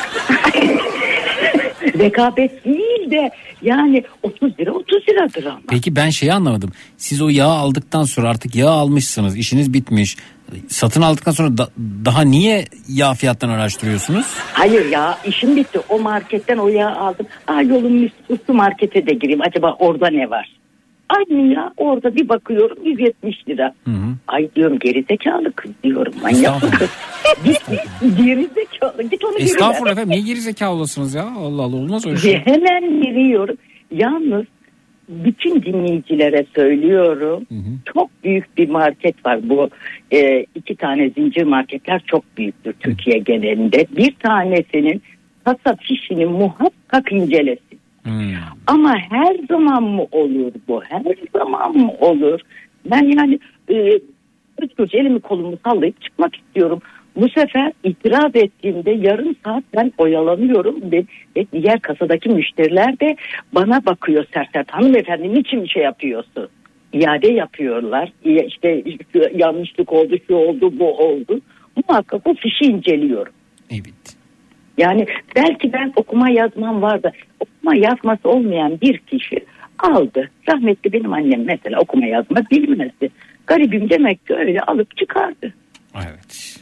Rekabet değil de yani otuz lira otuz liradır ama. Peki ben şeyi anlamadım. Siz o yağı aldıktan sonra artık yağ almışsınız, işiniz bitmiş. Satın aldıktan sonra da, daha niye yağ fiyatlarını araştırıyorsunuz? Hayır ya işim bitti. O marketten o yağı aldım. Aa yolun üstü markete de gireyim. Acaba orada ne var? Aynı ya orada bir bakıyorum yüz yetmiş lira. Hı hı. Ay diyorum gerizekalı kız diyorum. Manyak kız. Git gerizekalı git onu geri ver. Estağfurullah efendim niye gerizekalısınız ya? Allah Allah olmaz öyle şey. Hemen veriyorum. Yalnız bütün dinleyicilere söylüyorum. Hı hı. Çok büyük bir market var. Bu e, iki tane zincir marketler çok büyüktür Türkiye genelinde. Bir tanesinin kasa fişini muhakkak incelesin. Hmm. Ama her zaman mı olur bu? Her zaman mı olur? Ben yani e, üç elimi kolumu sallayıp çıkmak istiyorum. Bu sefer itiraz ettiğimde yarım saat ben oyalanıyorum ve, ve diğer kasadaki müşteriler de bana bakıyor sert sert. Hanımefendi niçin bir şey yapıyorsun? İade yapıyorlar. İşte şu yanlışlık oldu, şu oldu, bu oldu. Muhakkak o fişi inceliyorum. Evet. Yani belki ben okuma yazmam vardı. Okuma yazması olmayan bir kişi aldı. Rahmetli benim annem mesela okuma yazma bilmezdi. Garibim demek ki öyle alıp çıkardı. Evet.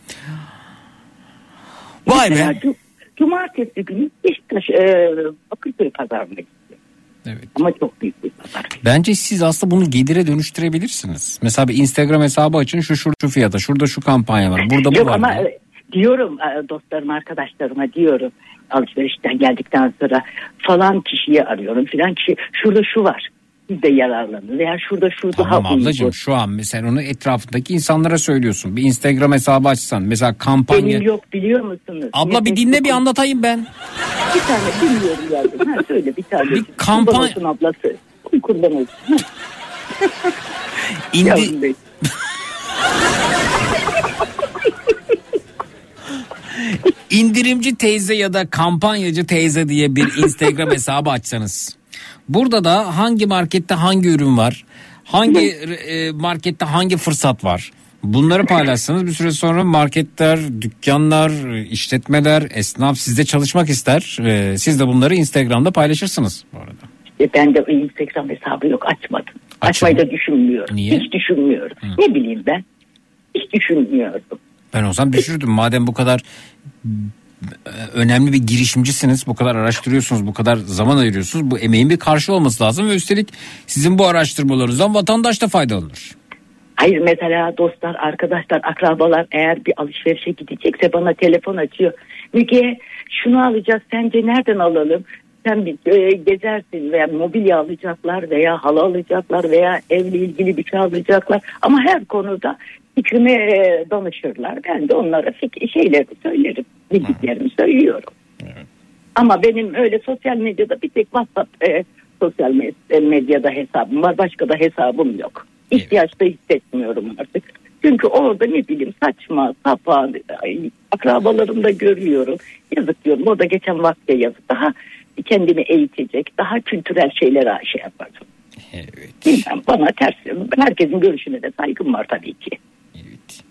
Vay mesela, be. Cumartesi günü Beşiktaş e, Bakırköy pazarına gitti. Evet. Ama çok büyük bir pazar. Bence siz aslında bunu gelire dönüştürebilirsiniz. Mesela bir Instagram hesabı açın şu şu şu fiyata, şurada şu kampanya var, burada bu Yok var. Ama diye. diyorum dostlarım, arkadaşlarıma diyorum, alışverişten geldikten sonra falan kişiyi arıyorum, filan kişi şurada şu var, siz de yararlanın veya şurada şu tamam daha uygun. Ablacığım şu an mesela onu etrafındaki insanlara söylüyorsun. Bir Instagram hesabı açsan mesela kampanya. Benim yok biliyor musunuz? Abla bir dinle bir anlatayım ben. Bir tane bilmiyorum yardım. Ha söyle bir tane. Bir kampanya. Kurban olsun ablası. Kurban olsun. İndi... İndirimci teyze ya da kampanyacı teyze diye bir Instagram hesabı açsanız. Burada da hangi markette hangi ürün var? Hangi e, markette hangi fırsat var? Bunları paylaşsanız bir süre sonra marketler, dükkanlar, işletmeler, esnaf sizde çalışmak ister. E, siz de bunları Instagram'da paylaşırsınız bu arada. E ben de Instagram hesabı yok, açmadım. Açın. Açmayı da düşünmüyorum. Niye? Hiç düşünmüyorum. Hı. Ne bileyim ben. Hiç düşünmüyordum. Ben olsam düşürdüm. Madem bu kadar önemli bir girişimcisiniz, bu kadar araştırıyorsunuz, bu kadar zaman ayırıyorsunuz, bu emeğin bir karşılığı olması lazım ve üstelik sizin bu araştırmalarınızdan vatandaş da faydalanır. Hayır, mesela dostlar, arkadaşlar, akrabalar eğer bir alışverişe gidecekse bana telefon açıyor. Müge şunu alacağız, sence nereden alalım? Sen bir e, gezersin veya mobilya alacaklar veya halı alacaklar veya evle ilgili bir şey alacaklar. Ama her konuda fikrimi e, danışırlar. Ben de onlara fikir, şeyleri söylerim, bildiklerimi söylüyorum. Evet. Ama benim öyle sosyal medyada bir tek WhatsApp e, sosyal medyada hesabım var. Başka da hesabım yok. İhtiyaç da hissetmiyorum artık. Çünkü orada ne bileyim saçma sapan akrabalarımı da görüyorum. Yazık diyorum. Orada geçen vakte yazık. Daha kendimi eğitecek, daha kültürel şeylere şey yapardım. Evet. Bilmem, bana ters. Herkesin görüşüne de saygım var tabii ki. Evet.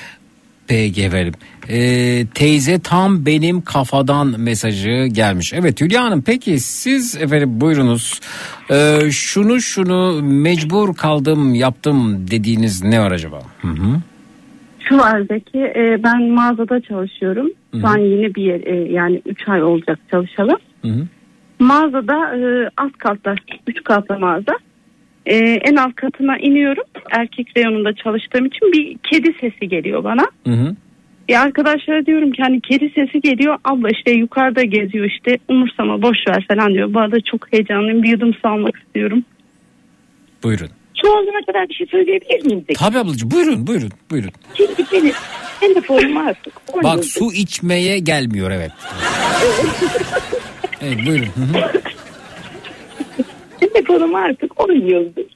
Peki efendim. Ee, teyze tam benim kafadan mesajı gelmiş. Evet Hülya Hanım, peki siz efendim buyurunuz. Ee, şunu şunu mecbur kaldım yaptım dediğiniz ne var acaba? Hı hı. Şu var Zeki, e, ben mağazada çalışıyorum. Şu an yeni bir yer, e, yani üç ay olacak çalışalım. Hı hı. Mağazada e, alt katta, üç katlı mağaza. E, en alt katına iniyorum. Erkek reyonunda çalıştığım için bir kedi sesi geliyor bana. Hı hı. E, arkadaşlara diyorum ki hani kedi sesi geliyor. Abla işte yukarıda geziyor işte, umursama boş ver falan diyor. Bu arada çok heyecanlıyım, bir yudum su almak istiyorum. Buyurun. Şu ana kadar bir şey söyleyebilir miyim? Zeki? Tabii ablacığım, buyurun buyurun buyurun. Şimdi benim telefonum artık. Bak su içmeye gelmiyor, evet. Evet buyurun. Hı hı. Telefonum artık on yıldır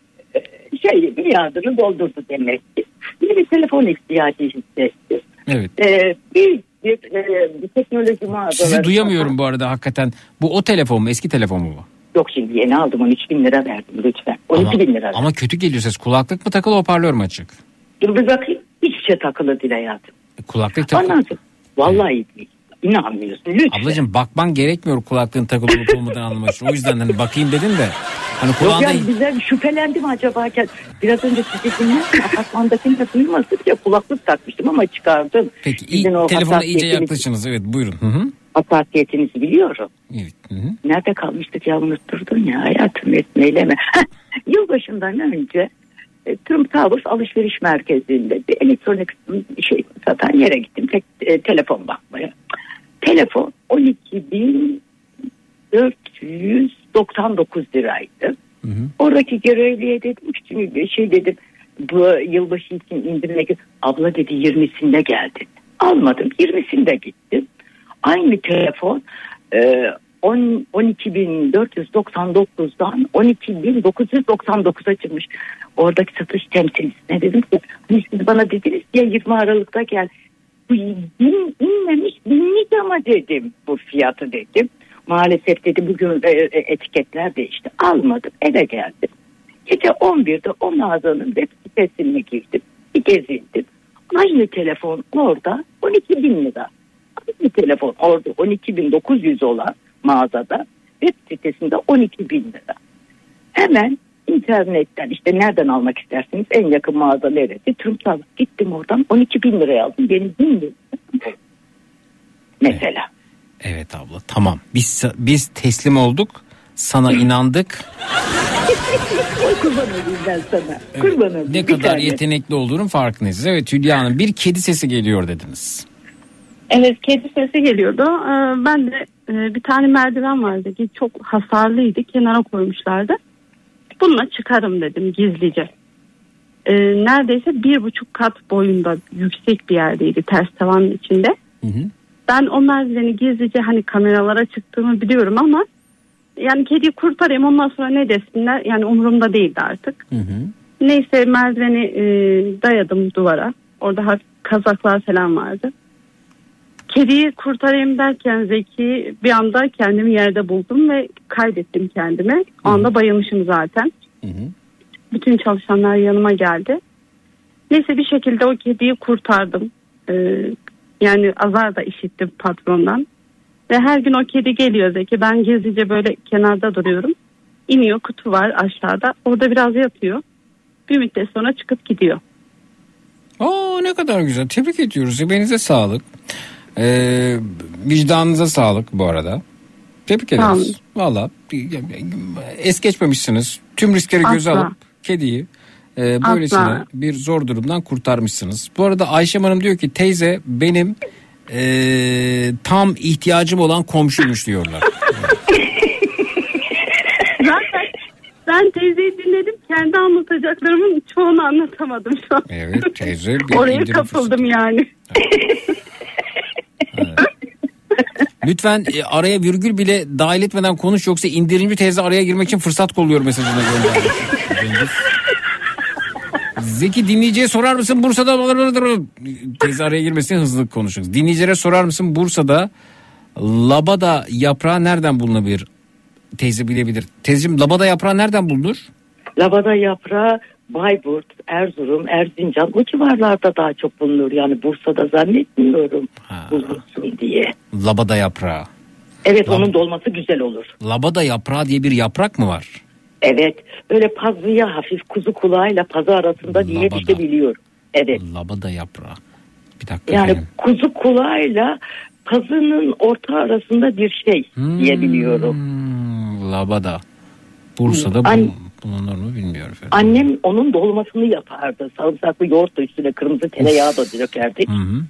şey miadını doldurdu demek ki. Yine bir telefon ihtiyacı hissetti. Evet. Ee, bir, bir, bir teknoloji mağazaları. Sizi duyamıyorum bu arada hakikaten. Bu o telefon mu, eski telefon mu bu? Yok, şimdi yeni aldım, on üç bin lira verdim lütfen. on iki bin lira verdim. Ama kötü geliyor ses. Kulaklık mı takılı, hoparlör mü açık? Dur bir bakayım. Hiç şey takılı değil hayatım. E, kulaklık takılı. Anladım. Vallahi evet. Değil. İnanmıyorsun lütfen. Ablacığım bakman gerekmiyor kulaklığın takılı olup olmadan anlamak için. O yüzden hani bakayım dedim de. Hani kulağında... Yok yani bizden şüphelendim acaba. Biraz önce sizi dinlerken apartmandakini de duymasın diye kulaklık takmıştım ama çıkardım. Peki iyi, telefona iyice yaklaşınız. Evet buyurun. Hı hı. Hassasiyetinizi biliyorum. Evet. Hı hı. Nerede kalmıştık ya, unutturdun ya hayatım, etmeyleme. Yılbaşından önce e, Trump Towers alışveriş merkezinde bir elektronik şey satan yere gittim. Tek, e, telefon bakmaya. Telefon on iki bin dört yüz doksan dokuz liraydı. Hı hı. Oradaki görevliye dedim ki şey dedim, bu yılbaşı için indirime git. Abla dedi yirmisinde geldin. Almadım, yirmisinde gittim. Aynı telefon e, on iki bin dört yüz doksan dokuzdan on iki bin dokuz yüz doksan dokuza çıkmış. Oradaki satış temsilcisine dedim ki hani siz bana dediniz ya yirmi Aralık'ta gel. Bu bin, inmemiş binlik ama dedim bu fiyatı dedim. Maalesef dedi bugün e, etiketler değişti. Almadım, eve geldim. Gece on birde o mağazanın web sitesine girdim. Bir gezindim. Aynı telefon orada on iki bin lira. Aynı telefon orada on iki bin dokuz yüz olan mağazada web sitesinde on iki bin lira. Hemen internetten işte nereden almak isterseniz en yakın mağaza neresi? Trump gittim oradan on iki bin liraya aldım. Benim bin lira. Mesela. Evet. Evet abla tamam. Biz biz teslim olduk. Sana inandık. Kurban olayım ben sana. Evet. Kurban olayım. Ne kadar tane yetenekli olduğunun farkındayız. Evet Hülya Hanım, bir kedi sesi geliyor dediniz. Evet, kedi sesi geliyordu. Ee, ben de e, bir tane merdiven vardı ki çok hasarlıydı, kenara koymuşlardı. Bununla çıkarım dedim gizlice. Ee, neredeyse bir buçuk kat boyunda yüksek bir yerdeydi, ters tavanın içinde. Hı hı. Ben o merdiveni gizlice, hani kameralara çıktığımı biliyorum ama yani kediyi kurtarayım, ondan sonra ne desinler yani umurumda değildi artık. Hı hı. Neyse merdiveni e, dayadım duvara. Orada hafif kazaklar falan vardı. Kediyi kurtarayım derken Zeki, bir anda kendimi yerde buldum ve kaybettim kendimi. O anda bayılmışım zaten. Hı hı. Bütün çalışanlar yanıma geldi. Neyse bir şekilde o kediyi kurtardım. Ee, yani azar da işittim patrondan. Ve her gün o kedi geliyor Zeki. Ben gizlice böyle kenarda duruyorum. İniyor, kutu var aşağıda. Orada biraz yatıyor. Bir müddet sonra çıkıp gidiyor. Aa, ne kadar güzel. Tebrik ediyoruz. Emeğinize sağlık. Ee, vicdanınıza sağlık bu arada. Tebrik ederiz. Valla es geçmemişsiniz. Tüm riskleri göze Asla. alıp kediyi e, böylesine Asla. bir zor durumdan kurtarmışsınız. Bu arada Ayşem Hanım diyor ki teyze benim e, tam ihtiyacım olan komşuymuş diyorlar. Zaten ben teyzeyi dinledim. Kendi anlatacaklarımın çoğunu anlatamadım şu an. Evet teyze. Bir Oraya kapıldım fırsatı. Yani. Evet. Lütfen e, araya virgül bile dahil etmeden konuş, yoksa indirimci teyze araya girmek için fırsat kolluyor mesajına göndermiş. Zeki, dinleyiciye sorar mısın Bursa'da teyze araya girmesin, hızlı konuşun. Dinleyicilere sorar mısın Bursa'da labada yaprağı nereden bulunabilir? Teyze bilebilir. Teyzeciğim, labada yaprağı nereden bulunur? Labada yaprağı Bayburt, Erzurum, Erzincan bu civarlarda daha çok bulunur. Yani Bursa'da zannetmiyorum bulunsun diye. Labada yaprağı. Evet, Lab- onun dolması güzel olur. Labada yaprağı diye bir yaprak mı var? Evet, öyle pazıya hafif kuzu kulağıyla pazı arasında diye bir şey biliyorum. Evet. Labada yaprağı. Bir dakika. Yani efendim. kuzu kulağıyla pazının orta arasında bir şey Hmm, diye biliyorum. Labada. Bursa'da Hmm. bu, An- bulunur mu bilmiyorum efendim. Annem onun dolmasını yapardı. Sarımsaklı yoğurt da üstüne kırmızı tereyağı da dökerdik. Hı hı.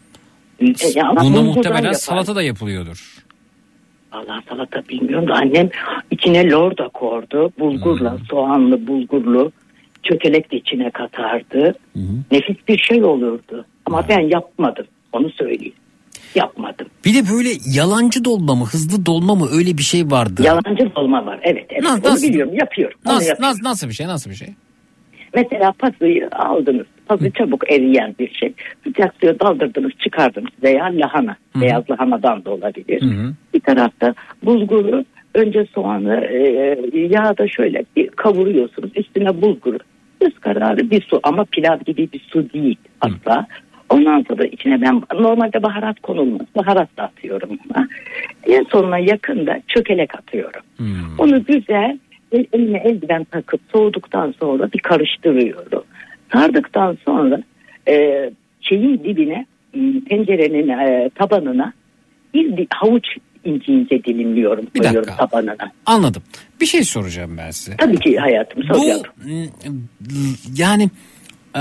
E, yani Bunda bulgurdan muhtemelen yapardı. salata da yapılıyordur. Vallahi salata bilmiyorum da annem içine lor da kordu. Bulgurla, Hmm. soğanlı, bulgurlu çökelek de içine katardı. Hı hı. Nefis bir şey olurdu. Ama ha. ben yapmadım. Onu söyleyeyim. Yapmadım. Bir de böyle yalancı dolma mı, hızlı dolma mı, öyle bir şey vardı. Yalancı dolma var. Evet, evet. Nasıl, onu nasıl? biliyorum. Yapıyorum. Onu Nasıl, yapıyorum. nasıl, nasıl bir şey, nasıl bir şey? Mesela pazıyı aldınız. Pazı çabuk eriyen bir şey. Sıcak suya daldırdınız, çıkardınız. Veya lahana. Hı-hı. Beyaz lahanadan da olabilir. Hı-hı. Bir tarafta bulguru, önce soğanı e, yağda şöyle bir kavuruyorsunuz. Üstüne bulguru. Göz kararı bir su, ama pilav gibi bir su değil asla. Hı. Ondan sonra içine ben normalde baharat konulmaz. Baharat da atıyorum ona. En sonuna yakın da çökelek atıyorum. Hmm. Onu güzel el, eline eldiven takıp soğuduktan sonra bir karıştırıyorum. Sardıktan sonra e, şeyin dibine, tencerenin e, tabanına bir havuç ince ince dilimliyorum. Bir koyuyorum dakika. tabanına. Anladım. Bir şey soracağım ben size. Tabii ki hayatım, soracağım. Bu yani e,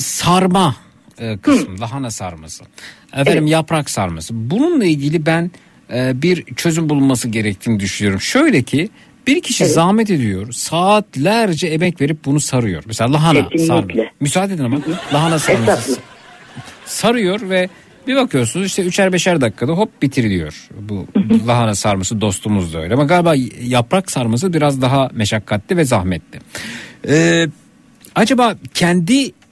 sarma e, kısmı, Hı. lahana sarması, efendim evet. yaprak sarması. Bununla ilgili ben e, bir çözüm bulunması gerektiğini düşünüyorum. Şöyle ki bir kişi evet. zahmet ediyor, saatlerce emek verip bunu sarıyor. Mesela lahana sarma. Müsaade edin ama lahana sarması. Sarıyor ve bir bakıyorsunuz işte üçer beşer dakikada hop bitiriliyor. Bu lahana sarması dostumuz da öyle. Ama galiba yaprak sarması biraz daha meşakkatli ve zahmetli. Ee, acaba kendi e,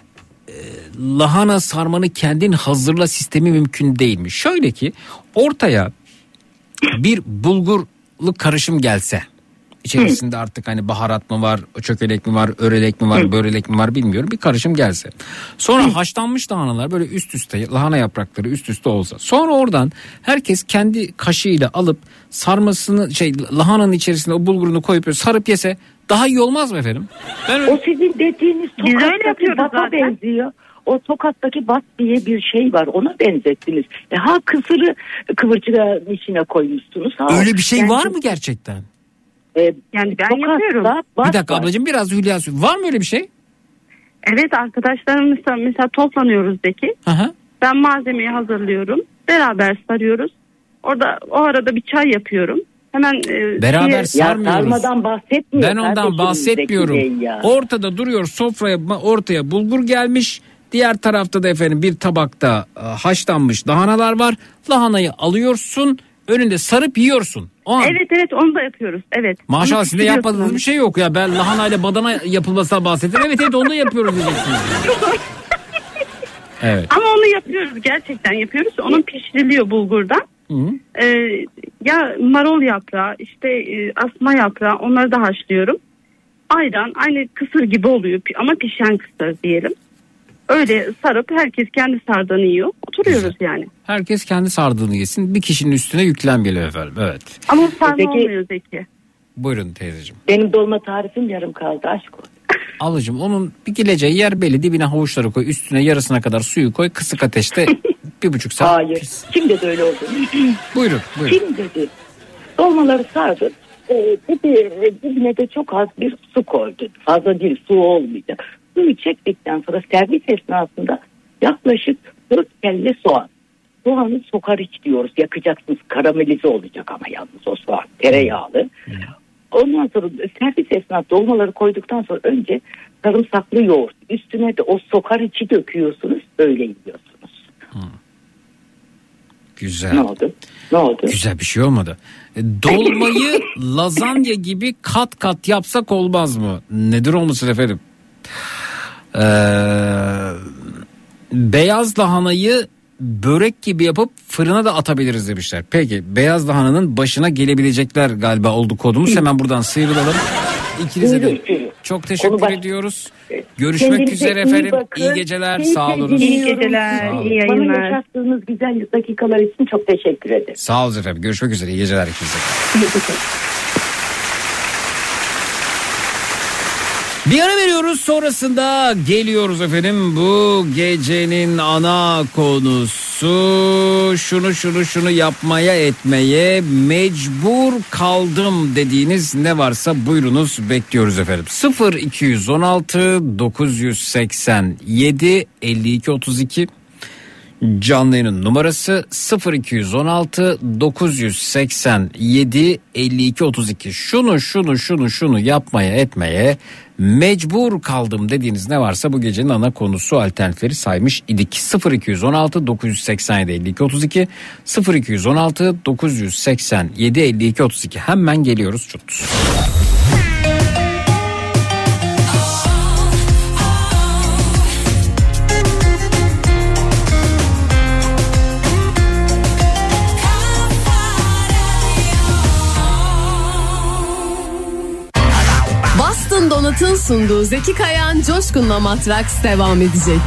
lahana sarmanı kendin hazırla sistemi mümkün değil mi? Şöyle ki ortaya bir bulgurlu karışım gelse, İçerisinde Hı. artık hani baharat mı var, çökelek mi var, örelek mi var, Hı. börelek mi var bilmiyorum. Bir karışım gelse. Sonra Hı. haşlanmış lahanalar böyle üst üste, lahana yaprakları üst üste olsa. Sonra oradan herkes kendi kaşığıyla alıp sarmasını, şey lahananın içerisine o bulgurunu koyup sarıp yese daha iyi olmaz mı efendim? Ben öyle... O sizin dediğiniz Tokat'taki bata benziyor. O Tokat'taki bat diye bir şey var. Ona benzettiniz. E, ha kısırı kıvırcığın içine koymuşsunuz. Ha, öyle bir şey yani... var mı gerçekten? Yani ben yapıyorum. Bir dakika ablacığım, biraz Hülya, var mı öyle bir şey? Evet, arkadaşlarım mesela, mesela toplanıyoruz Zeki. Aha. Ben malzemeyi hazırlıyorum. Beraber sarıyoruz. Orada o arada bir çay yapıyorum. Hemen e, beraber şeye- sarmıyoruz. sarmadan bahsetmiyor Ben ondan kardeşim bahsetmiyorum. Zeki Bey ya. Ortada duruyor sofraya, ortaya bulgur gelmiş. Diğer tarafta da efendim bir tabakta e, haşlanmış lahanalar var. Lahanayı alıyorsun, önünde sarıp yiyorsun. O an. Evet evet onu da yapıyoruz. Evet. Maşallah Onu sizde pişiriyorsun yapmadığınız onu. bir şey yok ya. Ben lahanayla badana yapılmasına bahsettim. Evet evet onu da yapıyoruz diyeceksiniz. Evet. Ama onu yapıyoruz, gerçekten yapıyoruz. Onun pişiriliyor bulgurdan. Hı hı. Ee, ya marul yaprağı, işte e, asma yaprağı, onları da haşlıyorum. Ayran, aynı kısır gibi oluyor ama pişen kısır diyelim. Öyle sarıp herkes kendi sardığını yiyor. Oturuyoruz yani. Herkes kendi sardığını yesin. Bir kişinin üstüne yüklenmeyelim efendim. Evet. Ama sarma Peki- olmuyor Zeki. Buyurun teyzeciğim. Benim dolma tarifim yarım kaldı, aşk olsun. Ablacığım onun bir geleceği yer belli. Dibine havuçları koy. Üstüne yarısına kadar suyu koy. Kısık ateşte bir buçuk saat. Hayır. Kim dedi öyle oldu? Buyurun. buyurun. Kim dedi? Dolmaları sardı. Ee, dedi, dibine de çok az bir su koydu. Fazla değil, su olmayacak. Suyu çektikten sonra servis esnasında yaklaşık dört kelle soğan. Soğanı sokar iç diyoruz. Yakacaksınız, karamelize olacak ama yalnız o soğan. Tereyağlı. Ondan sonra servis esnasında dolmaları koyduktan sonra önce sarımsaklı yoğurt. Üstüne de o sokar içi döküyorsunuz. Öyle yiyorsunuz. Güzel. Ne oldu? Ne oldu? Güzel bir şey olmadı. E, Dolmayı lazanya gibi kat kat yapsak olmaz mı? Nedir olmasın efendim? Ee, beyaz lahanayı börek gibi yapıp fırına da atabiliriz demişler. Peki beyaz lahananın başına gelebilecekler galiba oldu kodumuz. Hemen buradan sıyrılalım. İkinize de çok teşekkür ediyoruz. Görüşmek Kendinize üzere iyi efendim. bakın. İyi geceler. Keyifle Sağ olun. dinliyorum. İyi geceler, Sağ olun. iyi Bana yayınlar. yaşattığınız güzel dakikalar için çok teşekkür ederim. Sağ olun efendim. Görüşmek üzere. İyi geceler ikinize. Bir ara veriyoruz, sonrasında geliyoruz efendim. Bu gecenin ana konusu şunu şunu şunu yapmaya etmeye mecbur kaldım dediğiniz ne varsa buyurunuz, bekliyoruz efendim. sıfır iki on altı dokuz seksen yedi elli iki otuz iki canlı yayının numarası sıfır iki on altı dokuz seksen yedi elli iki otuz iki. Şunu şunu şunu şunu yapmaya etmeye mecbur kaldım dediğiniz ne varsa bu gecenin ana konusu, alternatifleri saymış idik. sıfır iki on altı dokuz seksen yedi elli iki otuz iki sıfır iki on altı dokuz seksen yedi elli iki otuz iki. Hemen geliyoruz çut. Boston Donut'un sunduğu Zeki Kayan Coşkun'la Matraks devam edecek.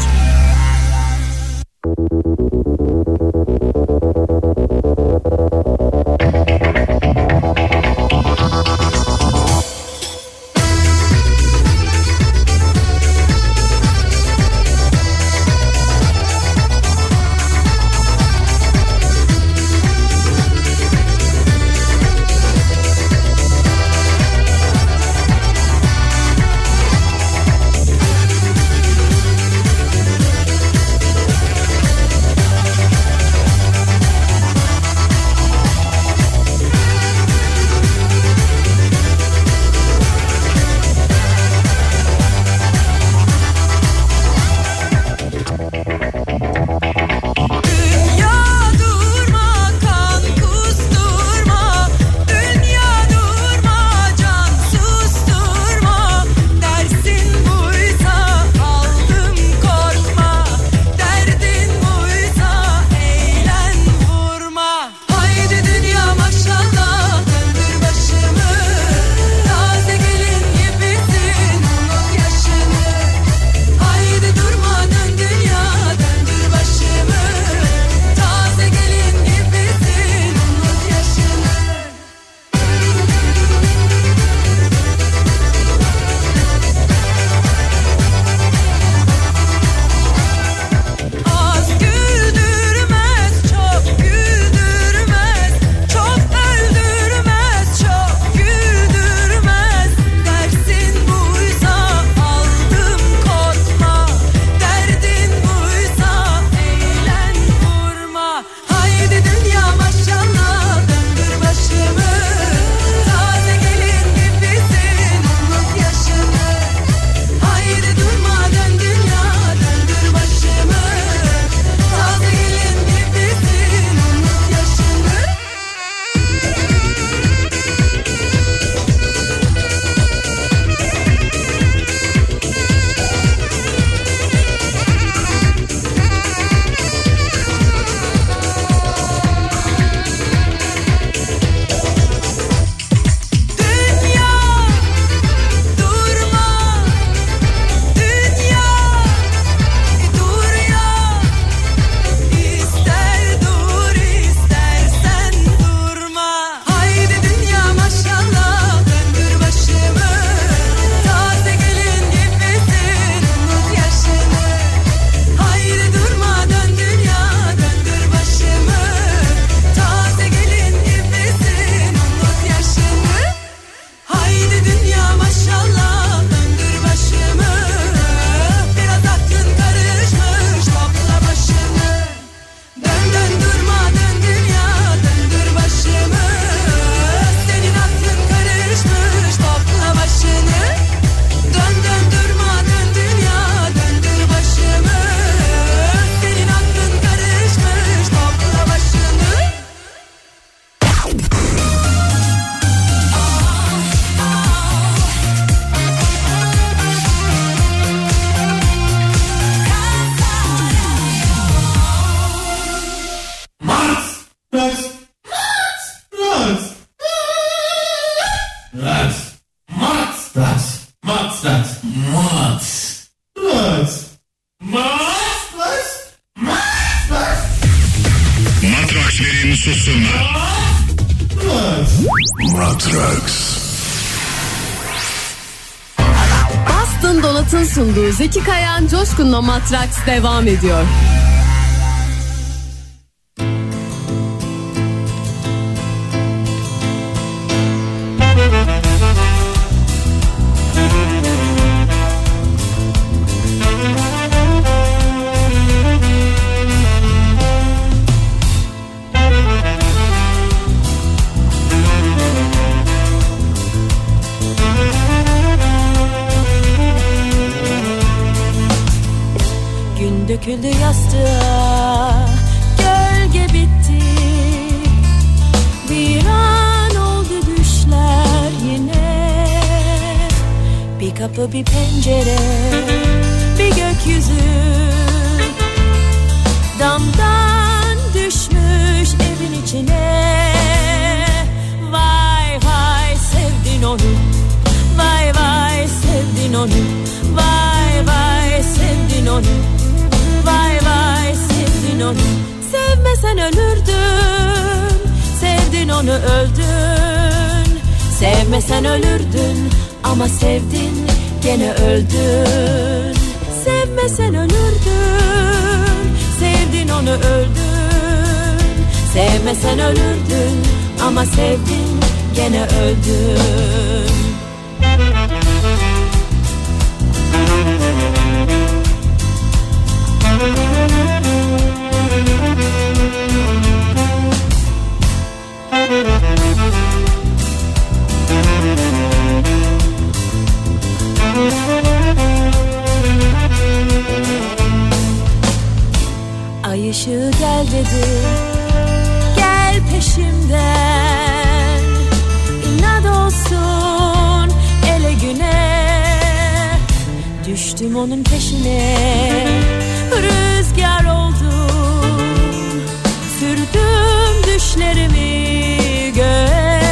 Matrakslerin sunsunlar. Matraks. Boston Donat'ın sunduğu Zeki Kayan Coşkun'la Matraks devam ediyor. Döküldü yastığa, gölge bitti. Bir an oldu düşler yine. Bir kapı, bir pencere, bir gökyüzü. Damdan düşmüş evin içine. Vay vay sevdin onu. Vay vay sevdin onu. Vay vay sevdin onu. Vay vay sevdin onu. Sevmesen ölürdün. Sevdin onu öldün. Sevmesen ölürdün. Ama sevdin gene öldün. Sevmesen ölürdün. Sevdin onu öldün. Sevmesen ölürdün. Ama sevdin gene öldün. Ay ışığı gel dedi, gel peşimden. İnat olsun ele güne. Düştüm onun peşine, rüzgar oldum. Sürdüm düşlerimi göğe.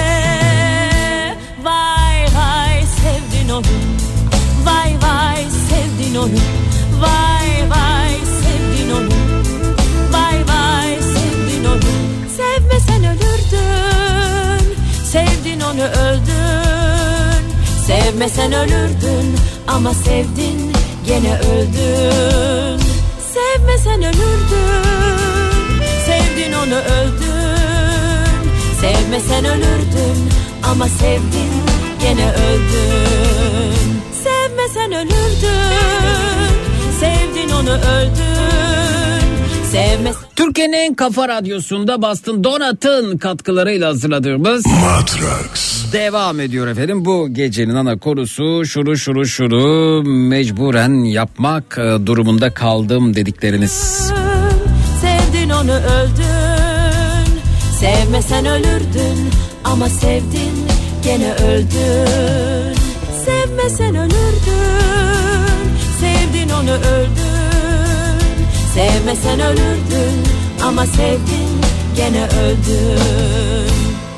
Vay vay sevdin onu. Vay vay sevdin onu. Vay vay sevdin onu. Vay vay sevdin onu. Sevmesen ölürdün. Sevdin onu öldün. Sevmesen ölürdün. Ama sevdin gene öldün. Sevmesen ölürdün. Sevdin onu öldün. Sevmesen ölürdün. Ama sevdin gene öldün. Sevmesen ölürdün. Sevdin onu öldün. Sevmesen... Türkiye'nin en kafa radyosunda Boston Donat'ın katkılarıyla hazırladığımız Matraks devam ediyor efendim. Bu gecenin ana konusu şuru şuru şuru mecburen yapmak durumunda kaldım dedikleriniz. Sevdin onu öldün. Sevmesen ölürdün. Ama sevdin gene öldün. Sevmesen ölürdün. Sevdin onu öldün. Sevmesen ölürdün. Ama sevdin gene öldün.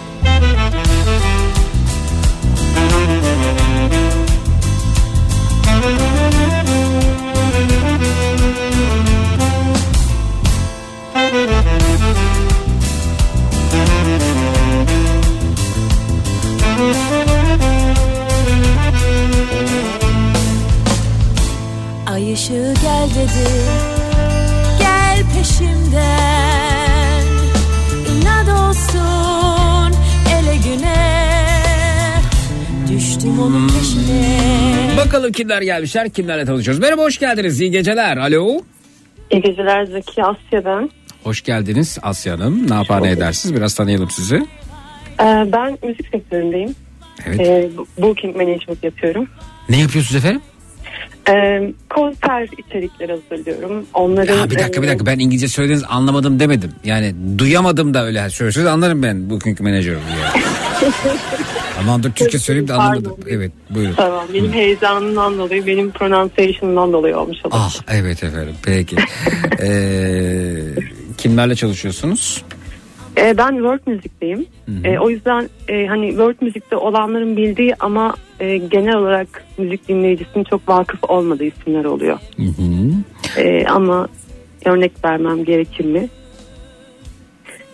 Ay ışığı gel dedi, gel peşimden. İnat olsun ele güne. Düştüm onun peşine. Bakalım kimler gelmişler, kimlerle tanışıyoruz. Merhaba, hoş geldiniz, iyi geceler. Alo. İyi geceler Zeki, Asya ben. Hoş geldiniz Asya Hanım. Ne yapar ne edersiniz? Biraz tanıyalım sizi. Ee, ben müzik sektöründeyim. Evet. Ee, booking management yapıyorum. Ne yapıyorsunuz efendim? Ee, konser içerikleri hazırlıyorum. Onların, ya bir dakika bir dakika ben İngilizce söylediniz anlamadım demedim. Yani duyamadım da öyle söyleseniz anlarım ben booking manager'ım yani. Aman dur Türkçe söyleyeyim de anlamadım. Evet buyurun. Tamam benim Hı. heyecanımdan dolayı benim pronunciation'dan dolayı olmuş olabilir. Ah evet efendim peki. ee, kimlerle çalışıyorsunuz? Ee, ben world müzikteyim. Ee, o yüzden e, hani world müzikte olanların bildiği ama e, genel olarak müzik dinleyicisinin çok vakıf olmadığı isimler oluyor. Hı hı. Ee, ama örnek vermem gerekir mi?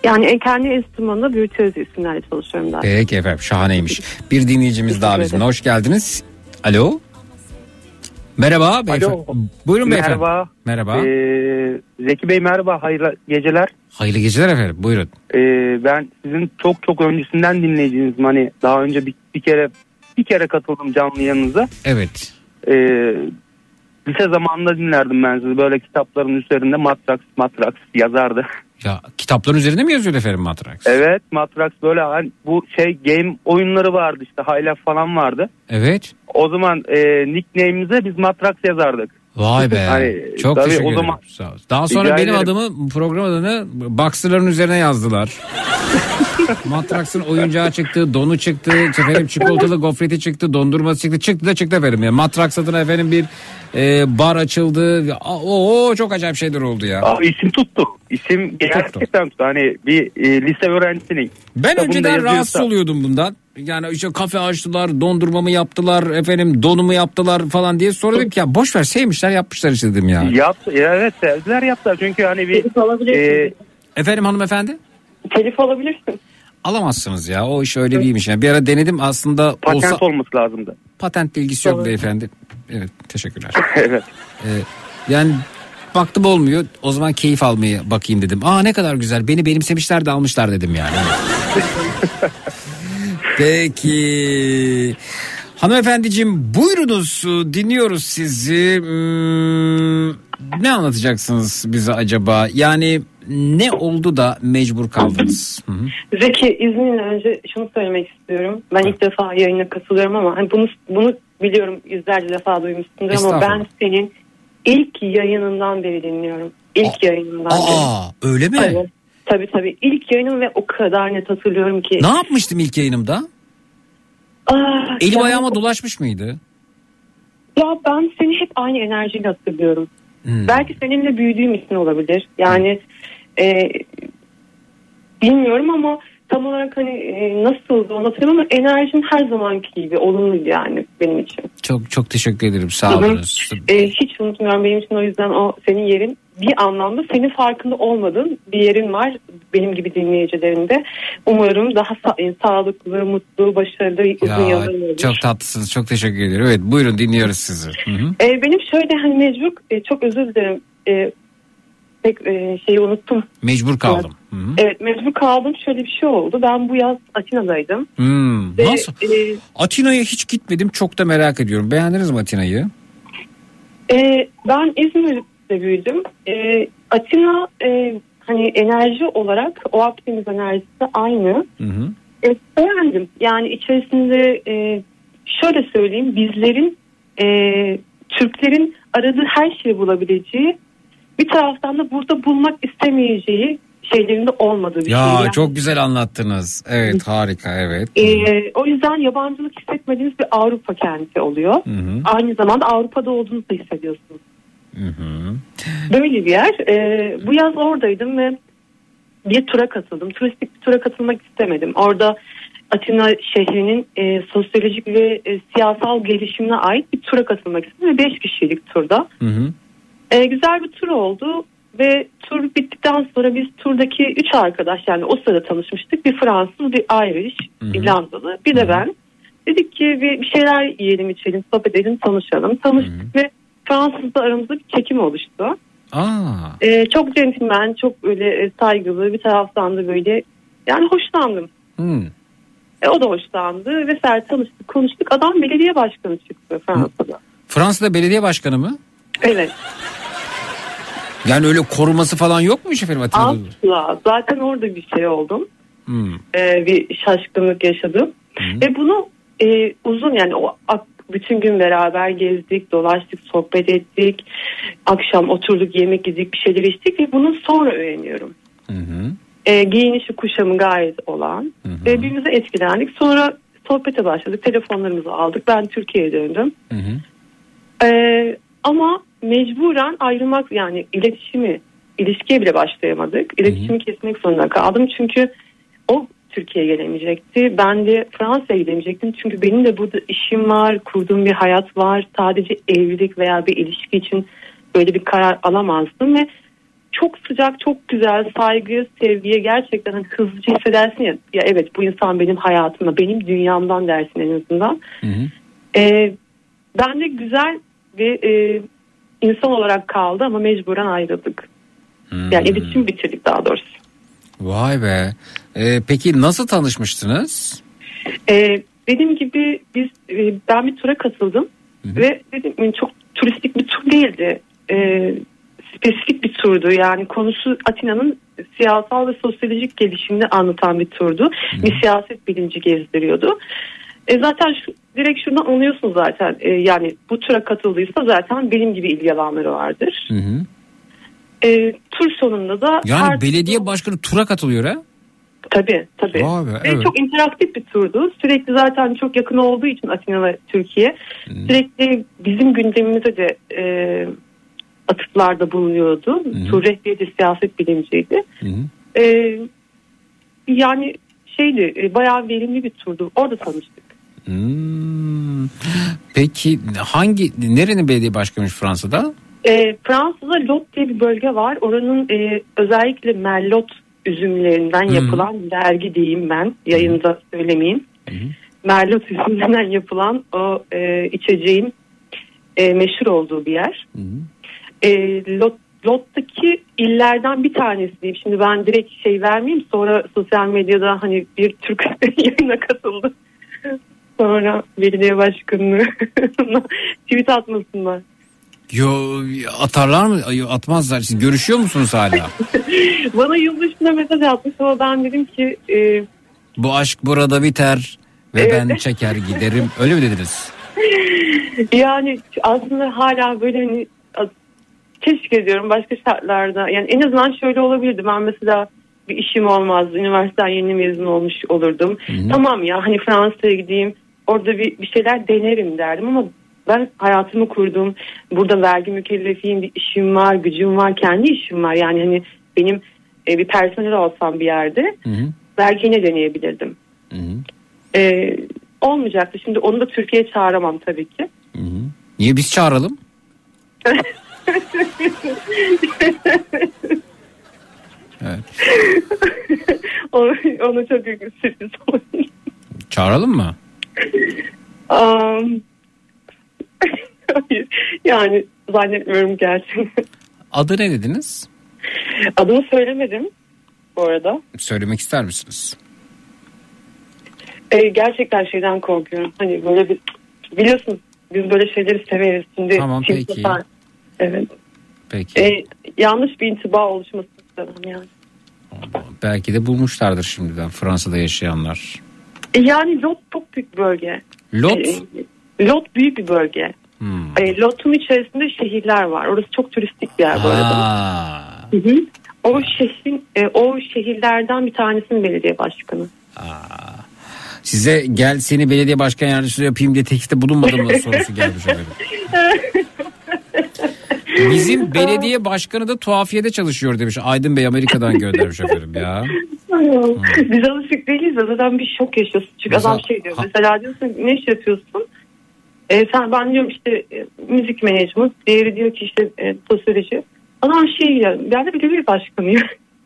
Yani kendi enstrümanında virtüöz isimlerle çalışıyorum daha. Peki efendim, şahaneymiş. Bir dinleyicimiz daha bizimle. Hoş geldiniz. Alo. Merhaba beyefendi. Alo. Buyurun beyefendi. Merhaba. Merhaba. Ee, Zeki Bey merhaba. Hayırlı geceler. Hayırlı geceler efendim. Buyurun. Ee, ben sizin çok çok öncesinden dinleyiciniz. Hani daha önce bir, bir kere bir kere katıldım canlı yanınıza. Evet. Ee, lise zamanında dinlerdim ben sizi. Böyle kitapların üzerinde Matrax Matrax yazardı. Ya kitapların üzerinde mi yazıyordu efendim Matrax? Evet, Matrax böyle hani bu şey game oyunları vardı işte, High Life falan vardı. Evet. O zaman e, nickname'imize biz Matrax yazardık. Vay be. Hani, çok tabii teşekkür o ederim. zaman, Sağ olun. Daha sonra benim ederim. adımı, program adını Boxer'ların üzerine yazdılar. Matrax'ın oyuncağı çıktı, donu çıktı, efendim çikolatalı gofreti çıktı, dondurması çıktı, çıktı da çıktı efendim. Yani Matrax adına efendim bir e, bar açıldı. Oo çok acayip şeyler oldu ya. Aa, isim tuttu. İsim gerçekten tuttu. Hani bir e, lise öğrencisinin. Ben önceden yazıyorsa... rahatsız oluyordum bundan. Yani işte kafe açtılar, dondurmamı yaptılar, efendim donumu yaptılar falan diye. Sonra dedim ki ya boş ver, sevmişler yapmışlar işte dedim ya. Yap, evet sevdiler yaptılar çünkü hani bir... E... Efendim hanımefendi? Telif alabilirsin. Alamazsınız ya, o iş öyle değilmiş. Yani bir ara denedim aslında. Patent olsa... olması lazımdı. Patent ilgisi yok beyefendi. Evet, teşekkürler. Evet. Ee, yani baktım olmuyor, o zaman keyif almaya bakayım dedim. Aa ne kadar güzel, beni benimsemişler de almışlar dedim yani. Peki hanımefendiciğim buyurunuz, dinliyoruz sizi. Hmm, ne anlatacaksınız bize acaba? Yani ne oldu da mecbur kaldınız? Hı-hı. Zeki, izninle önce şunu söylemek istiyorum. Ben ilk defa yayına katılıyorum ama hani bunu bunu biliyorum, yüzlerce defa duymuşsundur ama ben senin ilk yayınından beri dinliyorum. İlk Aa, yayınından aa, beri. Aa öyle mi? Evet. Tabii tabii. İlk yayınım ve o kadar net hatırlıyorum ki. Ne yapmıştım ilk yayınımda? Aa, Elim yani... ayağıma dolaşmış mıydı? Ya ben seni hep aynı enerjiyle hatırlıyorum. Hmm. Belki seninle büyüdüğüm için olabilir. Yani e, bilmiyorum ama tam olarak hani e, nasıl anlatayım ama enerjin her zamanki gibi olumluydu yani benim için. Çok çok teşekkür ederim, sağ olunuz. E, hiç unutmuyorum, benim için o yüzden o senin yerin bir anlamda senin farkında olmadığın bir yerin var benim gibi dinleyicilerinde. Umarım daha sa- sağlıklı, mutlu, başarılı uzun yıllar olur. Çok tatlısınız, çok teşekkür ederim. Evet buyurun, dinliyoruz sizi. Hı-hı. E, benim şöyle hani mecbur e, çok özür dilerim. E, pek e, şeyi unuttum. Mecbur kaldım. Evet. evet mecbur kaldım. Şöyle bir şey oldu. Ben bu yaz Atina'daydım. Hmm. Ve, Nasıl? E, Atina'ya hiç gitmedim. Çok da merak ediyorum. Beğendiniz mi Atina'yı? E, ben İzmir'de büyüdüm. E, Atina e, hani enerji olarak o Akdeniz enerjisi aynı. Hı hı. E, beğendim. Yani içerisinde e, şöyle söyleyeyim, bizlerin e, Türklerin aradığı her şeyi bulabileceği, bir taraftan da burada bulmak istemeyeceği şeylerinde olmadığı bir ya, şey. Ya yani. Çok güzel anlattınız. Evet, harika, evet. Ee, o yüzden yabancılık hissetmediğiniz bir Avrupa kenti oluyor. Hı hı. Aynı zamanda Avrupa'da olduğunuzu da hissediyorsunuz. Hı hı. Böyle bir yer. Ee, bu yaz oradaydım ve bir tura katıldım. Turistik bir tura katılmak istemedim. Orada Atina şehrinin e, sosyolojik ve e, siyasal gelişimine ait bir tura katılmak istedim ve beş kişilik turda. Hı hı. E, güzel bir tur oldu ve tur bittikten sonra biz turdaki üç arkadaş, yani o sırada tanışmıştık. Bir Fransız, bir Irish, hı hı. İrlandalı, bir de hı hı. ben. Dedik ki bir, bir şeyler yiyelim, içelim, sohbet edelim, tanışalım. Tanıştık hı hı. ve Fransız'da aramızda bir çekim oluştu. Aa. E, çok centilmen, çok böyle saygılı, bir taraftan da böyle yani hoşlandım. Hı. E, o da hoşlandı vesaire, tanıştık, konuştuk. Adam belediye başkanı çıktı Fransa'da. Fransa'da belediye başkanı mı? Evet. Yani öyle koruması falan yok mu efendim Atina'da? Asla. Zaten orada bir şey oldum. Hmm. Ee, bir şaşkınlık yaşadım. Hmm. Ve bunu e, uzun yani o bütün gün beraber gezdik, dolaştık, sohbet ettik. Akşam oturduk, yemek yedik, bir şeyler içtik ve bunu sonra öğreniyorum. Hı hı. E, giyinişi, kuşamı gayet olan. Hı hı. Ve birbirimize etkilendik. Sonra sohbete başladık, telefonlarımızı aldık. Ben Türkiye'ye döndüm. Hı hı. E, ama mecburen ayrılmak, yani iletişimi, ilişkiye bile başlayamadık. İletişimi hı hı. kesmek zorunda kaldım. Çünkü o Türkiye'ye gelemeyecekti. Ben de Fransa'ya gidemeyecektim. Çünkü benim de burada işim var, kurduğum bir hayat var. Sadece evlilik veya bir ilişki için böyle bir karar alamazdım ve çok sıcak, çok güzel, saygıya, sevgiye gerçekten hani hızlıca hissedersin ya. Ya evet, bu insan benim hayatımda, benim dünyamdan dersin en azından. Hı hı. Ee, ben de güzel bir e, insan olarak kaldı ama mecburen ayrıldık. Hmm. Yani iletişim bitirdik daha doğrusu. Vay be. Ee, peki nasıl tanışmıştınız? Ee, dediğim gibi biz e, ben bir tura katıldım. Hı-hı. Ve dedim çok turistik bir tur değildi. Ee, spesifik bir turdu. Yani konusu Atina'nın siyasal ve sosyolojik gelişimini anlatan bir turdu. Hı-hı. Bir siyaset bilimci gezdiriyordu. E zaten şu, direkt şuradan anlıyorsun zaten. E, yani bu tura katıldıysa zaten benim gibi ilgi alanları vardır. Hı hı. E, tur sonunda da... Yani belediye başkanı tura katılıyor ha? Tabii tabii. Abi, ve evet. Çok interaktif bir turdu. Sürekli zaten çok yakın olduğu için Atina ve Türkiye. Hı. Sürekli bizim gündemimize de e, atıflarda bulunuyordu. Hı. Tur rehberi de siyaset bilimciydi. Hı. E, yani şeydi e, bayağı verimli bir turdu. Orada tanıştık. Hmm. Peki hangi nerenin belediye başkanıymış Fransa'da? E, Fransa'da Lot diye bir bölge var. Oranın e, özellikle Merlot üzümlerinden hmm. yapılan dergi diyeyim ben. Yayında söylemeyeyim. Hmm. Merlot üzümlerinden yapılan o e, içeceğin e, meşhur olduğu bir yer. Hmm. E, Lot, Lot'taki illerden bir tanesi diyeyim. Şimdi ben direkt şey vermeyeyim. Sonra sosyal medyada hani bir Türk yayına katıldı. Sonra belediye başkanını tweet atmasınlar. Yo, atarlar mı? Atmazlar. Siz görüşüyor musunuz hala? Bana yılbaşında mesaj atmış ama ben dedim ki... E... Bu aşk burada biter ve evet. Ben çeker giderim. Öyle mi dediniz? Yani aslında hala böyle hani keşke diyorum başka şartlarda. Yani en azından şöyle olabilirdi. Ben mesela bir işim olmazdı. Üniversiteden yeni mezun olmuş olurdum. Hı-hı. Tamam ya hani Fransa'ya gideyim. Orada bir, bir şeyler denerim derdim ama ben hayatımı kurdum. Burada vergi mükellefiyim, bir işim var, gücüm var, kendi işim var. Yani hani benim e, bir personel olsam bir yerde Hı-hı. belki yine deneyebilirdim. E, olmayacaktı. Şimdi onu da Türkiye'ye çağıramam tabii ki. Hı-hı. Niye biz çağıralım? Evet. onu, onu çok büyük bir sürpriz olur. Çağıralım mı? Um, hayır. Yani zannetmiyorum gerçekten. Adı ne dediniz? Adını söylemedim bu arada. Söylemek ister misiniz? Ee, gerçekten şeyden korkuyorum. Hani böyle bir biliyorsunuz biz böyle şeyleri severiz. Şimdi tamam peki. Var. Evet. Peki. Ee, yanlış bir intiba oluşması istemem yani. Belki de bulmuşlardır şimdiden Fransa'da yaşayanlar. Yani Lot çok büyük bir bölge. Lot? E, Lot büyük bir bölge. Hmm. E, Lot'un içerisinde şehirler var. Orası çok turistik bir yer bu arada. Hı hı. O şehrin, e, o şehirlerden bir tanesinin belediye başkanı. Aa. Size gel seni belediye başkan yardımcısı yapayım diye teklifte bulunmadım mı sorusu gelmiş efendim. Bizim belediye başkanı da tuhafiyede çalışıyor demiş. Aydın Bey Amerika'dan göndermiş efendim ya. Hmm. Biz alışık değiliz. Zaten bir şok yaşıyorsun. Çünkü mesela, adam şey diyor. Ha. Mesela diyorsun ne iş yapıyorsun? E, sen ben diyorum işte e, müzik management. Diğeri diyor ki işte e, sosyoloji. Adam şey ya. Ben de belediye başkanıyım.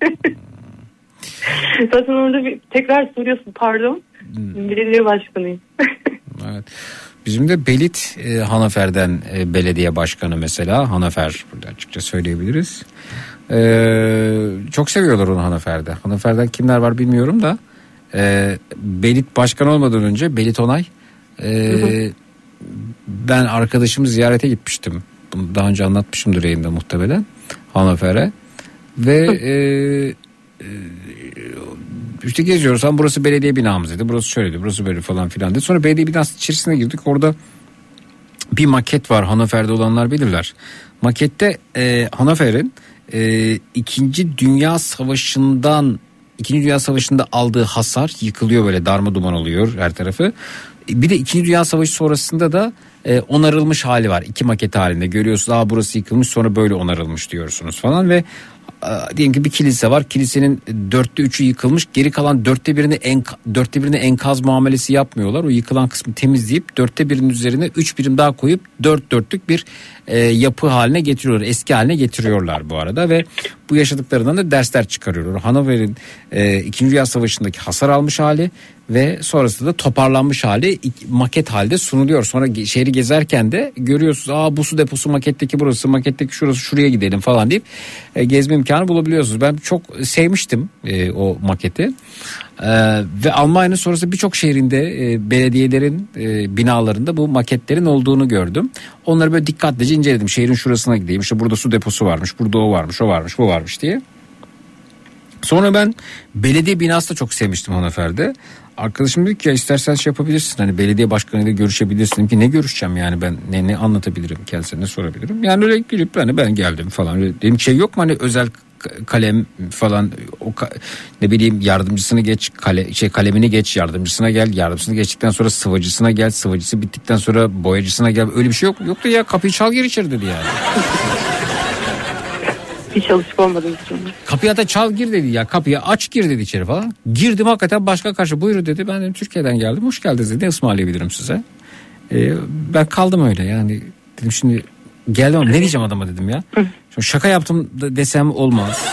Zaten orada bir tekrar soruyorsun pardon. Hmm. Belediye başkanıyım. Evet. Bizim de Belit e, Hanafer'den e, belediye başkanı mesela. Hanafer burada açıkça söyleyebiliriz. E, çok seviyorlar onu Hanafer'de. Hanafer'den kimler var bilmiyorum da e, Belit başkan olmadan önce Belit Onay e, ben arkadaşımı ziyarete gitmiştim. Bunu daha önce anlatmışımdır yayında muhtemelen Hanafer'e ve e, e, İşte geziyoruz. Tam burası belediye binamızdı. Burası şöyleydi. Burası böyle falan filan dedi. Sonra belediye binası içerisine girdik. Orada bir maket var. Hanafer'de olanlar bilirler. Makette e, Hanafer'in e, İkinci Dünya Savaşı'ndan İkinci Dünya Savaşı'nda aldığı hasar yıkılıyor, böyle darma duman oluyor her tarafı. Bir de İkinci Dünya Savaşı sonrasında da e, onarılmış hali var. İki maket halinde görüyorsunuz. Aa burası yıkılmış, sonra böyle onarılmış diyorsunuz falan ve diyelim ki bir kilise var. Kilisenin dörtte üçü yıkılmış. Geri kalan dörtte birini enk, dörtte birine enkaz muamelesi yapmıyorlar. O yıkılan kısmı temizleyip dörtte birinin üzerine üç birim daha koyup dört dörtlük bir e, yapı haline getiriyorlar. Eski haline getiriyorlar bu arada ve bu yaşadıklarından da dersler çıkarıyorlar. Hanover'in e, İkinci Dünya Savaşı'ndaki hasar almış hali ve sonrasında da toparlanmış hali maket halde sunuluyor. Sonra şehri gezerken de görüyorsunuz, aa bu su deposu maketteki burası, maketteki şurası, şuraya gidelim falan deyip e, gezme imkanı bulabiliyorsunuz. Ben çok sevmiştim e, o maketi. E, ve Almanya'nın sonrasında birçok şehrinde e, belediyelerin e, binalarında bu maketlerin olduğunu gördüm. Onları böyle dikkatlice inceledim. Şehrin şurasına gideyim, işte burada su deposu varmış, burada o varmış, o varmış, bu varmış diye. Sonra ben belediye binası da çok sevmiştim Hanöfer'de. Arkadaşım dedi ki ya istersen şey yapabilirsin, hani belediye başkanıyla görüşebilirsin. Dedim ki ne görüşeceğim yani, ben ne, ne anlatabilirim kendisine, ne sorabilirim. Yani öyle gülüp hani ben geldim falan. Öyle, dedim şey yok mu hani özel kalem falan, o ne bileyim yardımcısını geç, kale, şey kalemini geç, yardımcısına gel, yardımcısını geçtikten sonra sıvacısına gel, sıvacısı bittikten sonra boyacısına gel, öyle bir şey yok yoktu ya, kapıyı çal gir içeri dedi yani. Hiç alışık olmadım için. Kapıya da çal gir dedi ya, kapıya aç gir dedi içeri falan. Girdim hakikaten, başka karşı buyur dedi, ben dedim Türkiye'den geldim, hoş geldiniz dedi, ne ısmarlayabilirim size. Ee, ben kaldım öyle yani, dedim şimdi geldim ama ne diyeceğim adama dedim ya. Şimdi şaka yaptım da desem olmaz.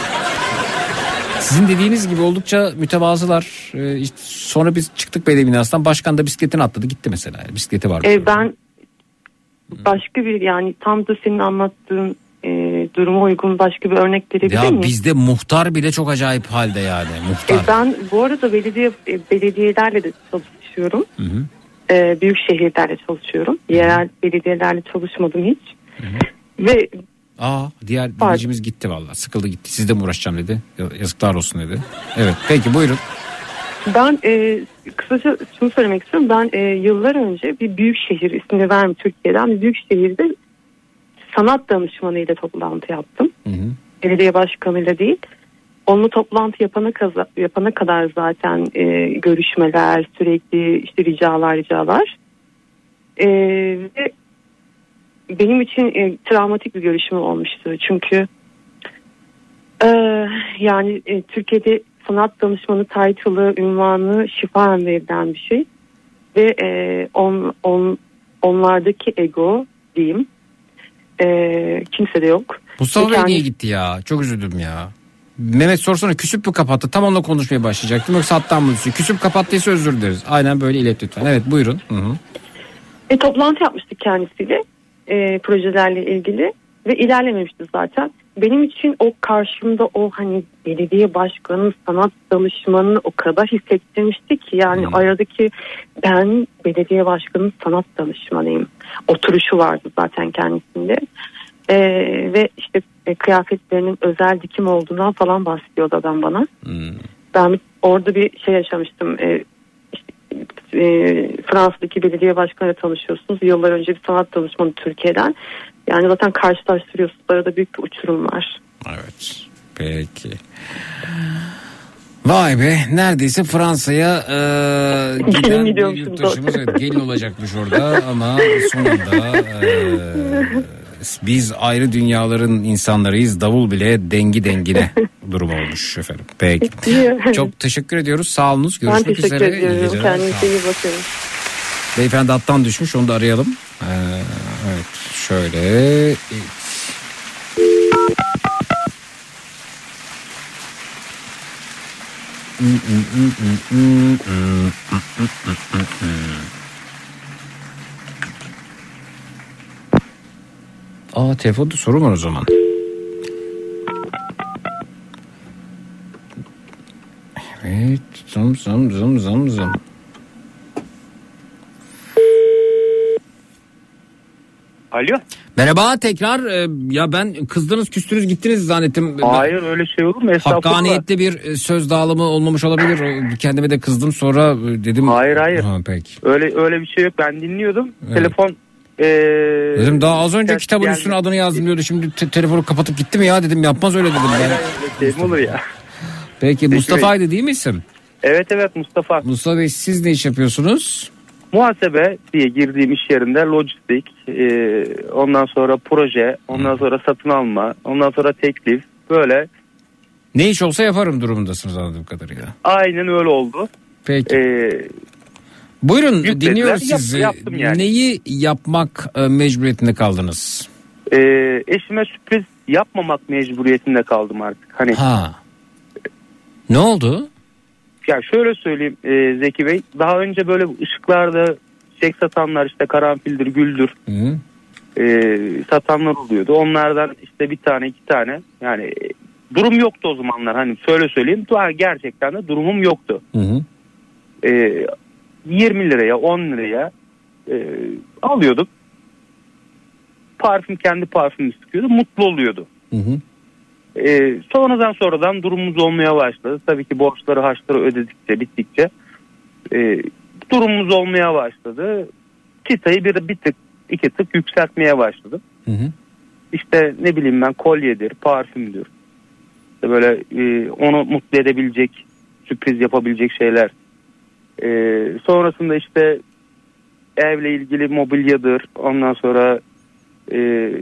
Sizin dediğiniz gibi oldukça mütevazılar. Ee, işte sonra biz çıktık belediye binasından, başkan da bisikletini atladı gitti mesela. Yani bisikleti vardı. Ee, ben başka bir, yani tam da senin anlattığın e, duruma uygun başka bir örnek verebilir miyim? Ya bizde muhtar bile çok acayip halde yani. Muhtar. E, ben bu arada belediye e, belediyelerle de çalışıyorum. Hı hı. E, büyük şehirlerle çalışıyorum. Yerel belediyelerle çalışmadım hiç. Hı hı. Ve Aa, diğer dinleyicimiz gitti vallahi, sıkıldı gitti. Sizle mi uğraşacağım dedi. Yazıklar olsun dedi. Evet, peki buyurun. Ben e, kısaca şunu söylemek istiyorum. Ben e, yıllar önce bir büyük şehir, ismini vermeyeyim, Türkiye'den bir büyük şehirde sanat danışmanıyla toplantı yaptım. Hı hı. Belediye başkanıyla değil. Onunla toplantı yapana, kaza, yapana kadar zaten e, görüşmeler, sürekli işte ricalar ricalar. E, ve benim için e, travmatik bir görüşme olmuştu. Çünkü e, yani e, Türkiye'de sanat danışmanı title'ı, ünvanı şifaen verilen bir şey. Ve e, on, on, onlardaki ego diyeyim. E, kimse de yok. Mustafa Bey yani, niye gitti ya? Çok üzüldüm ya. Mehmet sorsana, küsüp mü kapattı? Tam onunla konuşmaya başlayacaktım. Yoksa hattan mı düşüyor? Küsüp kapattıysa özür dileriz. Aynen böyle ilet lütfen. Evet buyurun. Hı hı. E, toplantı yapmıştık kendisiyle. E, projelerle ilgili. Ve ilerlememişti zaten. Benim için o karşımda o hani belediye başkanı, sanat danışmanını o kadar hissettirmişti ki yani hmm. aradaki ben belediye başkanı, sanat danışmanıyım. Oturuşu vardı zaten kendisinde. Ee, ve işte e, kıyafetlerinin özel dikim olduğundan falan bahsediyordu adam bana. Hmm. Ben orada bir şey yaşamıştım. Ee, işte, e, Fransa'daki belediye başkanıyla tanışıyorsunuz. Yıllar önce bir sanat danışmanı Türkiye'den. Yani zaten karşılaştırıyorsunuz. Arada büyük bir uçurum var. Evet. Peki. Vay be, neredeyse Fransa'ya e, giden bir yurttaşımız, evet, gelin olacakmış orada ama sonunda e, biz ayrı dünyaların insanlarıyız, davul bile dengi dengine durum olmuş efendim. Peki. Çok teşekkür ediyoruz. Sağ olunuz. Görüşmek ben teşekkür üzere. ediyorum. Kendinize iyi bakın. Beyefendi hattan düşmüş, onu da arayalım. Ee, evet şöyle. Aa, telefonda sorun var o zaman. Evet, zım zım zım zım zım. Alo. Merhaba tekrar. Ee, ya ben kızdınız, küstünüz, gittiniz zannettim. Hayır, öyle şey olur mu? Hakkaniyetli bir söz dağılımı olmamış olabilir. Kendime de kızdım, sonra dedim. Hayır hayır. Ha, peki. Öyle öyle bir şey yok. Ben dinliyordum. Evet. Telefon. Ee, dedim daha az önce kitabın geldi. Üstüne adını yazdım diyordu. Şimdi te- telefonu kapatıp gitti mi ya dedim. Yapmaz öyle dedim. Hayır, ben. Öyle şey mi olur ya? Peki Mustafa'ydı değil mi isim? Evet evet Mustafa. Mustafa Bey, siz ne iş yapıyorsunuz? Muhasebe diye girdiğim iş yerinde lojistik, e, ondan sonra proje, ondan sonra satın alma, ondan sonra teklif, böyle. Ne iş olsa yaparım durumundasınız anladığım kadarıyla. Aynen öyle oldu. Peki. Ee, Buyurun yüklediler, dinliyoruz yap- sizi. yaptım yani. Neyi yapmak e, mecburiyetinde kaldınız? Ee, eşime sürpriz yapmamak mecburiyetinde kaldım artık. Hani. Ha. Ne oldu? Ya şöyle söyleyeyim e, Zeki Bey. Daha önce böyle ışıklarda çiçek satanlar işte karanfildir, güldür Hı. e, satanlar oluyordu. Onlardan işte bir tane iki tane yani e, durum yoktu o zamanlar. Hani şöyle söyleyeyim daha gerçekten de durumum yoktu. Hı hı. E, yirmi liraya on liraya e, alıyorduk. Parfüm kendi parfümünü sıkıyordu. Mutlu oluyordu. Hı hı. Ee, sonradan sonradan durumumuz olmaya başladı. Tabii ki borçları harçları ödedikçe bittikçe e, durumumuz olmaya başladı. Çıtayı bir, bir tık iki tık yükseltmeye başladım. Hı hı. İşte ne bileyim ben kolyedir, parfümdür. İşte böyle e, onu mutlu edebilecek, sürpriz yapabilecek şeyler. E, sonrasında işte evle ilgili mobilyadır. Ondan sonra e,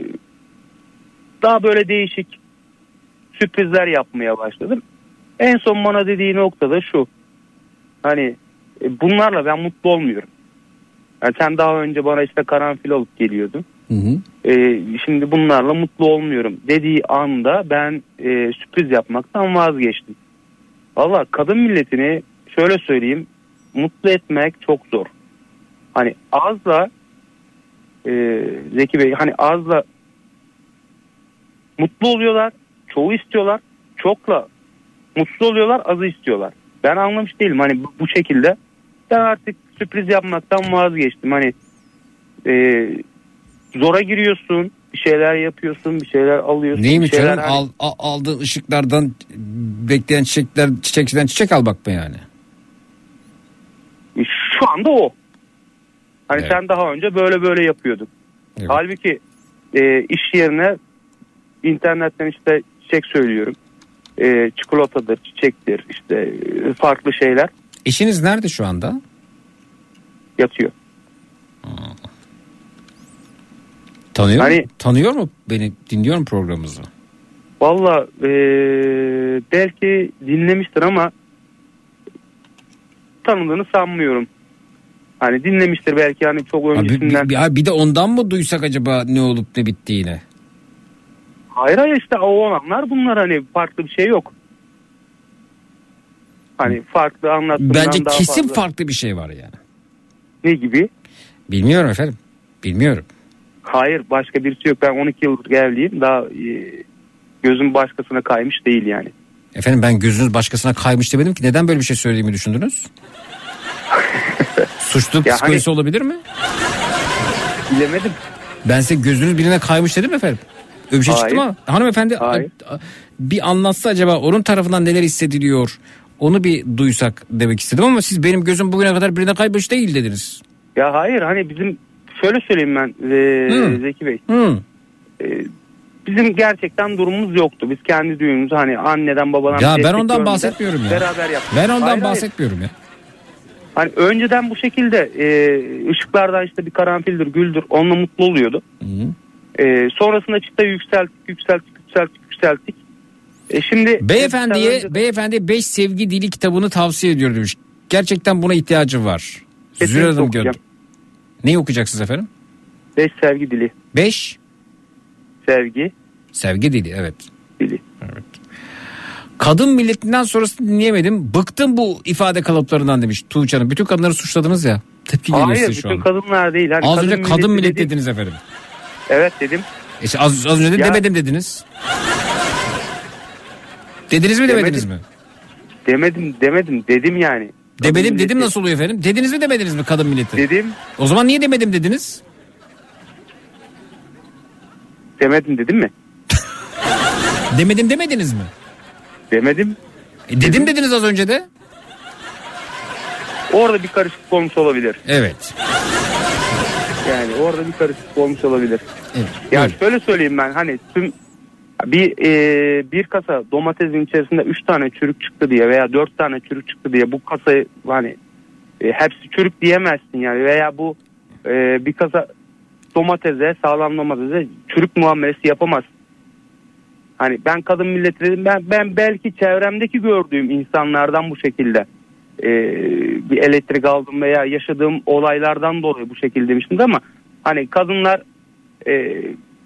daha böyle değişik sürprizler yapmaya başladım. En son bana dediği nokta da şu. Hani e, bunlarla ben mutlu olmuyorum. Yani sen daha önce bana işte karanfil alıp geliyordun. Hı hı. E, şimdi bunlarla mutlu olmuyorum dediği anda ben e, sürpriz yapmaktan vazgeçtim. Valla kadın milletini şöyle söyleyeyim mutlu etmek çok zor. Hani azla e, Zeki Bey hani azla mutlu oluyorlar. Çoğu istiyorlar. Çokla mutsuz oluyorlar. Azı istiyorlar. Ben anlamış değilim. Hani bu, bu şekilde ben artık sürpriz yapmaktan vazgeçtim. Hani e, zora giriyorsun. Bir şeyler yapıyorsun. Bir şeyler alıyorsun. Neymiş bir şeyler canım? Al, al, aldığın ışıklardan bekleyen çiçekler çiçekçiden çiçek almak mı yani? Şu anda o. Hani Evet. sen daha önce böyle böyle yapıyordun. Evet. Halbuki e, iş yerine internetten işte çiçek söylüyorum. E, çikolatadır, çiçektir, işte e, farklı şeyler Eşiniz nerede şu anda? yatıyor. Tanıyor Hani- mu? Tanıyor mu beni? Dinliyor mu programımızı? Valla e, belki dinlemiştir ama tanıdığını sanmıyorum. Hani dinlemiştir belki hani çok Abi, öncesinden. bir, bir, bir de ondan mı duysak acaba ne olup ne bittiğini? Hayır hayır işte o olanlar bunlar hani farklı bir şey yok. Hani farklı anlattığımdan Bence daha kesin fazla. farklı bir şey var yani. Ne gibi? Bilmiyorum efendim. Bilmiyorum. Hayır başka birisi yok. Ben on iki yıldır evliyim. Daha e, gözüm başkasına kaymış değil yani. Efendim ben gözünüz başkasına kaymış demedim ki. Neden böyle bir şey söylediğimi düşündünüz? Suçluluk Ya psikolojisi hani- olabilir mi? Bilemedim. Ben size gözünüz birine kaymış dedim efendim. Öyle bir şey çıktı Hayır. mı? Hanımefendi Hayır. a- a- bir anlatsa acaba onun tarafından neler hissediliyor? Onu bir duysak demek istedim ama siz benim gözüm bugüne kadar birine kaymış değil dediniz. Ya hayır hani bizim şöyle söyleyeyim ben e, Hı. Zeki Bey. Hı. E, bizim gerçekten durumumuz yoktu. Biz kendi düğünümüzü hani anneden babadan Ya ben destek ondan görmeden bahsetmiyorum ya. Beraber yaptık. Ben ondan Hayır, hayır. bahsetmiyorum ya. Hani önceden bu şekilde e, ışıklardan işte bir karanfildir, güldür onunla mutlu oluyordu. Hı. E, sonrasında çıta yükselttik, yükselttik, yükselttik, yükselttik. E şimdi Beyefendiye önce- beyefendi beş sevgi dili kitabını tavsiye ediyor demiş. Gerçekten buna ihtiyacı var. Kesinlikle Zühre Hanım okuyacağım. gönder. Neyi okuyacaksınız efendim? Beş sevgi dili. Beş Sevgi sevgi dili evet. dili. Evet. Kadın milletinden sonrasını dinleyemedim. Bıktım bu ifade kalıplarından demiş Tuğçe Hanım. Bütün kadınları suçladınız ya. Tepki geliyor Hayır size şu bütün an. kadınlar değil. Hani Az önce kadın millet milleti dedik. dediniz efendim. Evet dedim. E işte az, az önce de Ya- demedim dediniz. Dediniz mi demediniz Demedim. mi? Demedim demedim dedim yani. Kadın Demedim milleti. dedim nasıl oluyor efendim? Dediniz mi demediniz mi kadın milleti? Dedim. O zaman niye demedim dediniz? Demedim dedim mi? Demedim demediniz mi? Demedim. E dedim dediniz az önce de. Orada bir karışıklık olmuş olabilir. Evet. Yani orada bir karışıklık olmuş olabilir. Evet. Ya Buyurun. şöyle söyleyeyim ben hani tüm bir e, bir kasa domatesin içerisinde üç tane çürük çıktı diye veya dört tane çürük çıktı diye bu kasayı hani e, hepsi çürük diyemezsin yani veya bu e, bir kasa domatese sağlam domatese çürük muamelesi yapamaz. Hani ben kadın milleti dedim. Ben, ben belki çevremdeki gördüğüm insanlardan bu şekilde e, bir elektrik aldım veya yaşadığım olaylardan dolayı bu şekilde demiştim ama hani kadınlar e,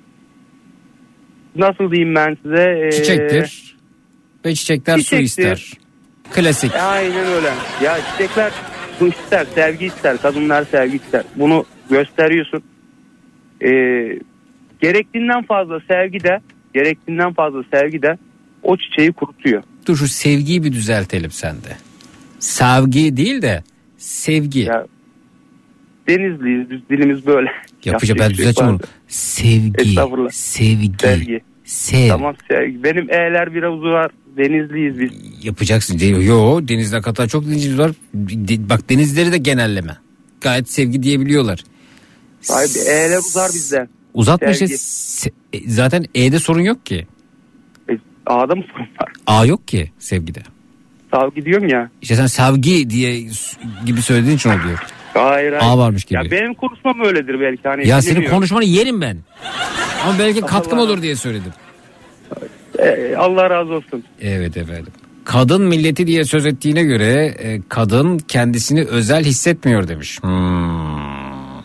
nasıl diyeyim ben size? E, Çiçektir ve çiçekler çiçektir. su ister. Klasik. Aynen öyle. Ya çiçekler su ister, sevgi ister. Kadınlar sevgi ister. Bunu gösteriyorsun. Ee, gerektiğinden fazla sevgi de, gerektiğinden fazla sevgi de o çiçeği kurutuyor. Dur şu sevgiyi bir düzeltelim sende. Sevgi değil de sevgi. Ya, Denizliyiz, biz dilimiz böyle. Yapacağım ben düzelteceğim onu. Sevgi, sevgi, sevgi. Sev. Tamam sevgi. Benim E'ler bir havuzu var. Denizliyiz biz. Yapacaksın. Yo, denizde kata çok denizci var. De, bak denizleri de genelleme. Gayet sevgi diyebiliyorlar. Hayır, E'ler uzar bizde. Uzatma işte. Se, zaten E'de sorun yok ki. E, A'da mı sorun var? A yok ki sevgide. Sevgi diyorum ya. İşte sen sevgi diye gibi söylediğin için oluyor. Hayır hayır. A varmış gibi. Ya benim konuşmam öyledir belki. Hani ya senin konuşmanı yerim ben. Ama belki katkım Allah. olur diye söyledim. Ee, Allah razı olsun. Evet efendim. Kadın milleti diye söz ettiğine göre e, kadın kendisini özel hissetmiyor demiş. Hmm.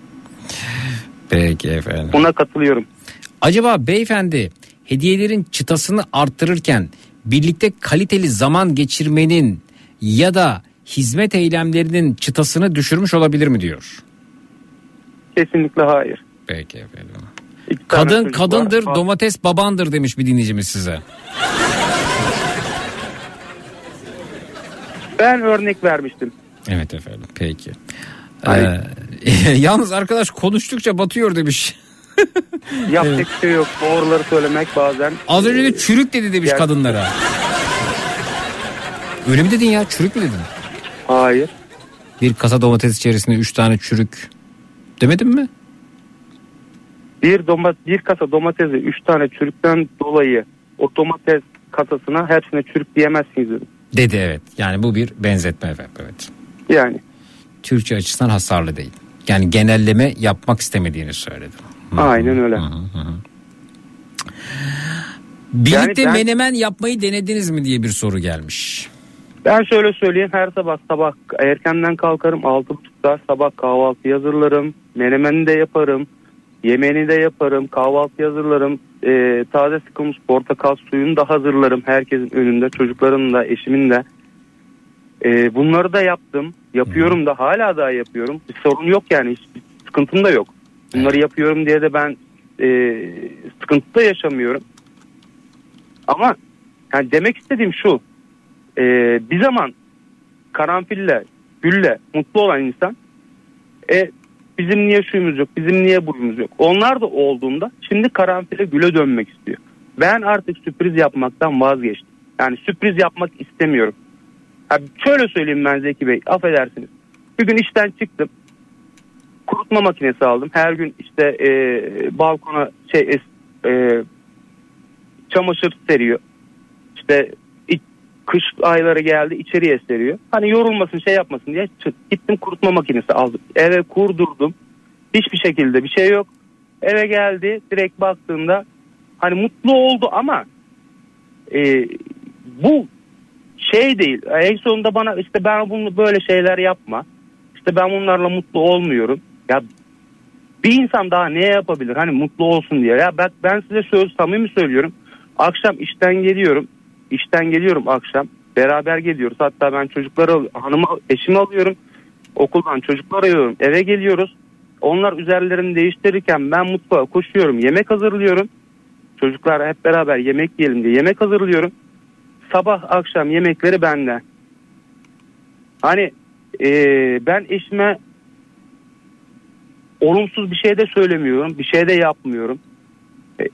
Peki efendim. Buna katılıyorum. Acaba beyefendi hediyelerin çıtasını arttırırken birlikte kaliteli zaman geçirmenin ya da hizmet eylemlerinin çıtasını düşürmüş olabilir mi diyor? Kesinlikle hayır. Peki efendim. Kadın kadındır, var. domates babandır demiş bir dinleyicimiz size. Ben örnek vermiştim. Evet efendim peki. Ee, yalnız arkadaş konuştukça batıyor demiş. Yapacak bir şey yok. Doğruları söylemek bazen. Az önce de çürük dedi demiş yani, kadınlara. Öyle mi dedin ya? Çürük mü dedin? Hayır. Bir kasa domates içerisinde üç tane çürük demedin mi? Bir domates, bir kasa domatesi üç tane çürükten dolayı o domates kasasına hepsine çürük diyemezsiniz dedim. Dedi evet. Yani bu bir benzetme efendim evet. Yani. Türkçe açısından hasarlı değil. Yani genelleme yapmak istemediğini söyledim. Aynen öyle. Hı hı hı. Birlikte yani ben, menemen yapmayı denediniz mi diye bir soru gelmiş. Ben şöyle söyleyeyim, her sabah sabah erkenden kalkarım, altı buçukta sabah kahvaltı hazırlarım, menemeni de yaparım, yemeğini de yaparım, kahvaltı hazırlarım, e, taze sıkılmış portakal suyunu da hazırlarım herkesin önünde, çocukların da eşimin de. E, bunları da yaptım, yapıyorum hmm. da hala daha yapıyorum, bir sorun yok yani, hiç sıkıntım da yok. Bunları yapıyorum diye de ben e, sıkıntı da yaşamıyorum. Ama yani demek istediğim şu, e, bir zaman karanfille, gülle mutlu olan insan, e, bizim niye şuyumuz yok, bizim niye buyumuz yok. Onlar da olduğunda şimdi karanfile, güle dönmek istiyor. Ben artık sürpriz yapmaktan vazgeçtim. Yani sürpriz yapmak istemiyorum. Yani şöyle söyleyeyim ben Zeki Bey, affedersiniz. Bir gün işten çıktım. Kurutma makinesi aldım. Her gün işte e, balkona şey e, çamaşır seriyor. İşte kış ayları geldi, içeriye seriyor. Hani yorulmasın, şey yapmasın diye gittim kurutma makinesi aldım. Eve kurdurdum. Hiçbir şekilde bir şey yok. Eve geldi, direkt baktığımda hani mutlu oldu ama e, bu şey değil. En sonunda bana işte ben bunu böyle şeyler yapma. İşte ben bunlarla mutlu olmuyorum. Ya bir insan daha ne yapabilir? Hani mutlu olsun diye. Ya ben, ben size söz samimi söylüyorum. Akşam işten geliyorum. İşten geliyorum akşam. Beraber geliyoruz. Hatta ben çocukları, hanımı, eşimi alıyorum. Okuldan çocukları alıyorum. Eve geliyoruz. Onlar üzerlerini değiştirirken ben mutfağa koşuyorum. Yemek hazırlıyorum. Çocuklar hep beraber yemek yiyelim diye yemek hazırlıyorum. Sabah akşam yemekleri benden. Hani ee, ben eşime olumsuz bir şey de söylemiyorum. Bir şey de yapmıyorum. E,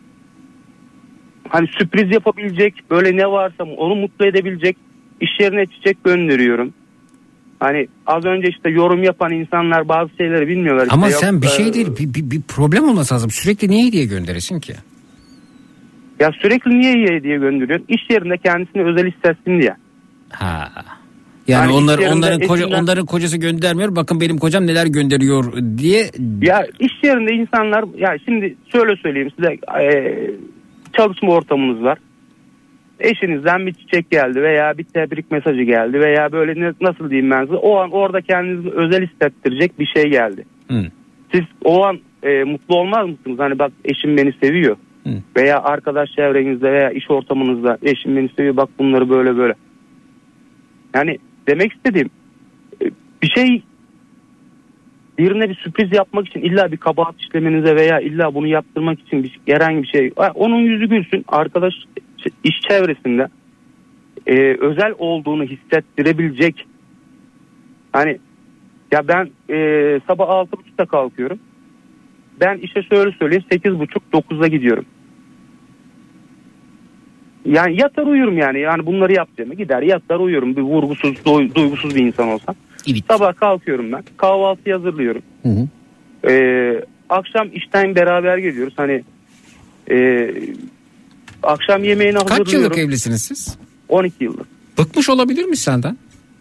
hani sürpriz yapabilecek, böyle ne varsa onu mutlu edebilecek iş yerine çiçek gönderiyorum. Hani az önce işte yorum yapan insanlar bazı şeyleri bilmiyorlar. Ama işte sen yok, bir şey e, değil, bir, bir, bir problem olması lazım. Sürekli niye hediye gönderesin ki? Ya sürekli niye hediye gönderiyorsun? İş yerinde kendisini özel hissetsin diye. Ha. Yani, yani onlar onların koca, eşinden, onların kocası göndermiyor. Bakın benim kocam neler gönderiyor diye. Ya iş yerinde insanlar, ya şimdi şöyle söyleyeyim size, e, çalışma ortamınız var. Eşinizden bir çiçek geldi veya bir tebrik mesajı geldi veya böyle ne, nasıl diyeyim ben size, o an orada kendinizi özel hissettirecek bir şey geldi. Hı. Siz o an e, mutlu olmaz mısınız? Hani bak eşim beni seviyor. Hı. Veya arkadaş çevrenizde veya iş ortamınızda eşim beni seviyor, bak bunları böyle böyle. Yani demek istediğim bir şey, birine bir sürpriz yapmak için illa bir kabahat işlemenize veya illa bunu yaptırmak için bir, herhangi bir şey. Onun yüzü gülsün, arkadaş iş çevresinde e, özel olduğunu hissettirebilecek. Hani ya ben e, sabah altı buçukta kalkıyorum. Ben işe şöyle söyleyeyim, sekiz buçuk dokuzda gidiyorum. Yani yatar uyurum yani. Yani bunları yapacağımı gider yatar uyurum. Bir vurgusuz, duygusuz bir insan olsam. Evet. Sabah kalkıyorum ben. Kahvaltı hazırlıyorum. Hı hı. Ee, akşam işten beraber geliyoruz. Hani e, akşam yemeğini hazırlıyorum. Kaç yıllık evlisiniz siz? on iki yıllık. Bıkmış olabilir mi senden?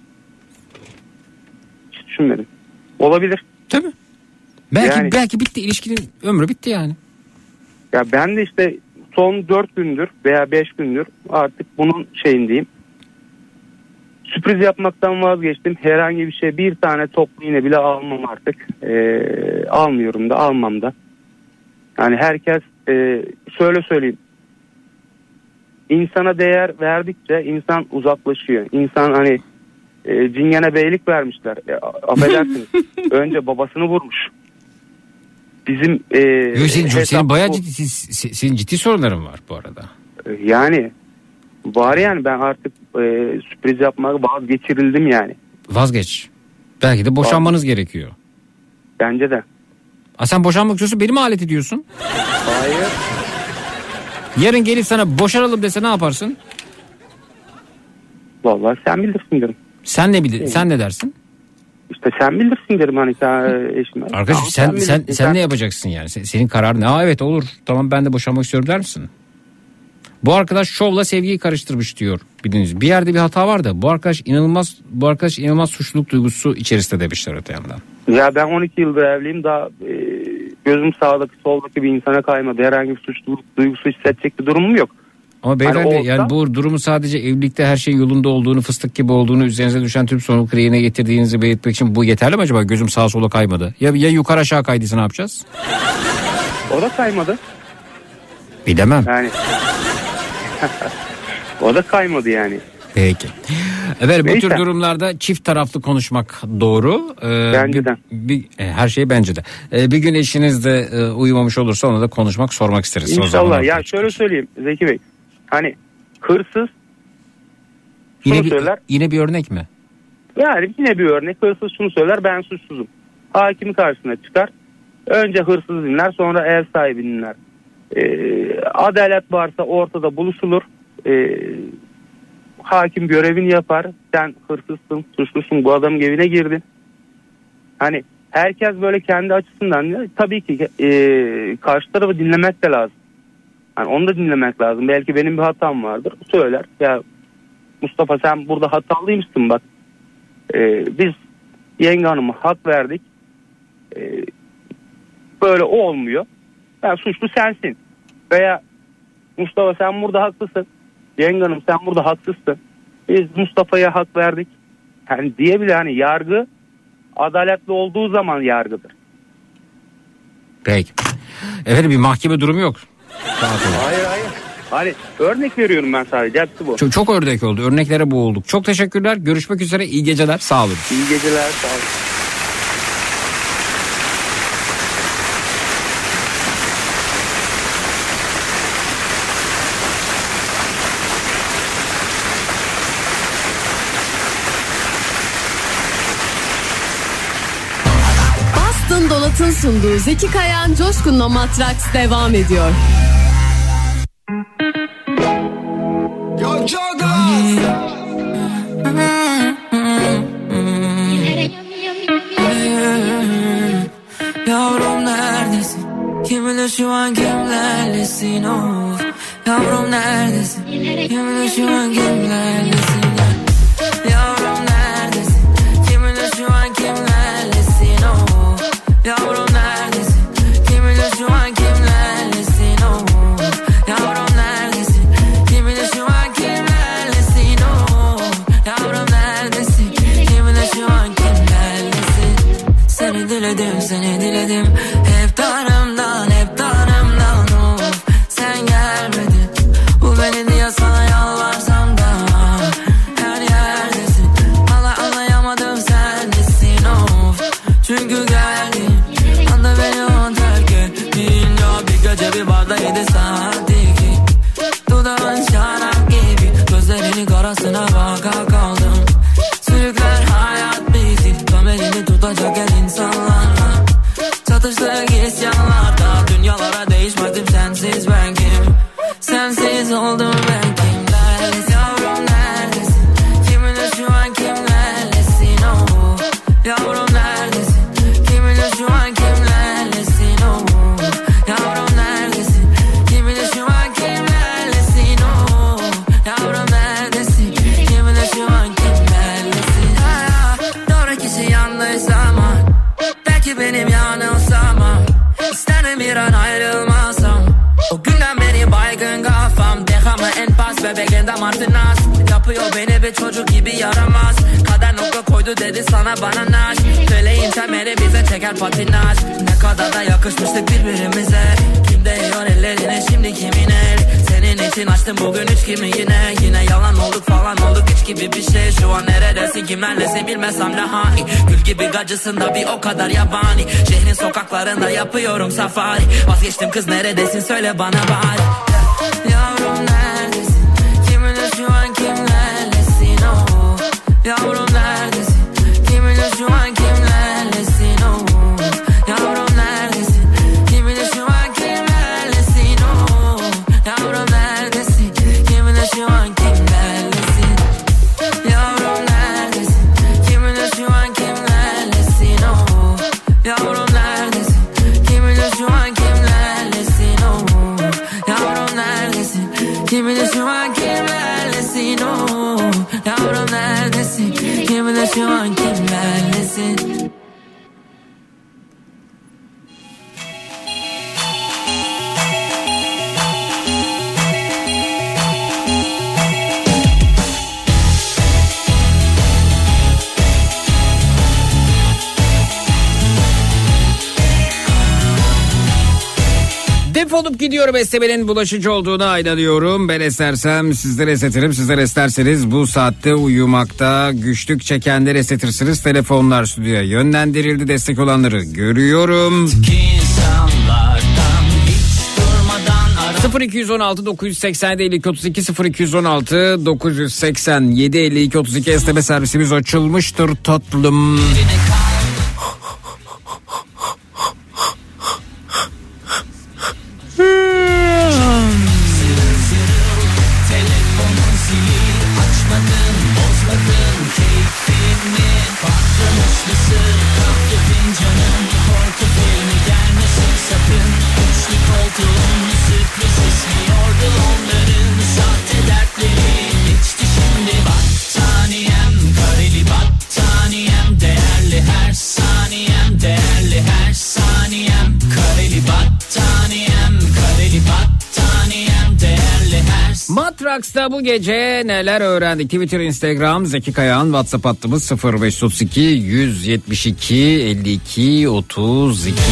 Hiç düşünmedim. Olabilir. Tabii. Belki yani, belki bitti, ilişkinin ömrü bitti yani. Ya ben de işte son dört gündür veya beş gündür artık bunun şeyindeyim. Sürpriz yapmaktan vazgeçtim. Herhangi bir şey, bir tane toplu iğne bile almam artık. Ee, almıyorum da almam da. Yani herkes e, şöyle söyleyeyim. İnsana değer verdikçe insan uzaklaşıyor. İnsan hani e, cingene beylik vermişler. E, affedersiniz. Önce babasını vurmuş. Bizim e, Yok, senin, senin bayağı ciddi, senin ciddi sorunların var bu arada. Yani var yani, ben artık e, sürpriz yapmak vazgeçirildim yani. Vazgeç. Belki de boşanmanız Vazgeç. gerekiyor. Bence de. A sen boşanmak istiyorsun, beni mi alet ediyorsun? Hayır. Yarın gelip sana boşanalım dese ne yaparsın? Vallahi sen bilirsin derim. Sen ne bilir? Sen ne dersin? İşte sen bilirsin derim hani eşime. Arkadaşım tamam, sen sen sen, sen, sen ne yapacaksın yani? Senin kararın. Aa evet olur. Tamam ben de boşanmak istiyorum der misin? Bu arkadaş şovla sevgiyi karıştırmış diyor bildiğiniz. Bir yerde bir hata var da bu arkadaş inanılmaz bu arkadaş inanılmaz suçluluk duygusu içerisinde demişler öte yandan. Ya ben on iki yıldır evliyim, daha e, gözüm sağdaki soldaki bir insana kaymadı. Herhangi bir suçluluk duygusu hissedecek bir durumum yok. Ama beyefendi hani olsa, yani bu durumu sadece evlilikte her şey yolunda olduğunu, fıstık gibi olduğunu, üzerinize düşen tüm sorumlulukları yerine getirdiğinizi belirtmek için bu yeterli mi acaba? Gözüm sağa sola kaymadı. Ya, ya yukarı aşağı kaydıysa ne yapacağız? O da kaymadı. Bilemem. Yani o da kaymadı yani. Peki. Evet, bu tür durumlarda çift taraflı konuşmak doğru. Ee, bence de. Bir, bir, her şey bence de. Ee, bir gün eşiniz de e, uyumamış olursa ona da konuşmak, sormak isteriz. İnşallah. Ya şöyle söyleyeyim Zeki Bey. Hani hırsız yine bir, söyler. Yine bir örnek mi? Yani yine bir örnek. Hırsız şunu söyler, ben suçsuzum. Hakimin karşısına çıkar. Önce hırsız dinler, sonra ev sahibi dinler. Ee, adalet varsa ortada buluşulur. Ee, hakim görevini yapar. Sen hırsızsın, suçlusun, bu adamın evine girdin. Hani herkes böyle kendi açısından, tabii ki e, karşı tarafı dinlemek de lazım. Yani onu da dinlemek lazım. Belki benim bir hatam vardır. Söyler. Ya Mustafa sen burada hatalıymışsın bak. Ee, biz yenge hanıma hak verdik. Ee, böyle olmuyor. Yani suçlu sensin. Veya Mustafa sen burada haklısın. Yenge hanım sen burada haksızsın. Biz Mustafa'ya hak verdik. Yani diyebilir, hani yargı adaletli olduğu zaman yargıdır. Peki. Efendim bir mahkeme durumu yok. Hayır hayır. Hani örnek veriyorum ben sadece. Hepsi bu. Çok, çok örnek oldu. Örneklere boğulduk. Çok teşekkürler. Görüşmek üzere. İyi geceler. Sağ olun. İyi geceler. Sağ olun. Bastın Dolat'ın sunduğu Zeki Kayan Coşkun'la Matraks devam ediyor. Yavrum neredesin? Kim bilir şu an kimlerlesin of. Yavrum neredesin? Kim bilir şu an kimlerlesin? Yavrum neredesin? Kim bilir şu an kimlerlesin of. Yavrum neredesin? Kim bilir şu an kimlerlesin of. Yavrum neredesin? bebeğinden Martinas. Yapıyor beni bir çocuk gibi yaramaz. Kader nokta koydu dedi sana bana naş. Feleğin temeli bize çeker patinaj. Ne kadar da yakışmıştık birbirimize. Kim değiyor ellerine şimdi kimin el? Senin için açtım bugün üç kimi yine. Yine yalan olduk falan olduk hiç gibi bir şey. Şu an neredesin kimlerlesin bilmesem ne hani. Gül gibi gacısın da bir o kadar yabani. Şehrin sokaklarında yapıyorum safari. Vazgeçtim kız neredesin söyle bana bari. Yavrum neredesin? Kiminle şu an kimlerlesin oh. Yavrum neredesin? Kiminle şu an kimlerlesin oh. Yavrum neredesin? Kiminle şu an kimlerlesin oh. Yavrum neredesin? Kiminle şu an kimlerlesin? Yavrum neredesin? Kiminle şu an kimlerlesin oh. Yavrum neredesin? Kiminle şu an kimlerlesin oh. Yavrum neredesin? Kiminle şu an kimlerlesin oh. Yavrum neredesin? Kiminle şu an kimlerlesin? Defolup gidiyorum esnemenin bulaşıcı olduğuna inanıyorum. Ben esnersem sizler esnetirim. Sizler esnerseniz bu saatte uyumakta güçlük çekenleri esnetirsiniz. Telefonlar stüdyoya yönlendirildi. Destek olanları görüyorum. sıfır iki on altı dokuz yüz seksen yedi elli iki otuz iki sıfır iki on altı dokuz yüz seksen yedi elli iki otuz iki esneme servisimiz açılmıştır tatlım. Matraks'ta bu gece neler öğrendik? Twitter, Instagram, Zeki Kayağan, WhatsApp hattımız sıfır beş otuz iki yüz yetmiş iki elli iki otuz iki.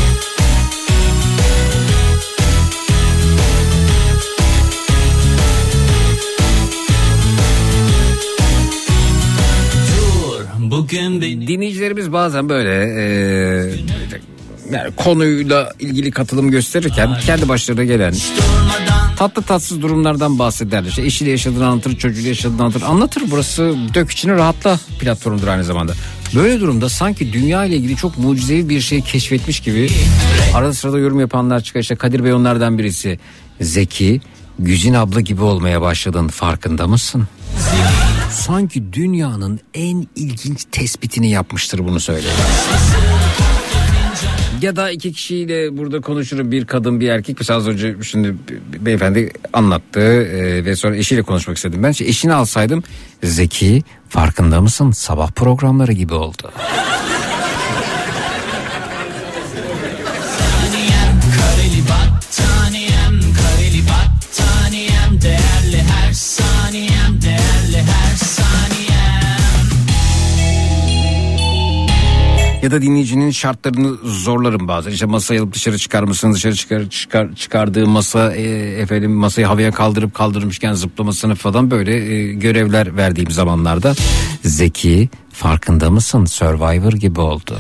Bugün benim... Dinleyicilerimiz bazen böyle e, yani konuyla ilgili katılım gösterirken kendi başlarına gelen tatlı tatsız durumlardan bahsederler. İşte eşiyle yaşadığını anlatır, çocuğuyla yaşadığını anlatır. Anlatır, burası dök içini rahatla platformudur aynı zamanda. Böyle durumda sanki dünya ile ilgili çok mucizevi bir şey keşfetmiş gibi arada sırada yorum yapanlar çıkar. İşte Kadir Bey onlardan birisi. Zeki, Güzin abla gibi olmaya başladın, farkında mısın? Sanki dünyanın en ilginç tespitini yapmıştır bunu söyle. Ya da iki kişiyle burada konuşurum, bir kadın bir erkek. Mesela az önce şimdi beyefendi anlattı e, ve sonra eşiyle konuşmak istedim. Ben işte eşini alsaydım, Zeki farkında mısın, sabah programları gibi oldu. Ya da dinleyicinin şartlarını zorlarım bazen. İşte masayı alıp dışarı çıkar mısın? Dışarı çıkar, çıkar çıkardığı masa e, efendim masayı havaya kaldırıp kaldırmışken zıplamasını falan böyle e, görevler verdiğim zamanlarda Zeki farkında mısın? Survivor gibi oldu.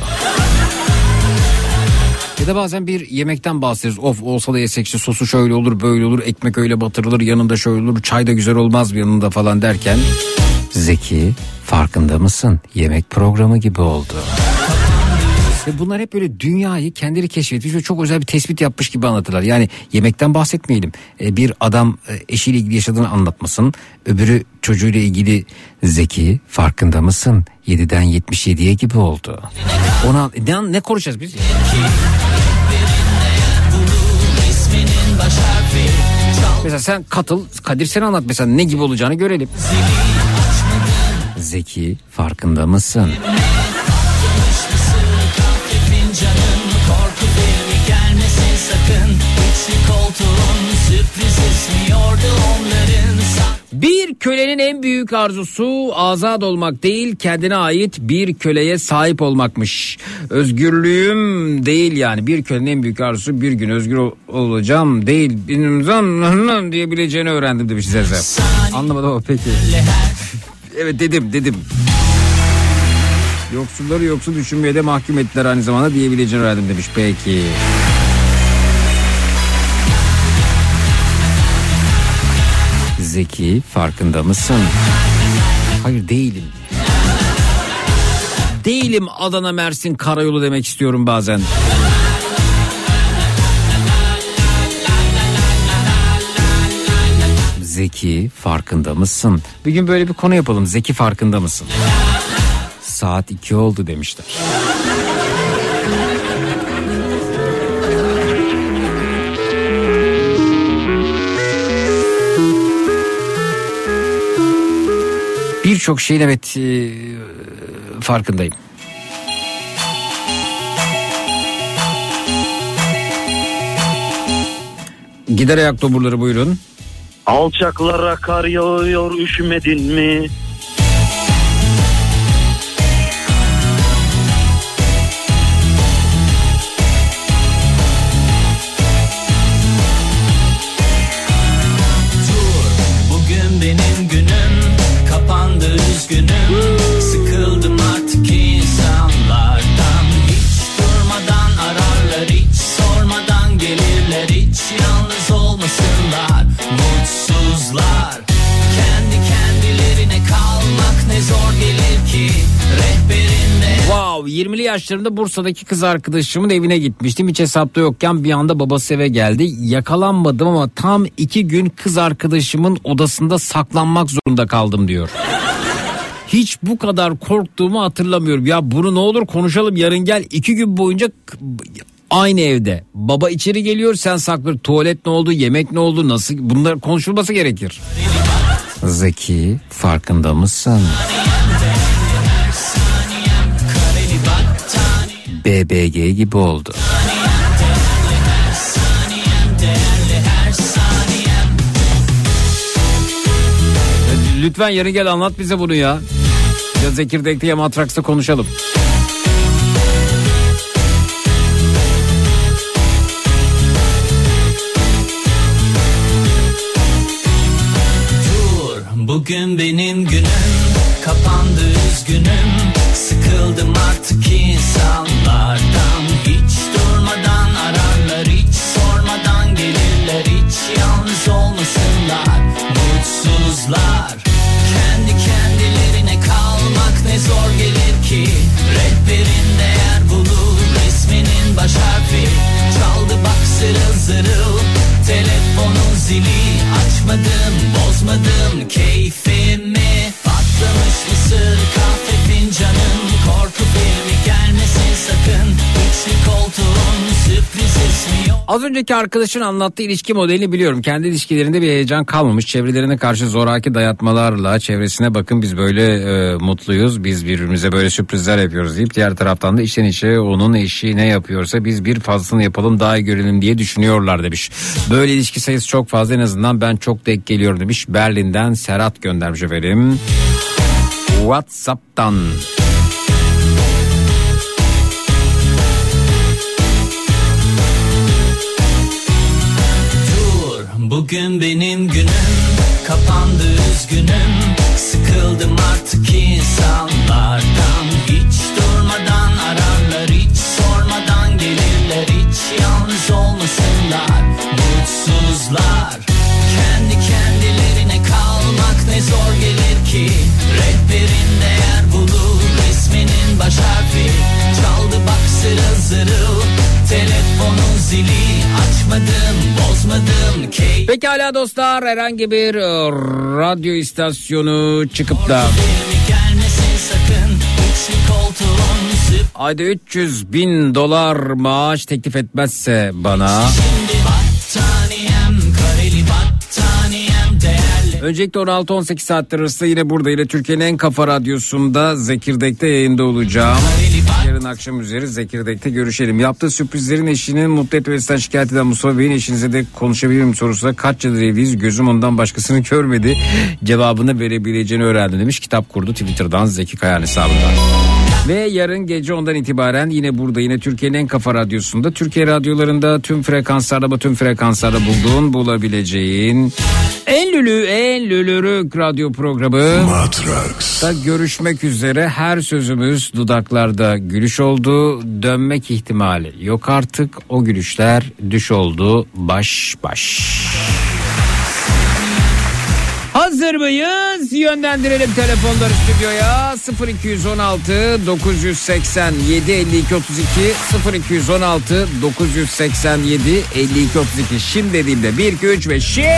Ya da bazen bir yemekten bahsederiz. Of olsa da yesek, işte sosu şöyle olur böyle olur, ekmek öyle batırılır, yanında şöyle olur, çay da güzel olmaz mı yanında falan derken Zeki farkında mısın? Yemek programı gibi oldu. Ve bunlar hep böyle dünyayı kendileri keşfetmiş ve çok özel bir tespit yapmış gibi anlatırlar. Yani yemekten bahsetmeyelim. Bir adam eşiyle ilgili yaşadığını anlatmasın. Öbürü çocuğuyla ilgili Zeki farkında mısın? yediden yetmiş yediye gibi oldu. Ona ne, ne konuşacağız biz? Mesela sen katıl, Kadir sen anlat mesela ne gibi olacağını görelim. Zeki farkında mısın? İçli koltuğun sürpriz esmiyordu onların. Bir kölenin en büyük arzusu azat olmak değil, kendine ait bir köleye sahip olmakmış. Özgürlüğüm değil yani. Bir kölenin en büyük arzusu bir gün özgür olacağım değil, benim diyebileceğini öğrendim demiş Zeze. Anlamadım ama peki. Evet dedim dedim. Yoksulları yoksul düşünmeye de mahkum ettiler aynı zamanda diyebileceğini öğrendim demiş. Peki. Zeki, farkında mısın? Hayır değilim. Değilim Adana Mersin Karayolu demek istiyorum bazen. Zeki, farkında mısın? Bir gün böyle bir konu yapalım. Zeki, farkında mısın? Saat iki oldu demişler. Birçok şeyin evet e, farkındayım. Gider ayak toburları buyurun. Alçaklara kar yağıyor, üşümedin mi? Bugün benim günüm, kapandı üzgünüm. Sıkıldım artık insanlardan. Hiç durmadan ararlar, hiç sormadan gelirler. Hiç yalnız olmasınlar, mutsuzlar. Kendi kendilerine kalmak ne zor gelir ki rehberinde. Wow, yirmili yaşlarımda Bursa'daki kız arkadaşımın evine gitmiştim. Hiç hesapta yokken bir anda babası eve geldi. Yakalanmadım ama tam iki gün kız arkadaşımın odasında saklanmak zorunda kaldım diyor. Hiç bu kadar korktuğumu hatırlamıyorum. Ya bunu ne olur konuşalım, yarın gel. İki gün boyunca aynı evde. Baba içeri geliyor, sen saklı. Tuvalet ne oldu, yemek ne oldu, nasıl, bunlar konuşulması gerekir. Zeki, farkında mısın? B B G gibi oldu. Lütfen yarın gel, anlat bize bunu ya. Ya Zekirdek'te ya Matraks'ta konuşalım. Dur, bugün benim günüm, kapandı üzgünüm. Sıkıldım artık insanlardan. Hiç durmadan ararlar, hiç sormadan gelirler. Hiç yalnız olmasınlar, mutsuzlar. Kendi kendilerine kalmak ne zor gelir ki rehberin değer bulur. Resminin baş harfi çaldı bak zırıl zırıl. Telefonun zili açmadım, bozmadım keyfimi. Patlamış mısır kahve fincanım. Korku filmi gelmesin sakın. İçli koltuğun sürpriz esmiyor. Az önceki arkadaşın anlattığı ilişki modelini biliyorum. Kendi ilişkilerinde bir heyecan kalmamış. Çevrelerine karşı zoraki dayatmalarla çevresine bakın biz böyle e, mutluyuz. Biz birbirimize böyle sürprizler yapıyoruz deyip diğer taraftan da içten içe onun eşi ne yapıyorsa biz bir fazlasını yapalım daha iyi görelim diye düşünüyorlar demiş. Böyle ilişki sayısı çok fazla, en azından ben çok denk geliyorum demiş. Berlin'den Serhat göndermiş efendim. WhatsApp'tan. Bugün benim günüm, kapandı üzgünüm. Sıkıldım artık insanlardan. Hiç durmadan ararlar, hiç sormadan gelirler. Hiç yalnız olmasınlar, mutsuzlar. Kendi kendilerine kalmak ne zor gelir ki rehberin değer bulur. Resminin baş harfi çaldı bak zırıl zırıl. Telefonun zili açmadım, bozmadım key. Pekala dostlar, herhangi bir e, radyo istasyonu çıkıp da ayda üç yüz bin dolar maaş teklif etmezse bana, şimdi battaniyem, kareli battaniyem, değerli Öncelikle on altı on sekiz saatler arasında yine burada, yine Türkiye'nin en kafa radyosunda Zekirdek'te yayında olacağım. Yarın akşam üzeri Zekirdek'te görüşelim. Yaptığı sürprizlerin eşinin mutlu etmesinden şikayet eden Mustafa Bey'in eşinize de konuşabilir miyim sorusuna kaç yıldır evliyiz, gözüm ondan başkasını görmedi cevabını verebileceğini öğrendim demiş. Kitap kurdu Twitter'dan, Zeki Kayan hesabından. Ve yarın gece ondan itibaren yine burada, yine Türkiye'nin en kafa radyosunda, Türkiye radyolarında tüm frekanslarda, tüm frekanslarda bulduğun, bulabileceğin en lülü, en lülürük radyo programı Matrax da görüşmek üzere. Her sözümüz dudaklarda gülüş oldu, dönmek ihtimali yok artık, o gülüşler düş oldu, baş baş. Hazır mıyız? Yönlendirelim telefonları stüdyoya. sıfır iki on altı dokuz seksen yedi elli iki otuz iki sıfır iki on altı dokuz seksen yedi elli iki otuz iki. Şimdi dediğimde bir iki üç ve şimdi.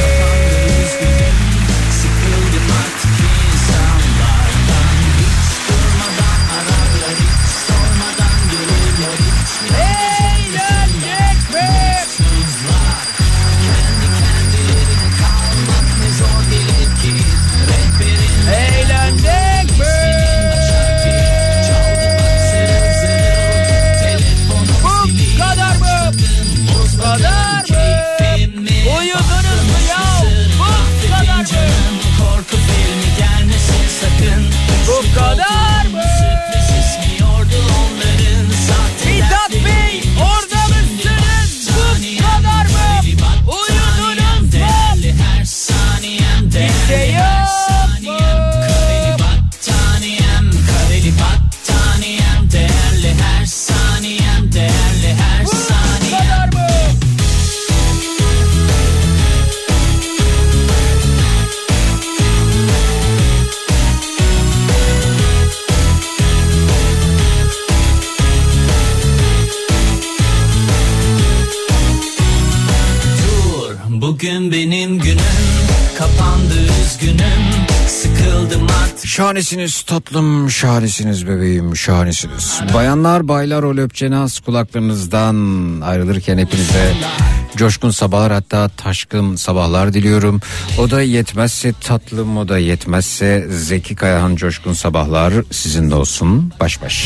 Bugün benim günüm, kapandı üzgünüm, sıkıldım artık. Şahanesiniz tatlım, şahanesiniz bebeğim, şahanesiniz. Bayanlar, baylar, o löpçenaz kulaklarınızdan ayrılırken hepinize coşkun sabahlar, hatta taşkın sabahlar diliyorum. O da yetmezse tatlım, o da yetmezse Zeki Kayahan coşkun sabahlar sizinle olsun, baş baş.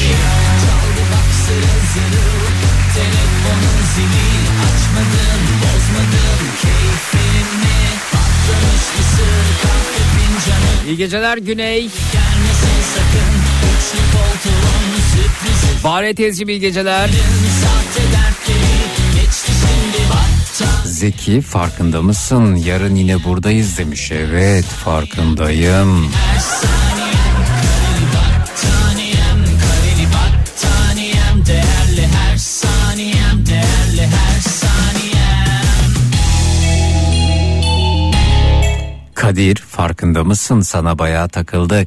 Telefonun zili açmadım, bozmadım keyfimi, patlamış mısır kahve fincanı. İyi geceler Güney. Gelmesin sakın, üçlü koltuğun sürprizi. Bahri teyzeciğim iyi geceler. Sahte dertleri geçti şimdi batta. Zeki farkında mısın? Yarın yine buradayız demiş. Evet farkındayım. Her saniyem kareli battaniyem, kareli battaniyem, değerli her saniyem, değerli her saniyem. Kadir farkında mısın? Sana bayağı takıldık.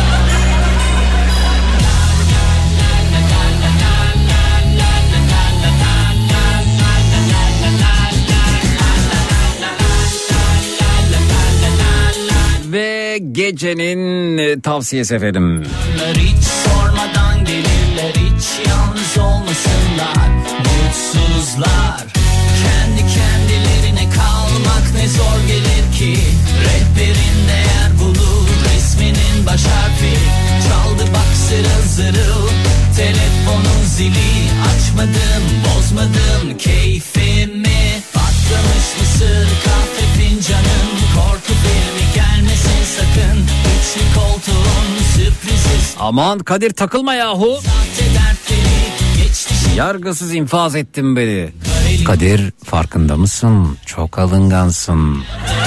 Ve gecenin tavsiyesi efendim. Hiç sormadan gelirler, hiç yalnız olmasınlar, mutsuzlar. Kendi kendilerine kalmak ne zor gelir ki. Rehberin değer bulur, resminin baş harfi. Çaldı bak zırıl zırıl, telefonun zili. Açmadım, bozmadım keyfimi, patlamış mısır kahve fincanım. Korku filmi gelmesin sakın, üçlü koltuğun sürpriziz. Aman Kadir takılma yahu. Yargısız infaz ettin beni. Kadir farkında mısın? Çok alıngansın.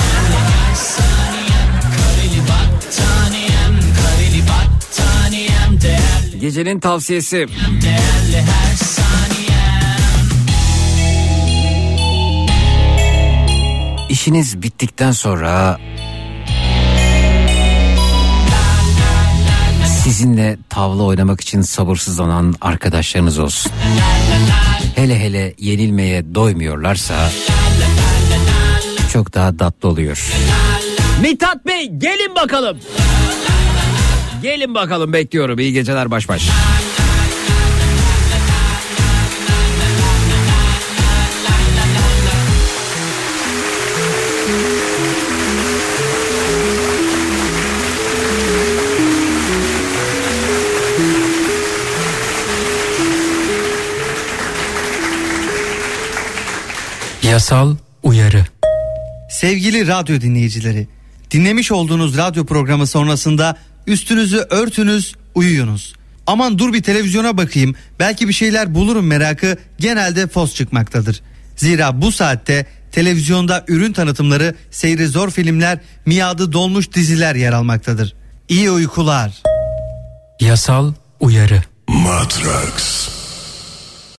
Gecenin tavsiyesi. İşiniz bittikten sonra sizinle tavla oynamak için sabırsızlanan arkadaşlarınız olsun. Hele hele yenilmeye doymuyorlarsa çok daha tatlı oluyor. Mithat Bey gelin bakalım. Gelin bakalım, bekliyorum. İyi geceler, baş baş. Yasal uyarı. Sevgili radyo dinleyicileri, dinlemiş olduğunuz radyo programı sonrasında üstünüzü örtünüz, uyuyunuz. Aman dur bir televizyona bakayım, belki bir şeyler bulurum merakı genelde fos çıkmaktadır. Zira bu saatte televizyonda ürün tanıtımları, seyri zor filmler, miadı dolmuş diziler yer almaktadır. İyi uykular. Yasal uyarı. Matrax.